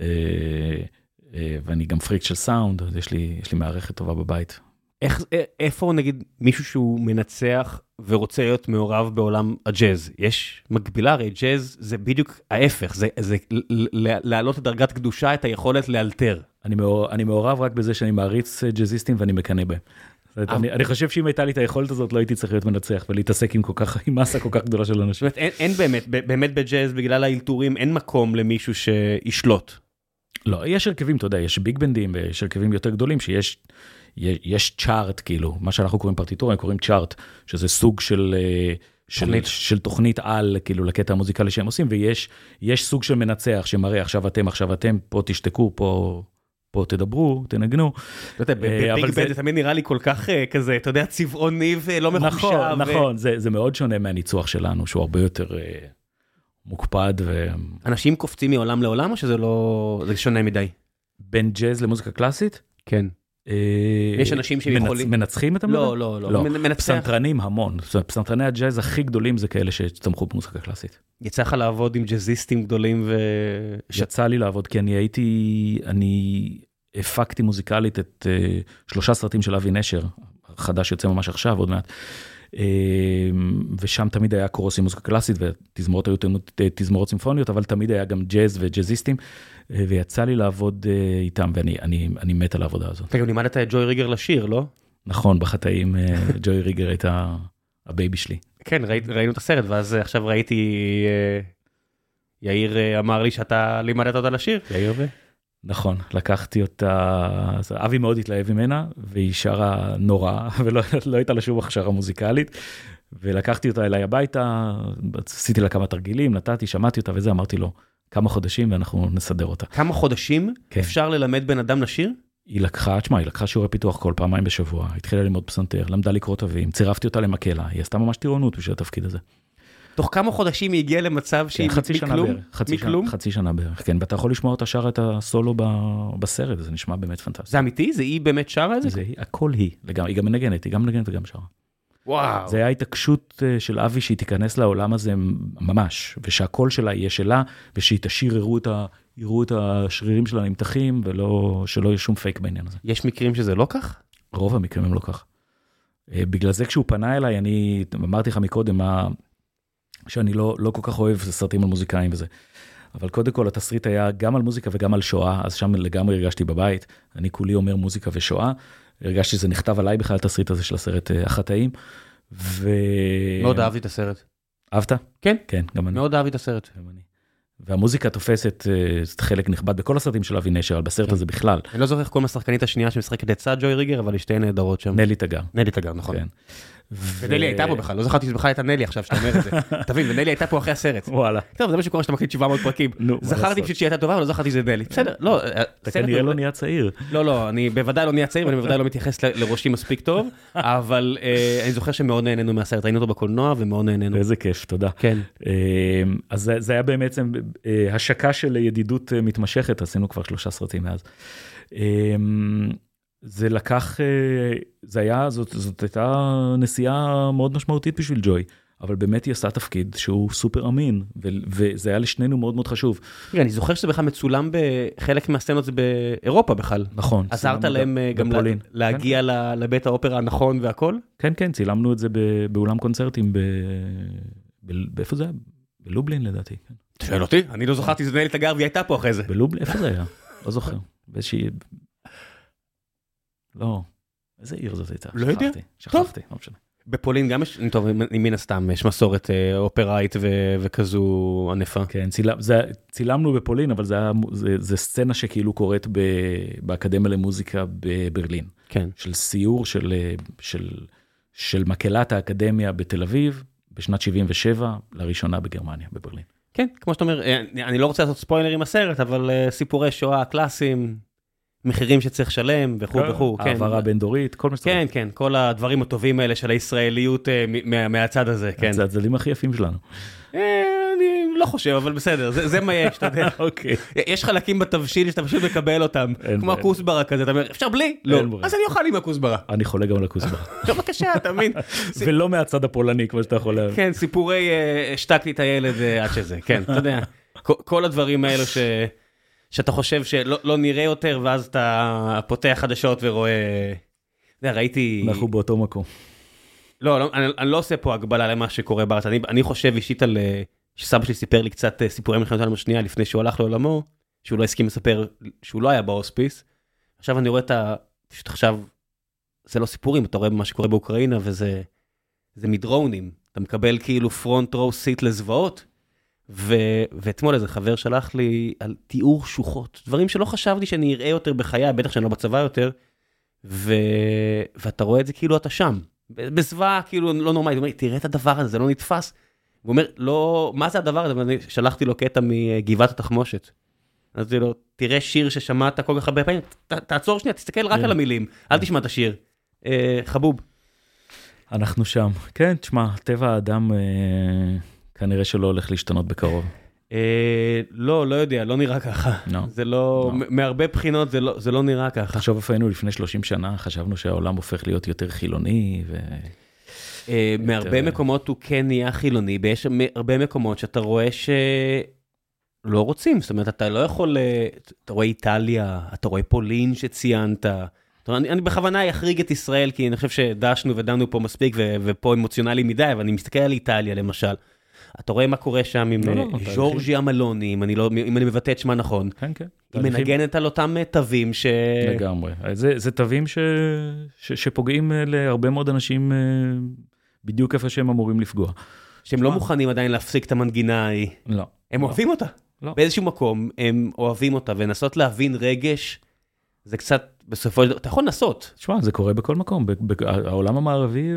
ואני גם פריק של סאונד, אז יש לי, יש לי מערכת טובה בבית. איך, איפה נגיד מישהו שהוא מנצח ורוצה להיות מעורב בעולם הג'אז? יש מקבילה, הרי ג'אז זה בדיוק ההפך, זה, זה להעלות את דרגת קדושה, את היכולת לאלתר. אני, מעור, אני מעורב רק בזה שאני מעריץ ג'אזיסטים ואני מקנא בהם. אני, אני חושב שאם הייתה לי את היכולת הזאת, לא הייתי צריך להיות מנצח ולהתעסק עם כל כך, עם מסה כל כך גדולה של אנשים. זאת אומרת, אין, אין באמת, באמת בג'אז, בגלל האלתורים, אין מקום למישהו שישלוט. לא, יש הרכבים, אתה יודע, יש ביג בנדים, ויש הרכבים יותר גדולים, שיש יש, יש צ'ארט, כאילו, מה שאנחנו קוראים פרטיטורה, הם קוראים צ'ארט, שזה סוג של, של, תוכנית. של תוכנית על, כאילו, לקטע המוזיקלי שהם עושים, ויש יש סוג של מנצח שמראה, עכשיו אתם, עכשיו אתם, פה תשתקו, פה... פה תדברו, תנגנו. בביג בנד זה תמיד נראה לי כל כך כזה, אתה יודע, צבעוני ולא מחושב. נכון, נכון, זה מאוד שונה מהניצוח שלנו, שהוא הרבה יותר מוקפד. אנשים קופצים מעולם לעולם, או שזה לא, זה שונה מדי? בין ג'אז למוזיקה קלאסית? כן. יש אנשים שיכולים... מנצחים את המדע? לא, לא, לא. פסנתרנים המון. פסנתרני הג'אז הכי גדולים זה כאלה שצמחו במוזיקה קלאסית. יצא לך לעבוד עם ג'אזיסטים גדולים ו... יצא לי לעבוד, כי אני הייתי, אני הפקתי מוזיקלית את שלושה סרטים של אבי נשר, חדש יוצא ממש עכשיו, עוד מעט. ושם תמיד היה קורס עם מוזיקה קלאסית, ותזמורות היו תזמורות סימפוניות, אבל תמיד היה גם ג'אז וג'אזיסטים, ויצא לי לעבוד איתם, ואני אני, אני מת על העבודה הזאת. אתה גם לימדת את ג'וי ריגר לשיר, לא? נכון, בחטאים ג'וי ריגר הייתה הבייבי שלי. כן, ראי, ראינו את הסרט, ואז עכשיו ראיתי, יאיר אמר לי שאתה לימדת אותה לשיר. יאיר ו? נכון, לקחתי אותה, אבי מאוד התלהב ממנה, והיא שרה נורא, ולא לא הייתה לה שום הכשרה מוזיקלית, ולקחתי אותה אליי הביתה, עשיתי לה כמה תרגילים, נתתי, שמעתי אותה וזה, אמרתי לו, כמה חודשים ואנחנו נסדר אותה. כמה חודשים כן. אפשר ללמד בן אדם לשיר? היא לקחה, תשמע, היא לקחה שיעורי פיתוח כל פעמיים בשבוע, התחילה ללמוד פסנתר, למדה לקרוא תווים, צירפתי אותה למקהלה, היא עשתה ממש טירונות בשביל התפקיד הזה. תוך כמה חודשים היא הגיעה למצב שהיא מכלום? מכלום? חצי שנה בערך, כן, ואתה יכול לשמוע אותה שרה את הסולו בסרט, זה נשמע באמת פנטסטי. זה אמיתי? זה היא באמת שרה את זה? זה היא, הכל היא, היא גם מנגנת, היא גם מנגנת וגם שרה. וואו. זה היה התעקשות של אבי שהיא תיכנס לעולם הזה ממש, ושהקול שלה יהיה שלה, ושהיא תשאיר, יראו את, ה, יראו את השרירים שלה נמתחים, ולא, שלא יהיה שום פייק בעניין הזה. יש מקרים שזה לא כך? רוב המקרים הם לא כך. בגלל זה כשהוא פנה אליי, אני אמרתי לך מקודם, מה, שאני לא, לא כל כך אוהב סרטים על מוזיקאים וזה. אבל קודם כל התסריט היה גם על מוזיקה וגם על שואה, אז שם לגמרי הרגשתי בבית, אני כולי אומר מוזיקה ושואה, הרגשתי שזה נכתב עליי בכלל התסריט הזה של הסרט החטאים, ו... מאוד אהבתי את הסרט. אהבת? כן. כן, גם אני. מאוד אהבתי את הסרט. גם אני. והמוזיקה תופסת חלק נכבד בכל הסרטים של אבי נשר, אבל בסרט הזה בכלל. אני לא זוכר איך קוראים לשחקנית השנייה שמשחקת לצד ג'וי ריגר, אבל היא שתי נהדרות שם. נלי תגר. נלי תגר, נכון. כן. ונלי הייתה פה בכלל, לא זכרתי שבכלל הייתה נלי עכשיו שאתה אומר את זה. תבין, ונלי הייתה פה אחרי הסרט. וואלה. טוב, זה מה שקורה שאתה מקליט שבע מאות פרקים. זכרתי פשוט שהיא הייתה טובה, אבל לא זכרתי שזה נלי. בסדר, לא. אתה כנראה לא נהיה צעיר. לא, לא, אני בוודאי לא נהיה צעיר, ואני בוודאי לא מתייחס לראשי מספיק טוב, אבל אני זוכר שמאוד נהנינו מהסרט, ראינו אותו בקולנוע ומאוד נהנינו. איזה כיף, תודה. כן. אז זה היה בעצם השקה של ידידות מתמשכת, עשינו כבר שלושה סרטים מאז. זה לקח, זה היה, זאת, זאת הייתה נסיעה מאוד משמעותית בשביל ג'וי, אבל באמת היא עשה תפקיד שהוא סופר אמין, ו, וזה היה לשנינו מאוד מאוד חשוב. אני זוכר שזה בכלל מצולם בחלק מהסצנות זה באירופה בכלל. נכון. עזרת להם גם בפולין. להגיע כן. לבית האופרה הנכון והכל? כן, כן, צילמנו את זה באולם קונצרטים, ב, ב, באיפה זה היה? בלובלין לדעתי. כן. תשאל אותי, אני לא זוכרתי שזה נהלי תגר והיא הייתה פה אחרי זה. בלובלין, איפה זה היה? לא זוכר. באיזושהי... לא, איזה עיר זאת הייתה? לא יודע. שכחתי, לא משנה. בפולין גם יש, טוב, מן הסתם, יש מסורת אופראית וכזו ענפה. כן, צילמנו בפולין, אבל זה סצנה שכאילו קורית באקדמיה למוזיקה בברלין. כן. של סיור של מקהלת האקדמיה בתל אביב, בשנת שבעים ושבע, לראשונה בגרמניה, בברלין. כן, כמו שאתה אומר, אני לא רוצה לעשות ספוילר עם הסרט, אבל סיפורי שואה קלאסיים, מחירים שצריך שלם וכו' וכו'. העברה בין דורית, כל מה שצריך. כן, כן, כל הדברים הטובים האלה של הישראליות מהצד הזה, כן. זה הצדדים הכי יפים שלנו. אני לא חושב, אבל בסדר, זה מה יש, אתה יודע. אוקיי. יש חלקים בתבשיל שאתה פשוט מקבל אותם, כמו הכוסברה כזה, אתה אומר, אפשר בלי? לא. אז אני אוכל עם הכוסברה. אני חולה גם על הכוסברה. בבקשה, אתה מבין? ולא מהצד הפולני, כמו שאתה יכול להבין. כן, סיפורי השתקתי את הילד עד שזה, כן, אתה יודע. כל הדברים האלו ש... שאתה חושב שלא לא נראה יותר, ואז אתה פותח חדשות ורואה... ראיתי... אנחנו באותו מקום. לא, לא אני, אני לא עושה פה הגבלה למה שקורה בארץ. אני, אני חושב אישית על... שסבא שלי סיפר לי קצת סיפורי מלחמת העולם השנייה, לפני שהוא הלך לעולמו, שהוא לא הסכים לספר, שהוא לא היה בהוספיס. עכשיו אני רואה את ה... פשוט עכשיו, זה לא סיפורים, אתה רואה מה שקורה באוקראינה, וזה זה מדרונים. אתה מקבל כאילו פרונט רו סיט לזוועות, ו... ואתמול איזה חבר שלח לי על תיאור שוחות, דברים שלא חשבתי שאני אראה יותר בחיי, בטח שאני לא בצבא יותר, ו... ואתה רואה את זה כאילו אתה שם, בסביבה כאילו לא נורמלית, הוא אומר, תראה את הדבר הזה, זה לא נתפס, הוא אומר, לא, מה זה הדבר הזה? ואני שלחתי לו קטע מגבעת התחמושת, אז לו, תראה שיר ששמעת כל כך הרבה פעמים, ת... תעצור שנייה, תסתכל רק על המילים, אל תשמע את השיר, אה, חבוב. אנחנו שם, כן, תשמע, טבע האדם... אה... כנראה שלא הולך להשתנות בקרוב. לא, לא יודע, לא נראה ככה. זה לא, מהרבה בחינות זה לא נראה ככה. תחשוב איפה היינו לפני שלושים שנה, חשבנו שהעולם הופך להיות יותר חילוני. מהרבה מקומות הוא כן נהיה חילוני, ויש הרבה מקומות שאתה רואה שלא רוצים, זאת אומרת, אתה לא יכול, אתה רואה איטליה, אתה רואה פולין שציינת, אתה אני, אני בכוונה אחריג את ישראל, כי אני חושב שדשנו ודנו פה מספיק, ו, ופה אמוציונלי מדי, אבל אני מסתכל על איטליה למשל. אתה רואה מה קורה שם עם ז'ורג'יה מלוני, אם אני לא, אם אני מבטא את שמה נכון. כן, כן. היא מנגנת על אותם תווים ש... לגמרי. זה, זה תווים ש, ש, שפוגעים להרבה מאוד אנשים בדיוק איפה שהם אמורים לפגוע. שהם לא מוכנים עדיין להפסיק את המנגינה ההיא. לא. הם אוהבים אותה. לא. באיזשהו מקום הם אוהבים אותה, ונסות להבין רגש, זה קצת בסופו של דבר, אתה יכול לנסות. תשמע, זה קורה בכל מקום. העולם המערבי,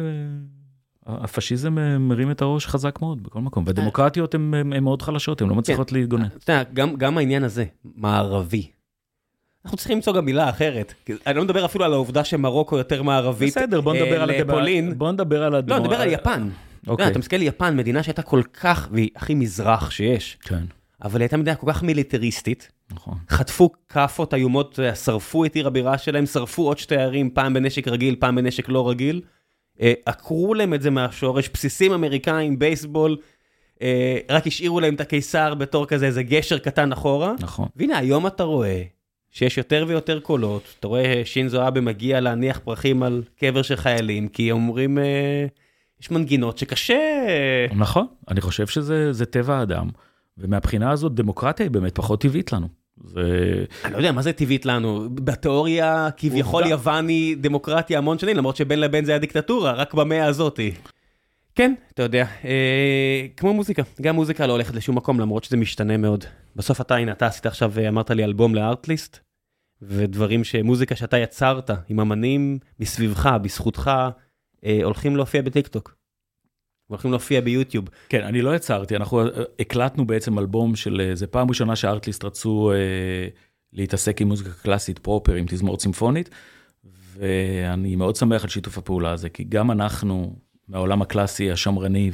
הפשיזם מרים את הראש חזק מאוד בכל מקום, והדמוקרטיות הן מאוד חלשות, הן לא מצליחות להתגונן. גם העניין הזה, מערבי. אנחנו צריכים למצוא גם מילה אחרת. אני לא מדבר אפילו על העובדה שמרוקו יותר מערבית לפולין. בסדר, בוא נדבר על הדבר. לא, נדבר על יפן. אתה מסתכל על יפן, מדינה שהייתה כל כך, והיא הכי מזרח שיש. כן. אבל הייתה מדינה כל כך מיליטריסטית. נכון. חטפו כפות איומות, שרפו את עיר הבירה שלהם, שרפו עוד שתי ערים, פעם בנשק רגיל, פעם בנשק לא רגיל. עקרו להם את זה מהשורש, בסיסים אמריקאים, בייסבול, רק השאירו להם את הקיסר בתור כזה, איזה גשר קטן אחורה. נכון. והנה, היום אתה רואה שיש יותר ויותר קולות, אתה רואה שינזו אבה מגיע להניח פרחים על קבר של חיילים, כי אומרים, יש מנגינות שקשה... נכון, אני חושב שזה טבע האדם, ומהבחינה הזאת דמוקרטיה היא באמת פחות טבעית לנו. זה... אני לא יודע, מה זה טבעית לנו? בתיאוריה כביכול יווני דמוקרטיה המון שנים, למרות שבין לבין זה היה דיקטטורה, רק במאה הזאת. כן, אתה יודע, אה, כמו מוזיקה, גם מוזיקה לא הולכת לשום מקום, למרות שזה משתנה מאוד. בסוף אתה, הנה, אתה עשית עכשיו, אמרת לי אלבום לארטליסט, ודברים שמוזיקה שאתה יצרת עם אמנים מסביבך, בזכותך, אה, הולכים להופיע בטיקטוק. הולכים להופיע ביוטיוב. כן, אני לא יצרתי, אנחנו הקלטנו בעצם אלבום של, זה פעם ראשונה שארטליסט רצו אה, להתעסק עם מוזיקה קלאסית פרופר, עם תזמורת סימפונית, ואני מאוד שמח על שיתוף הפעולה הזה, כי גם אנחנו, מהעולם הקלאסי, השמרני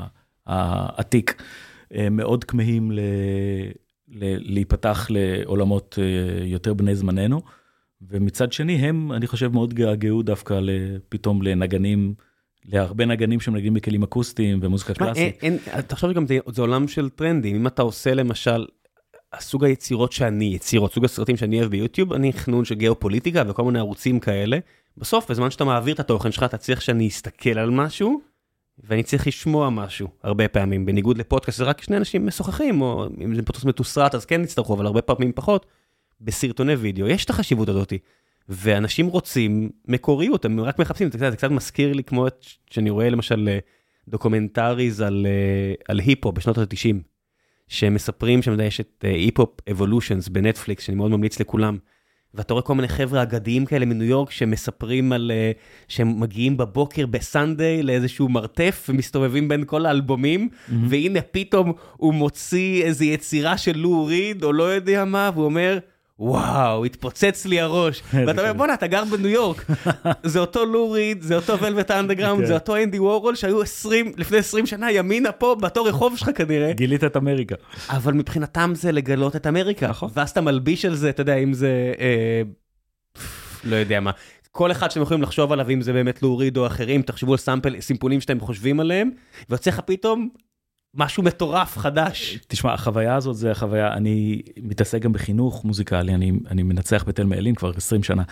והעתיק, מאוד כמהים ל, ל, להיפתח לעולמות יותר בני זמננו, ומצד שני הם, אני חושב, מאוד גאגעו דווקא פתאום לנגנים, להרבה נגנים שמנגנים בכלים אקוסטיים ומוזיקה קלאסית. תחשוב שגם זה עולם של טרנדים, אם אתה עושה למשל, הסוג היצירות שאני, יצירות, סוג הסרטים שאני אוהב ביוטיוב, אני חנון של גיאופוליטיקה וכל מיני ערוצים כאלה, בסוף, בזמן שאתה מעביר את התוכן שלך, אתה צריך שאני אסתכל על משהו, ואני צריך לשמוע משהו, הרבה פעמים, בניגוד לפודקאסט, זה רק שני אנשים משוחחים, או אם זה פודקאסט מתוסרט, אז כן נצטרכו, אבל הרבה פעמים פחות, בסרטוני וידאו, יש את החשיבות הזאת, ואנשים רוצים מקוריות, הם רק מחפשים, זה קצת מזכיר לי כמו שאני רואה למשל דוקומנטריז על, על היפ-הופ בשנות ה-תשעים, שמספרים שיש את היפ-הופ אבולושנס בנטפליקס, שאני מאוד ממליץ לכולם, ואתה רואה כל מיני חבר'ה אגדיים כאלה מניו יורק, שמספרים על, שהם מגיעים בבוקר בסנדיי לאיזשהו מרתף, ומסתובבים בין כל האלבומים, mm-hmm. והנה פתאום הוא מוציא איזו יצירה של לו ריד, או לא יודע מה, והוא אומר, וואו, התפוצץ לי הראש. ואתה אומר, בוא'נה, אתה גר בניו יורק. זה אותו לו ריד, זה אותו ולווט אנדרגראונד, זה אותו אנדי וורול, שהיו עשרים, לפני עשרים שנה ימינה פה, בתור רחוב שלך כנראה. גילית את אמריקה. אבל מבחינתם זה לגלות את אמריקה. ואז אתה מלביש על זה, אתה יודע, אם זה, לא יודע מה. כל אחד שאתם יכולים לחשוב עליו, אם זה באמת לו ריד או אחרים, תחשבו על סימפולים שאתם חושבים עליהם, ויוצא לך פתאום משהו מטורף, חדש. תשמע, החוויה הזאת זה החוויה, אני מתעסק גם בחינוך מוזיקלי, אני, אני מנצח בתל מעלין כבר עשרים שנה,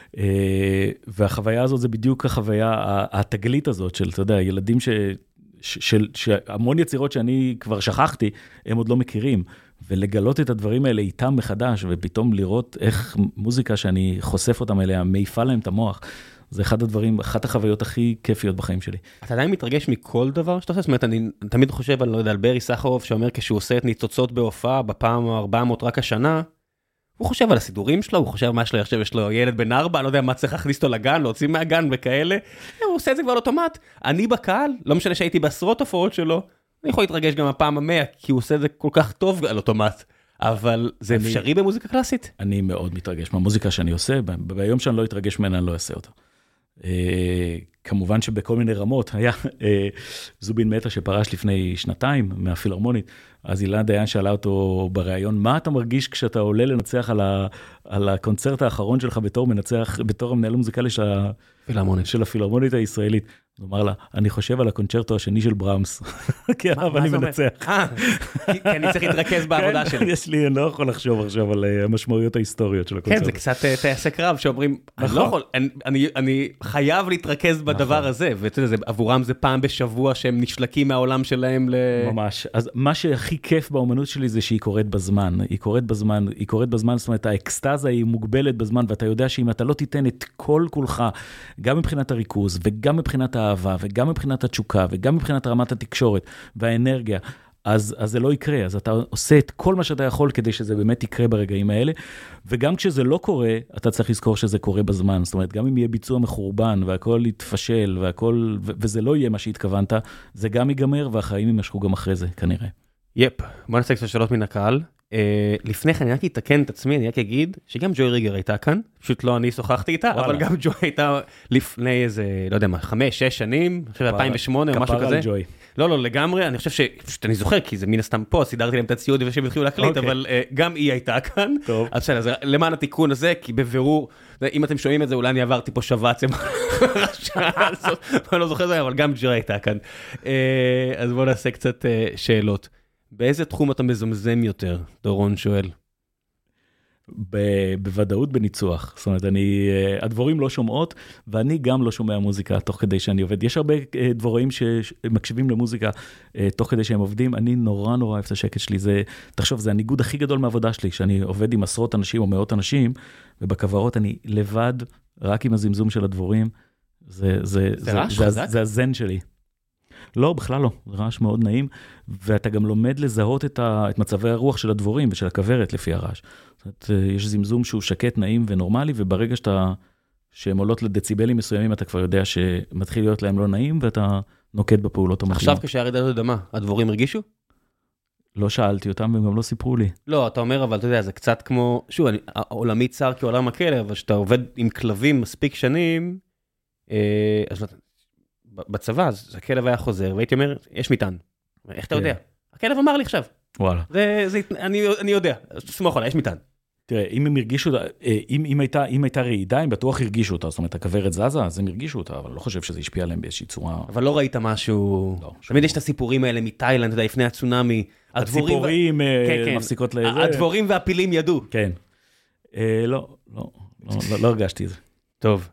והחוויה הזאת זה בדיוק החוויה, התגלית הזאת של, אתה יודע, ילדים ש, של, שהמון יצירות שאני כבר שכחתי, הם עוד לא מכירים, ולגלות את הדברים האלה איתם מחדש, ופתאום לראות איך מוזיקה שאני חושף אותם אליה, מעיפה להם את המוח, זה אחד הדברים, אחת החוויות הכי כיפיות בחיים שלי. אתה עדיין מתרגש מכל דבר שאתה עושה? זאת אומרת, אני תמיד חושב על, לא יודע, על ברי סחרוף, שאומר כשהוא עושה את ניצוצות בהופעה, בפעם ארבע מאות רק השנה, הוא חושב על הסידורים שלו, הוא חושב מה שלו, יחשב, יש לו ילד בן ארבע, לא יודע מה צריך להכניס אותו לגן, להוציא מהגן וכאלה, הוא עושה את זה כבר אוטומט. אני בקהל, לא משנה שהייתי בעשרות הופעות שלו, אני יכול להתרגש גם הפעם המאה, כי הוא עושה את זה כל כך טוב על אוטומט. אבל זה אני, אפשרי במוזיקה קלאסית? אני מאוד מתרגש מהמוזיקה שאני עושה, ביום שאני לא אתרגש ממנה, אני לא אעשה אותה. כמובן שבכל מיני רמות, היה זובין מטה שפרש לפני שנתיים מהפילהרמונית, אז אילנה דיין שאלה אותו בריאיון, מה אתה מרגיש כשאתה עולה לנצח על, ה, על הקונצרט האחרון שלך בתור מנצח, בתור המנהל המוזיקלי של, של הפילהרמונית הישראלית? הוא אמר לה, אני חושב על הקונצ'רטו השני של בראמס, כי עליו אני מנצח. כי אני צריך להתרכז בעבודה שלי. יש לי, אני לא יכול לחשוב עכשיו על המשמעויות ההיסטוריות של הקונצ'רטו. כן, זה קצת טייסי קרב שאומרים, אני לא יכול, אני חייב להתרכז בדבר הזה, ועבורם זה פעם בשבוע שהם נשלקים מהעולם שלהם ל... ממש. אז מה שהכי כיף באומנות שלי זה שהיא קורית בזמן. היא קורית בזמן, היא קורית בזמן, זאת אומרת, האקסטאזה היא מוגבלת בזמן, ואתה יודע שאם אתה לא תיתן את כל כולך, גם מבחינת הריכוז, וגם מבחינת האהבה, וגם מבחינת התשוקה, וגם מבחינת רמת התקשורת, והאנרגיה, אז, אז זה לא יקרה. אז אתה עושה את כל מה שאתה יכול, כדי שזה באמת יקרה ברגעים האלה, וגם כשזה לא קורה, אתה צריך לזכור שזה קורה בזמן. זאת אומרת, גם אם יהיה ביצוע מחורבן, והכל יתפשל, והכל, ו- וזה לא יהיה מה שהתכוונת, זה גם ייגמר, והחיים יימשכו גם אחרי זה, כנראה. יפ, בוא נעשה קצת שאלות מן הקהל. לפני כן אני רק אתקן את עצמי, אני רק אגיד שגם ג'וי ריגר הייתה כאן, פשוט לא אני שוחחתי איתה, אבל גם ג'וי הייתה לפני איזה, לא יודע מה, חמש, שש שנים, אני חושב אלפיים ושמונה או משהו כזה. לא, לא, לגמרי, אני חושב שפשוט אני זוכר, כי זה מן הסתם פה, סידרתי להם את הציוד ושהם התחילו להקליט, אבל גם היא הייתה כאן. טוב. אז בסדר, למען התיקון הזה, כי בבירור, אם אתם שומעים את זה, אולי אני עברתי פה שבץ, אני לא זוכר זה, אבל גם ג'וי הייתה כאן. אז בואו נעשה קצת שאלות. באיזה תחום אתה מזמזם יותר? דורון שואל. בוודאות בניצוח. זאת אומרת, אני, הדבורים לא שומעות, ואני גם לא שומע מוזיקה תוך כדי שאני עובד. יש הרבה דבוראים שמקשיבים למוזיקה תוך כדי שהם עובדים. אני נורא נורא אוהב את השקט שלי. זה, תחשוב, זה הניגוד הכי גדול מהעבודה שלי, שאני עובד עם עשרות אנשים או מאות אנשים, ובכוורות אני לבד, רק עם הזמזום של הדבורים. זה, זה, זה, זה, זה, זה הזן שלי. לא, בכלל לא, זה רעש מאוד נעים, ואתה גם לומד לזהות את, ה, את מצבי הרוח של הדבורים ושל הכוורת לפי הרעש. זאת אומרת, יש זמזום שהוא שקט, נעים ונורמלי, וברגע שאתה, שהן עולות לדציבלים מסוימים, אתה כבר יודע שמתחיל להיות להם לא נעים, ואתה נוקט בפעולות המתאימות. עכשיו כשהיה רעידת אדמה, הדבורים הרגישו? לא שאלתי אותם, והם גם לא סיפרו לי. לא, אתה אומר, אבל אתה יודע, זה קצת כמו, שוב, אני, העולמי צר כעולם הכלב, אבל שאתה עובד עם כלבים מספיק שנים, אה, אז בצבא, אז הכלב היה חוזר, והייתי אומר, יש מטען. איך אתה יודע? הכלב אמר לי עכשיו. וואלה. אני יודע, סמוך עליי, יש מטען. תראה, אם הם הרגישו, אם הייתה רעידה, הם בטוח הרגישו אותה, זאת אומרת, הכוורת זזה, אז הם הרגישו אותה, אבל לא חושב שזה השפיע עליהם באיזושהי צורה. אבל לא ראית משהו, תמיד יש את הסיפורים האלה מתאילנד, אתה יודע, לפני הצונאמי, הציפורים מפסיקות לזה. הדבורים והפילים ידעו. כן. לא, לא, לא הרגשתי את זה. טוב.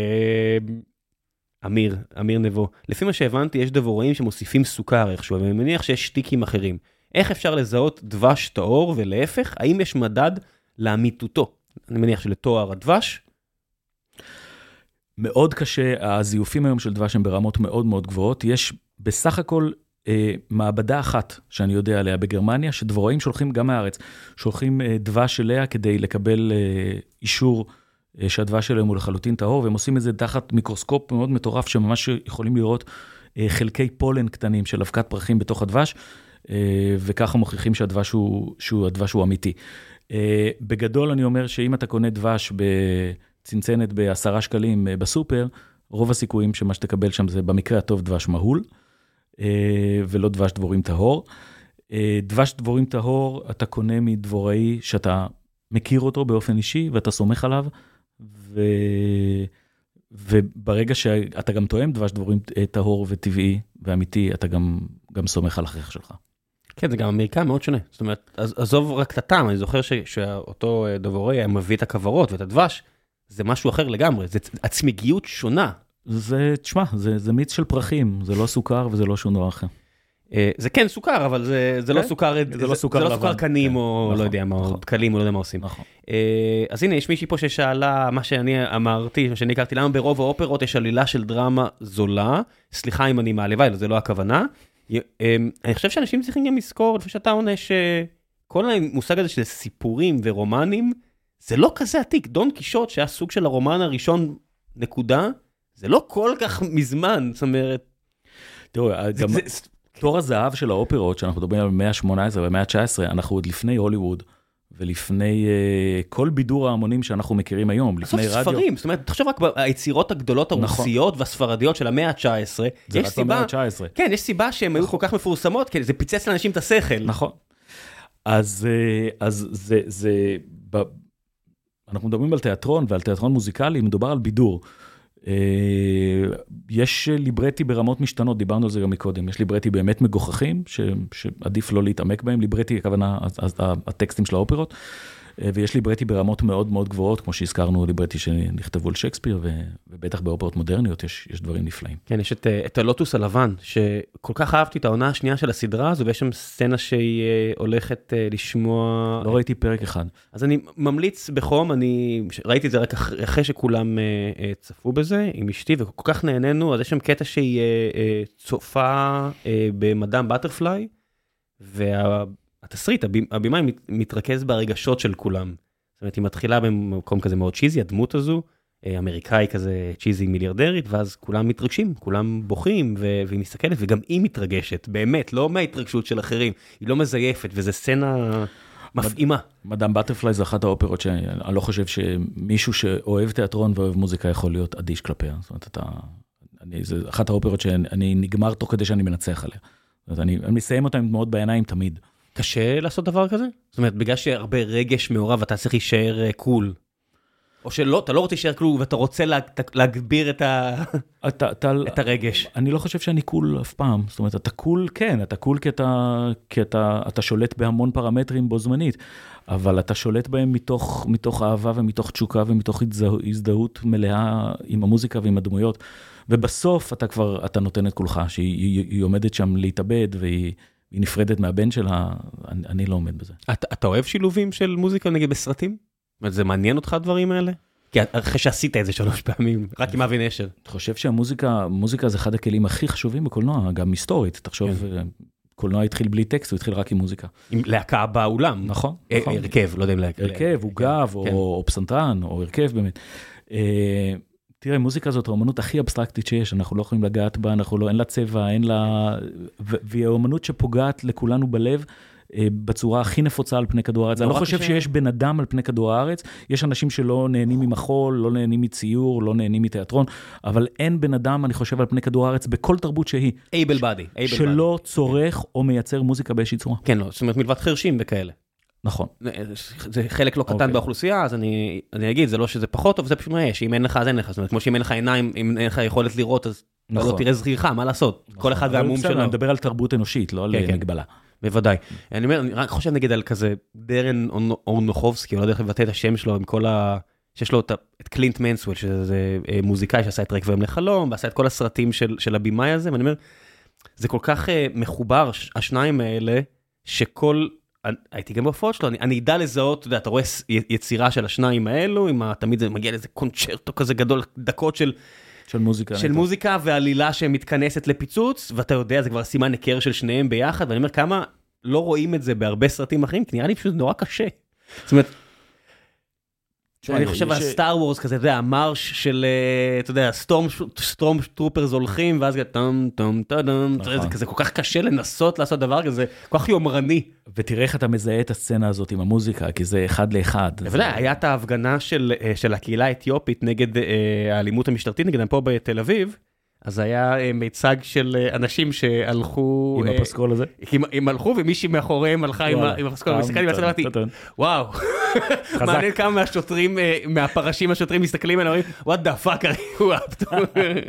אמיר, אמיר נבו. לפי מה שהבנתי, יש דבוראים שמוסיפים סוכר איכשהו, ואני מניח שיש שטיקים אחרים. איך אפשר לזהות דבש טהור ולהפך? האם יש מדד לאמיתותו? אני מניח שלתואר הדבש. מאוד קשה, הזיופים היום של דבש הם ברמות מאוד מאוד גבוהות. יש בסך הכל אה, מעבדה אחת שאני יודע עליה בגרמניה, שדבוראים שולחים גם מהארץ, שולחים אה, דבש אליה כדי לקבל אה, אישור שהדבש שלהם הוא לחלוטין טהור, והם עושים את זה תחת מיקרוסקופ מאוד מטורף, שממש יכולים לראות חלקי פולן קטנים של אבקת פרחים בתוך הדבש, וככה מוכיחים שהדבש הוא, שהוא, הדבש הוא אמיתי. בגדול אני אומר שאם אתה קונה דבש בצנצנת בעשרה שקלים בסופר, רוב הסיכויים שמה שתקבל שם זה במקרה הטוב דבש מהול, ולא דבש דבורים טהור. דבש דבורים טהור אתה קונה מדבוראי שאתה מכיר אותו באופן אישי, ואתה סומך עליו, ו... וברגע שאתה גם תואם דבש דבורים טהור וטבעי ואמיתי, אתה גם, גם סומך על הכרח שלך. כן, זה גם אמריקה מאוד שונה. זאת אומרת, עזוב רק את הטעם, אני זוכר ש... שאותו דבורי היה מביא את הכוורות ואת הדבש, זה משהו אחר לגמרי, זה עצמיגיות שונה. זה, תשמע, זה, זה מיץ של פרחים, זה לא סוכר וזה לא שום דבר אחר. זה כן סוכר, אבל זה לא סוכר קנים או לא יודע מה, או דקלים או לא יודע מה עושים. אז הנה, יש מישהי פה ששאלה מה שאני אמרתי, מה שאני הכרתי, למה ברוב האופרות יש עלילה של דרמה זולה, סליחה אם אני מעליבה, זה לא הכוונה. אני חושב שאנשים צריכים גם לזכור, לפני שאתה עונה שכל המושג הזה של סיפורים ורומנים, זה לא כזה עתיק. דון קישוט, שהיה סוג של הרומן הראשון נקודה, זה לא כל כך מזמן, זאת אומרת... תראו, גם... תור הזהב של האופרות, שאנחנו מדברים על מאה ה-שמונה עשרה ומאה ה-תשע עשרה, אנחנו עוד לפני הוליווד, ולפני uh, כל בידור ההמונים שאנחנו מכירים היום, לפני רדיו. ספרים, זאת אומרת, תחשוב רק ביצירות הגדולות הרוסיות נכון. והספרדיות של המאה ה-תשע עשרה, זה רק במאה ה-תשע עשרה. כן, יש סיבה שהן נכון. היו כל כך מפורסמות, כי זה פיצץ לאנשים את השכל. נכון. אז, אז זה, זה, ב... אנחנו מדברים על תיאטרון, ועל תיאטרון מוזיקלי, מדובר על בידור. יש ליברטי ברמות משתנות, דיברנו על זה גם מקודם, יש ליברטי באמת מגוחכים, שעדיף לא להתעמק בהם, ליברטי, הכוונה, הטקסטים של האופרות, ויש ליברטי ברמות מאוד מאוד גבוהות, כמו שהזכרנו, ליברטי שנכתבו על שייקספיר, ובטח באופרות מודרניות יש, יש דברים נפלאים. כן, יש את, את הלוטוס הלבן, שכל כך אהבתי את העונה השנייה של הסדרה הזו, ויש שם סצנה שהיא הולכת לשמוע... לא ראיתי פרק אחד. אז אני ממליץ בחום, אני ראיתי את זה רק אחרי שכולם צפו בזה, עם אשתי, וכל כך נהנינו, אז יש שם קטע שהיא צופה במדאם בטרפליי, וה... התסריט, הבימה מתרכז ברגשות של כולם. זאת אומרת, היא מתחילה במקום כזה מאוד צ'יזי, הדמות הזו, אמריקאי כזה צ'יזי מיליארדרית, ואז כולם מתרגשים, כולם בוכים, והיא מסתכלת, וגם היא מתרגשת, באמת, לא מההתרגשות של אחרים, היא לא מזייפת, וזו סצנה מפעימה. מדאם בטרפליי זה אחת האופרות שאני לא חושב שמישהו שאוהב תיאטרון ואוהב מוזיקה יכול להיות אדיש כלפיה. זאת אומרת, זה אחת האופרות שאני נגמר תוך כדי שאני מנצח עליה. זאת אומרת, אני מסיים אותה עם דמעות בעיניים תמיד. קשה לעשות דבר כזה? זאת אומרת, בגלל שהרבה רגש מעורב, אתה צריך להישאר קול. או שלא, אתה לא רוצה להישאר קול, ואתה רוצה להגביר את, ה... אתה, אתה, את הרגש. אני לא חושב שאני קול אף פעם. זאת אומרת, אתה קול, כן, אתה קול כי אתה, כי אתה, אתה שולט בהמון פרמטרים בו זמנית, אבל אתה שולט בהם מתוך, מתוך אהבה ומתוך תשוקה ומתוך הזדהות מלאה עם המוזיקה ועם הדמויות. ובסוף אתה כבר, אתה נותן את כולך, שהיא היא עומדת שם להתאבד, והיא... היא נפרדת מהבן שלה, אני, אני לא עומד בזה. אתה, אתה אוהב שילובים של מוזיקה נגיד בסרטים? זה מעניין אותך הדברים האלה? כי אחרי שעשית את זה שלוש פעמים, רק עם אבי נשר. אני חושב שהמוזיקה, מוזיקה זה אחד הכלים הכי חשובים בקולנוע, גם היסטורית. תחשוב, קולנוע התחיל בלי טקסט, הוא התחיל רק עם מוזיקה. עם להקה באולם. נכון. הרכב, לא יודע אם להקה. הרכב, הוא גב, או פסנתרן, או הרכב באמת. תראה, מוזיקה זאת האמנות הכי אבסטרקטית שיש, אנחנו לא יכולים לגעת בה, אנחנו לא, אין לה צבע, אין לה... והיא האמנות שפוגעת לכולנו בלב, בצורה הכי נפוצה על פני כדור הארץ. אני לא חושב שיש בן אדם על פני כדור הארץ, יש אנשים שלא נהנים ממחול, לא נהנים מציור, לא נהנים מתיאטרון, אבל אין בן אדם, אני חושב, על פני כדור הארץ, בכל תרבות שהיא. אייבל בדי. שלא צורך או מייצר מוזיקה באיזושהי צורה. כן, לא, זאת אומרת, מלבד חרשים וכאלה. נכון. זה חלק לא קטן באוכלוסייה, אז אני אגיד, זה לא שזה פחות טוב, זה פשוט מה יש, אם אין לך, אז אין לך. זאת אומרת, כמו שאם אין לך עיניים, אם אין לך יכולת לראות, אז לא תראה זכירך, מה לעשות? כל אחד והמום שלו. אני מדבר על תרבות אנושית, לא על מגבלה. בוודאי. אני אומר, אני רק חושב נגיד על כזה דרן אורנוכובסקי, אני לא יודע איך לבטא את השם שלו, עם כל ה... שיש לו את קלינט מנסוול, שזה מוזיקאי שעשה את רקביים לחלום, ועשה את כל הסרטים של הבימאי הזה, ואני אומר, זה כל כך מחובר, השניים האלה, שכל... הייתי גם בהופעות שלו, אני אדע לזהות, אתה יודע, אתה רואה יצירה של השניים האלו, תמיד זה מגיע לאיזה קונצ'רטו כזה גדול, דקות של... של מוזיקה. של מוזיקה ועלילה שמתכנסת לפיצוץ, ואתה יודע, זה כבר סימן היכר של שניהם ביחד, ואני אומר, כמה לא רואים את זה בהרבה סרטים אחרים, כי נראה לי פשוט נורא קשה. זאת אומרת, אני חושב על סטאר וורס כזה, אתה יודע, המרש של, אתה יודע, סטורם טרופרס הולכים, ואז טם טם טם, זה כזה כל כך קשה לנסות לעשות דבר כזה, כל כך יומרני. ותראה איך אתה מזהה את הסצנה הזאת עם המוזיקה, כי זה אחד לאחד. בוודאי, היה את ההפגנה של הקהילה האתיופית נגד האלימות המשטרתית, נגדם פה בתל אביב, אז היה מיצג של אנשים שהלכו... עם הפסקול הזה? הם הלכו, ומישהי מאחוריהם הלכה עם הפסקול, ומסתכלתי והצד אמרתי, וואו, מעניין כמה מהשוטרים, מהפרשים השוטרים מסתכלים עליהם, what the fuck are you up to?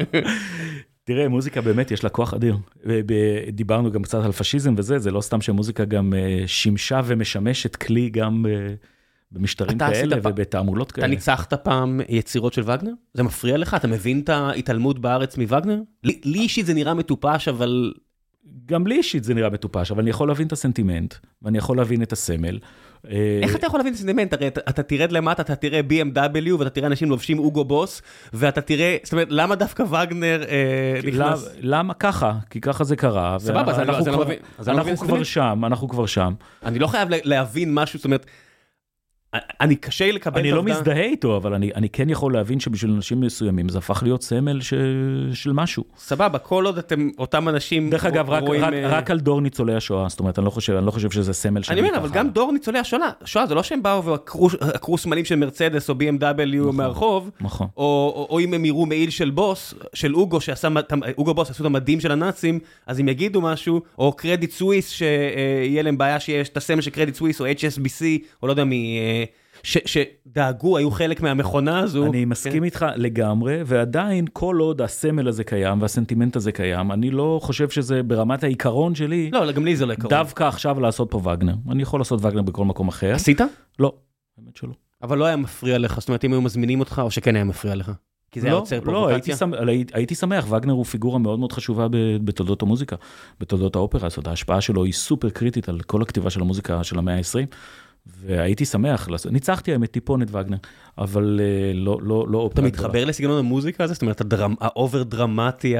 תראה, מוזיקה באמת יש לה כוח אדיר. דיברנו גם קצת על פשיזם וזה, זה לא סתם שמוזיקה גם שימשה ומשמשת כלי גם... במשטרים כאלה ובתעמולות כאלה. אתה ניצחת פעם יצירות של וגנר? זה מפריע לך? אתה מבין את ההתעלמות בארץ מווגנר? לי אישית זה נראה מטופש, אבל... גם לי אישית זה נראה מטופש, אבל אני יכול להבין את הסנטימנט, ואני יכול להבין את הסמל. איך אתה יכול להבין את הסנטימנט? הרי אתה תרד למטה, אתה תראה בי אם דאבליו, ואתה תראה אנשים לובשים אוגו בוס, ואתה תראה, זאת אומרת, למה דווקא וגנר נכנס? למה ככה? כי ככה זה קרה. סבבה, אז אני לא מבין. אנחנו כבר שם, אנחנו כבר שם. אני לא חייב להבין משהו, זאת אומרת, אני קשה לקבל אני לא מזדהה איתו, אבל אני, אני כן יכול להבין שבשביל אנשים מסוימים זה הפך להיות סמל ש... של משהו. סבבה, כל עוד אתם אותם אנשים... דרך אגב, רק, רואים... רק, רק על דור ניצולי השואה, זאת אומרת, אני לא חושב, אני לא חושב שזה סמל שלי. אני אומר, אבל גם דור ניצולי השואה, שואה, זה לא שהם באו ועקרו סמלים של מרצדס או בי אם דאבליו נכון, מהרחוב, נכון. או, או, או אם הם יראו מעיל של בוס, של אוגו, שעשה, אוגו בוס עשו את המדים של הנאצים, אז אם יגידו משהו, או קרדיט סוויס, שיהיה להם בעיה שיש את הסמל של קרדיט סוויס, או אייץ' אס בי סי, או לא יודע מי... שדאגו, היו חלק מהמכונה הזו. אני מסכים איתך לגמרי, ועדיין כל עוד הסמל הזה קיים, והסנטימנט הזה קיים, אני לא חושב שזה ברמת העיקרון שלי. לא, גם לי זה לא עיקרון. דווקא עכשיו לעשות פה וגנר. אני יכול לעשות וגנר בכל מקום אחר. עשית? לא, באמת שלא. אבל לא היה מפריע לך, זאת אומרת, אם היו מזמינים אותך, או שכן היה מפריע לך? כי זה היה יוצר פרובוקציה? לא, הייתי שמח, וגנר הוא פיגורה מאוד מאוד חשובה בתולדות המוזיקה, בתולדות האופרה, זאת ההשפעה שלו היא סופר קריטית על כל הכתיבה של המוזיקה של המאה ה-עשרים, והייתי שמח, ניצחתי האמת טיפונת וגנר, אבל לא, לא, לא אופרה. אתה מתחבר לסגנון המוזיקה הזה? זאת אומרת, האובר דרמטי,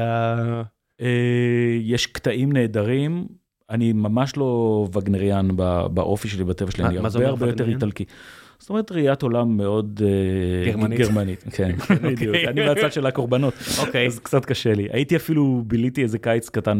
יש קטעים נהדרים, אני ממש לא וגנריאן באופי שלי, בטבע שלי, אני הרבה הרבה יותר איטלקי. זאת אומרת, ראיית עולם מאוד גרמנית. גרמנית, כן, בדיוק. אני מהצד של הקורבנות, אז קצת קשה לי. הייתי אפילו, ביליתי איזה קיץ קטן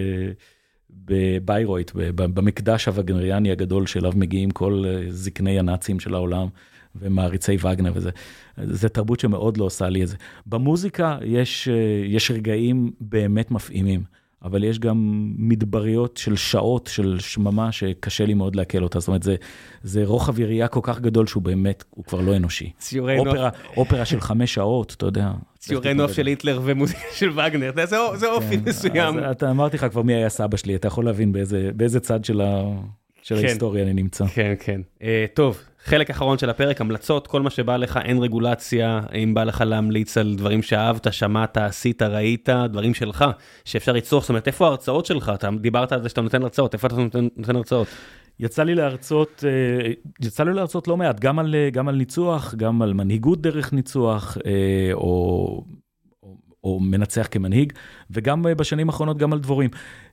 בביירויט, במקדש הווגנריאני הגדול שאליו מגיעים כל זקני הנאצים של העולם, ומעריצי וגנר וזה. זה תרבות שמאוד לא עושה לי את זה. במוזיקה יש, יש רגעים באמת מפעימים. אבל יש גם מדבריות של שעות, של שממה, שקשה לי מאוד להקל אותה. זאת אומרת, זה, זה רוחב יריעה כל כך גדול, שהוא באמת, הוא כבר לא אנושי. אופרה, אופרה של חמש שעות, אתה יודע. ציורי נוף של היטלר ומוזיקה של וגנר, זה, זה אופי מסוים. אתה אמרתי לך כבר מי היה סבא שלי, אתה יכול להבין באיזה, באיזה צד של, ה, של כן. ההיסטוריה אני נמצא. כן, כן. Uh, טוב, חלק אחרון של הפרק, המלצות, כל מה שבא לך, אין רגולציה, אם בא לך להמליץ על דברים שאהבת, שמעת, עשית, ראית, דברים שלך, שאפשר ליצור, זאת אומרת, איפה ההרצאות שלך? אתה דיברת על זה שאתה נותן הרצאות, איפה אתה נותן, נותן הרצאות? יצא לי להרצות, יצא לי להרצות לא מעט, גם על, גם על ניצוח, גם על מנהיגות דרך ניצוח, או, או, או מנצח כמנהיג, וגם בשנים האחרונות גם על דבורים.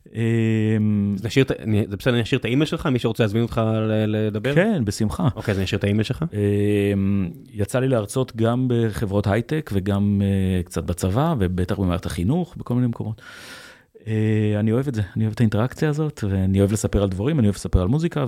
זה בסדר, אני אשאיר את האימייל שלך, מי שרוצה להזמין אותך לדבר? כן, בשמחה. אוקיי, אז אני אשאיר את האימייל שלך. יצא לי להרצות גם בחברות הייטק, וגם קצת בצבא, ובטח במערכת החינוך, בכל מיני מקומות. אני אוהב את זה, אני אוהב את האינטראקציה הזאת, ואני אוהב לספר על דבורים, אני אוהב לספר על מוזיקה,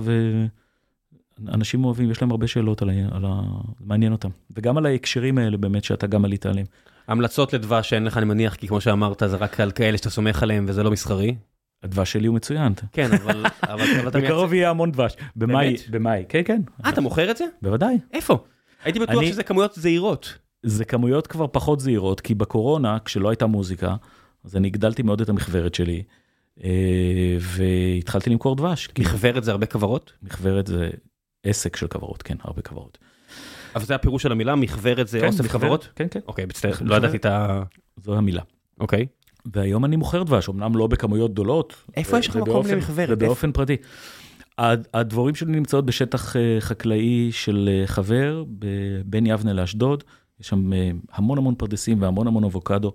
ואנשים אוהבים, יש להם הרבה שאלות על מעניין אותם. וגם על ההקשרים האלה, באמת, שאתה גם עלית עליהם. המלצות לדבש שאין לך, אני מניח, כי כמו שאמרת, זה רק על כאלה שאתה סומך עליהם, וזה לא מסחרי. הדבש שלי הוא מצוין. כן, אבל... בקרוב יהיה המון דבש. במאי, במאי, כן, כן. אה, אתה מוכר את זה? בוודאי. איפה? הייתי בטוח שזה כמויות זהירות. זה כמויות כבר פחות זהירות, כי בקורונה, כשלא הייתה מוזיקה, אז אני הגדלתי מאוד את המחברת שלי, והתחלתי למכור דבש. מחברת זה הרבה כברות? מחברת זה עסק של כברות, כן, הרבה כברות. אבל זה הפירוש של המילה, מחברת זה אוסף כברות? כן, כן. אוקיי, בצטער, לא ידעתי את ה... זו המילה. אוקיי. והיום אני מוכר דבש, אמנם לא בכמויות גדולות. איפה יש לך מקום למחברת? ובאופן פרטי. הדבורים שלי נמצאות בשטח חקלאי של חבר, בין יבנה לאשדוד, יש שם המון המון פרדסים והמון המון אבוקדו,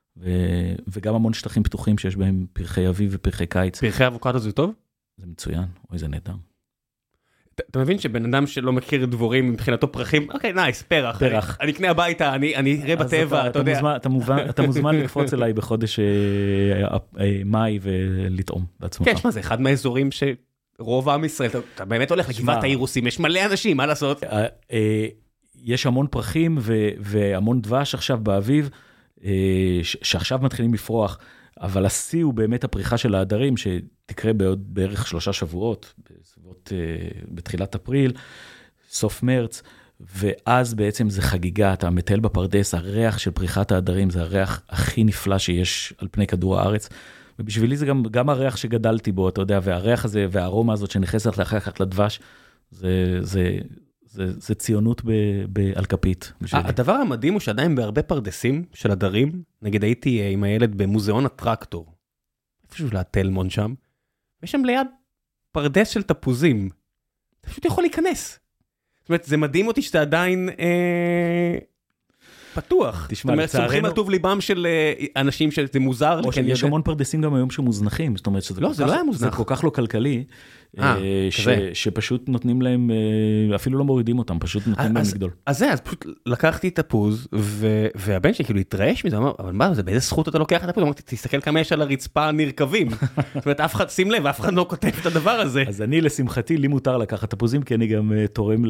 וגם המון שטחים פתוחים שיש בהם פרחי אביב ופרחי קיץ. פרחי אבוקדו זה טוב? זה מצוין, אוי זה נהדר. אתה מבין שבן אדם שלא מכיר דבורים מבחינתו פרחים, אוקיי, נייס, פרח. פרח. אני אקנה הביתה, אני אראה בטבע, אתה יודע. אתה מוזמן לקפוץ אליי בחודש מאי ולטעום בעצמך. כן, שמה, זה אחד מהאזורים שרוב עם ישראל, אתה באמת הולך לגבעת האירוסים, יש מלא אנשים, מה לעשות? יש המון פרחים והמון דבש עכשיו באביב, שעכשיו מתחילים לפרוח, אבל השיא הוא באמת הפריחה של העדרים, שתקרה בעוד בערך שלושה שבועות, בסביבות, בתחילת אפריל, סוף מרץ, ואז בעצם זה חגיגה, אתה מטייל בפרדס, הריח של פריחת העדרים, זה הריח הכי נפלא שיש על פני כדור הארץ, ובשבילי זה גם, גם הריח שגדלתי בו, אתה יודע, והריח הזה, והארומה הזאת שנכנסת לחכת לדבש, זה, זה, זה, זה ציונות על כפית. הדבר המדהים הוא שעדיין בהרבה פרדסים של עדרים, נגיד הייתי עם הילד במוזיאון הטרקטור, איפשהו לתלמון שם, ויש שם ליד פרדס של תפוזים, אתה פשוט יכול להיכנס. זאת אומרת, זה מדהים אותי שאתה עדיין אה, פתוח. תשמע, זאת אומרת, סומכים על טוב ליבם של אנשים שזה מוזר. או שיש המון פרדסים גם היום שמוזנחים, זאת אומרת, לא, זה לא היה מוזנח. זה כל כך לא כלכלי, שפשוט נותנים להם, אפילו לא מורידים אותם, פשוט נותנים להם לגדול. אז זה, אז פשוט לקחתי את תפוז, והבן שלי כאילו התרעש מזה, אמר, אבל מה, זה באיזה זכות אתה לוקח את תפוז? אמרתי, תסתכל כמה יש על הרצפה נרכבים. זאת אומרת, אף אחד, שים לב, אף אחד לא כותב את הדבר הזה. אז אני, לשמחתי, לי מותר לקחת תפוזים, כי אני גם תורם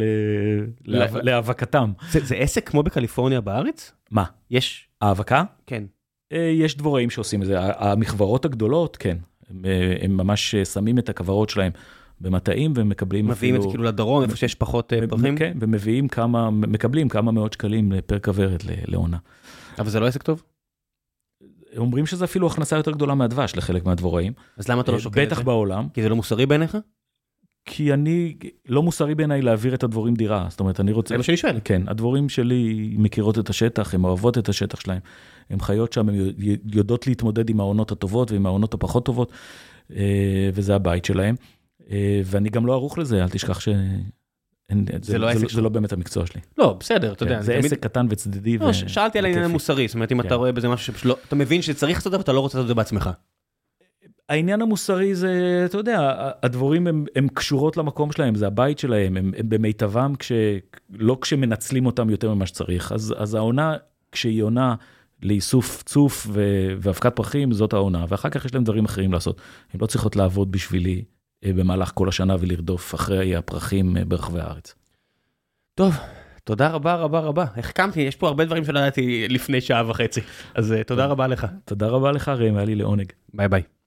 להאבקתם. זה עסק כמו בקליפורניה בארץ? מה? יש האבקה? כן. יש דבוראים שעושים את זה. המחברות הגדולות, כן. הם ממש שמים את הכוורות שלהם במטעים, ומקבלים מביאים את זה כאילו לדרום, איפה שיש פחות פרחים? כן, ומביאים כמה, מקבלים כמה מאות שקלים פר כוורת לעונה. אבל זה לא עסק טוב? אומרים שזה אפילו הכנסה יותר גדולה מהדבש לחלק מהדבוראים. אז למה אתה לא שוקל את זה? בטח בעולם. כי זה לא מוסרי בעיניך? כי אני, לא מוסרי בעיניי להעביר את הדבורים דירה. זאת אומרת, אני רוצה... זה מה שאני שואל. כן, הדבורים שלי מכירות את השטח, הן אוהבות את השטח שלהם. הן חיות שם, הן יודעות להתמודד עם העונות הטובות ועם העונות הפחות טובות, וזה הבית שלהם. ואני גם לא ערוך לזה, אל תשכח ש... זה לא באמת המקצוע שלי. לא, בסדר, אתה יודע. זה עסק קטן וצדדי. שאלתי על העניין המוסרי, זאת אומרת, אם אתה רואה בזה משהו שלא, אתה מבין שצריך לעשות את זה, ואתה לא רוצה לעשות את זה בעצמך. העניין המוסרי זה, אתה יודע, הדבורים הם קשורות למקום שלהם, זה הבית שלהם, הם במיטבם, לא כשמנצלים אותם יותר ממה שצריך. אז העונה, כשהיא עונה לאיסוף צוף והפקת פרחים, זאת העונה, ואחר כך יש להם דברים אחרים לעשות. הן לא צריכות לעבוד בשבילי במהלך כל השנה ולרדוף אחרי הפרחים ברחבי הארץ. טוב, תודה רבה רבה רבה. החכמתי, יש פה הרבה דברים שלא ידעתי לפני שעה וחצי. אז תודה רבה לך. תודה רבה לך, ראם, היה לי לעונג. ביי ביי.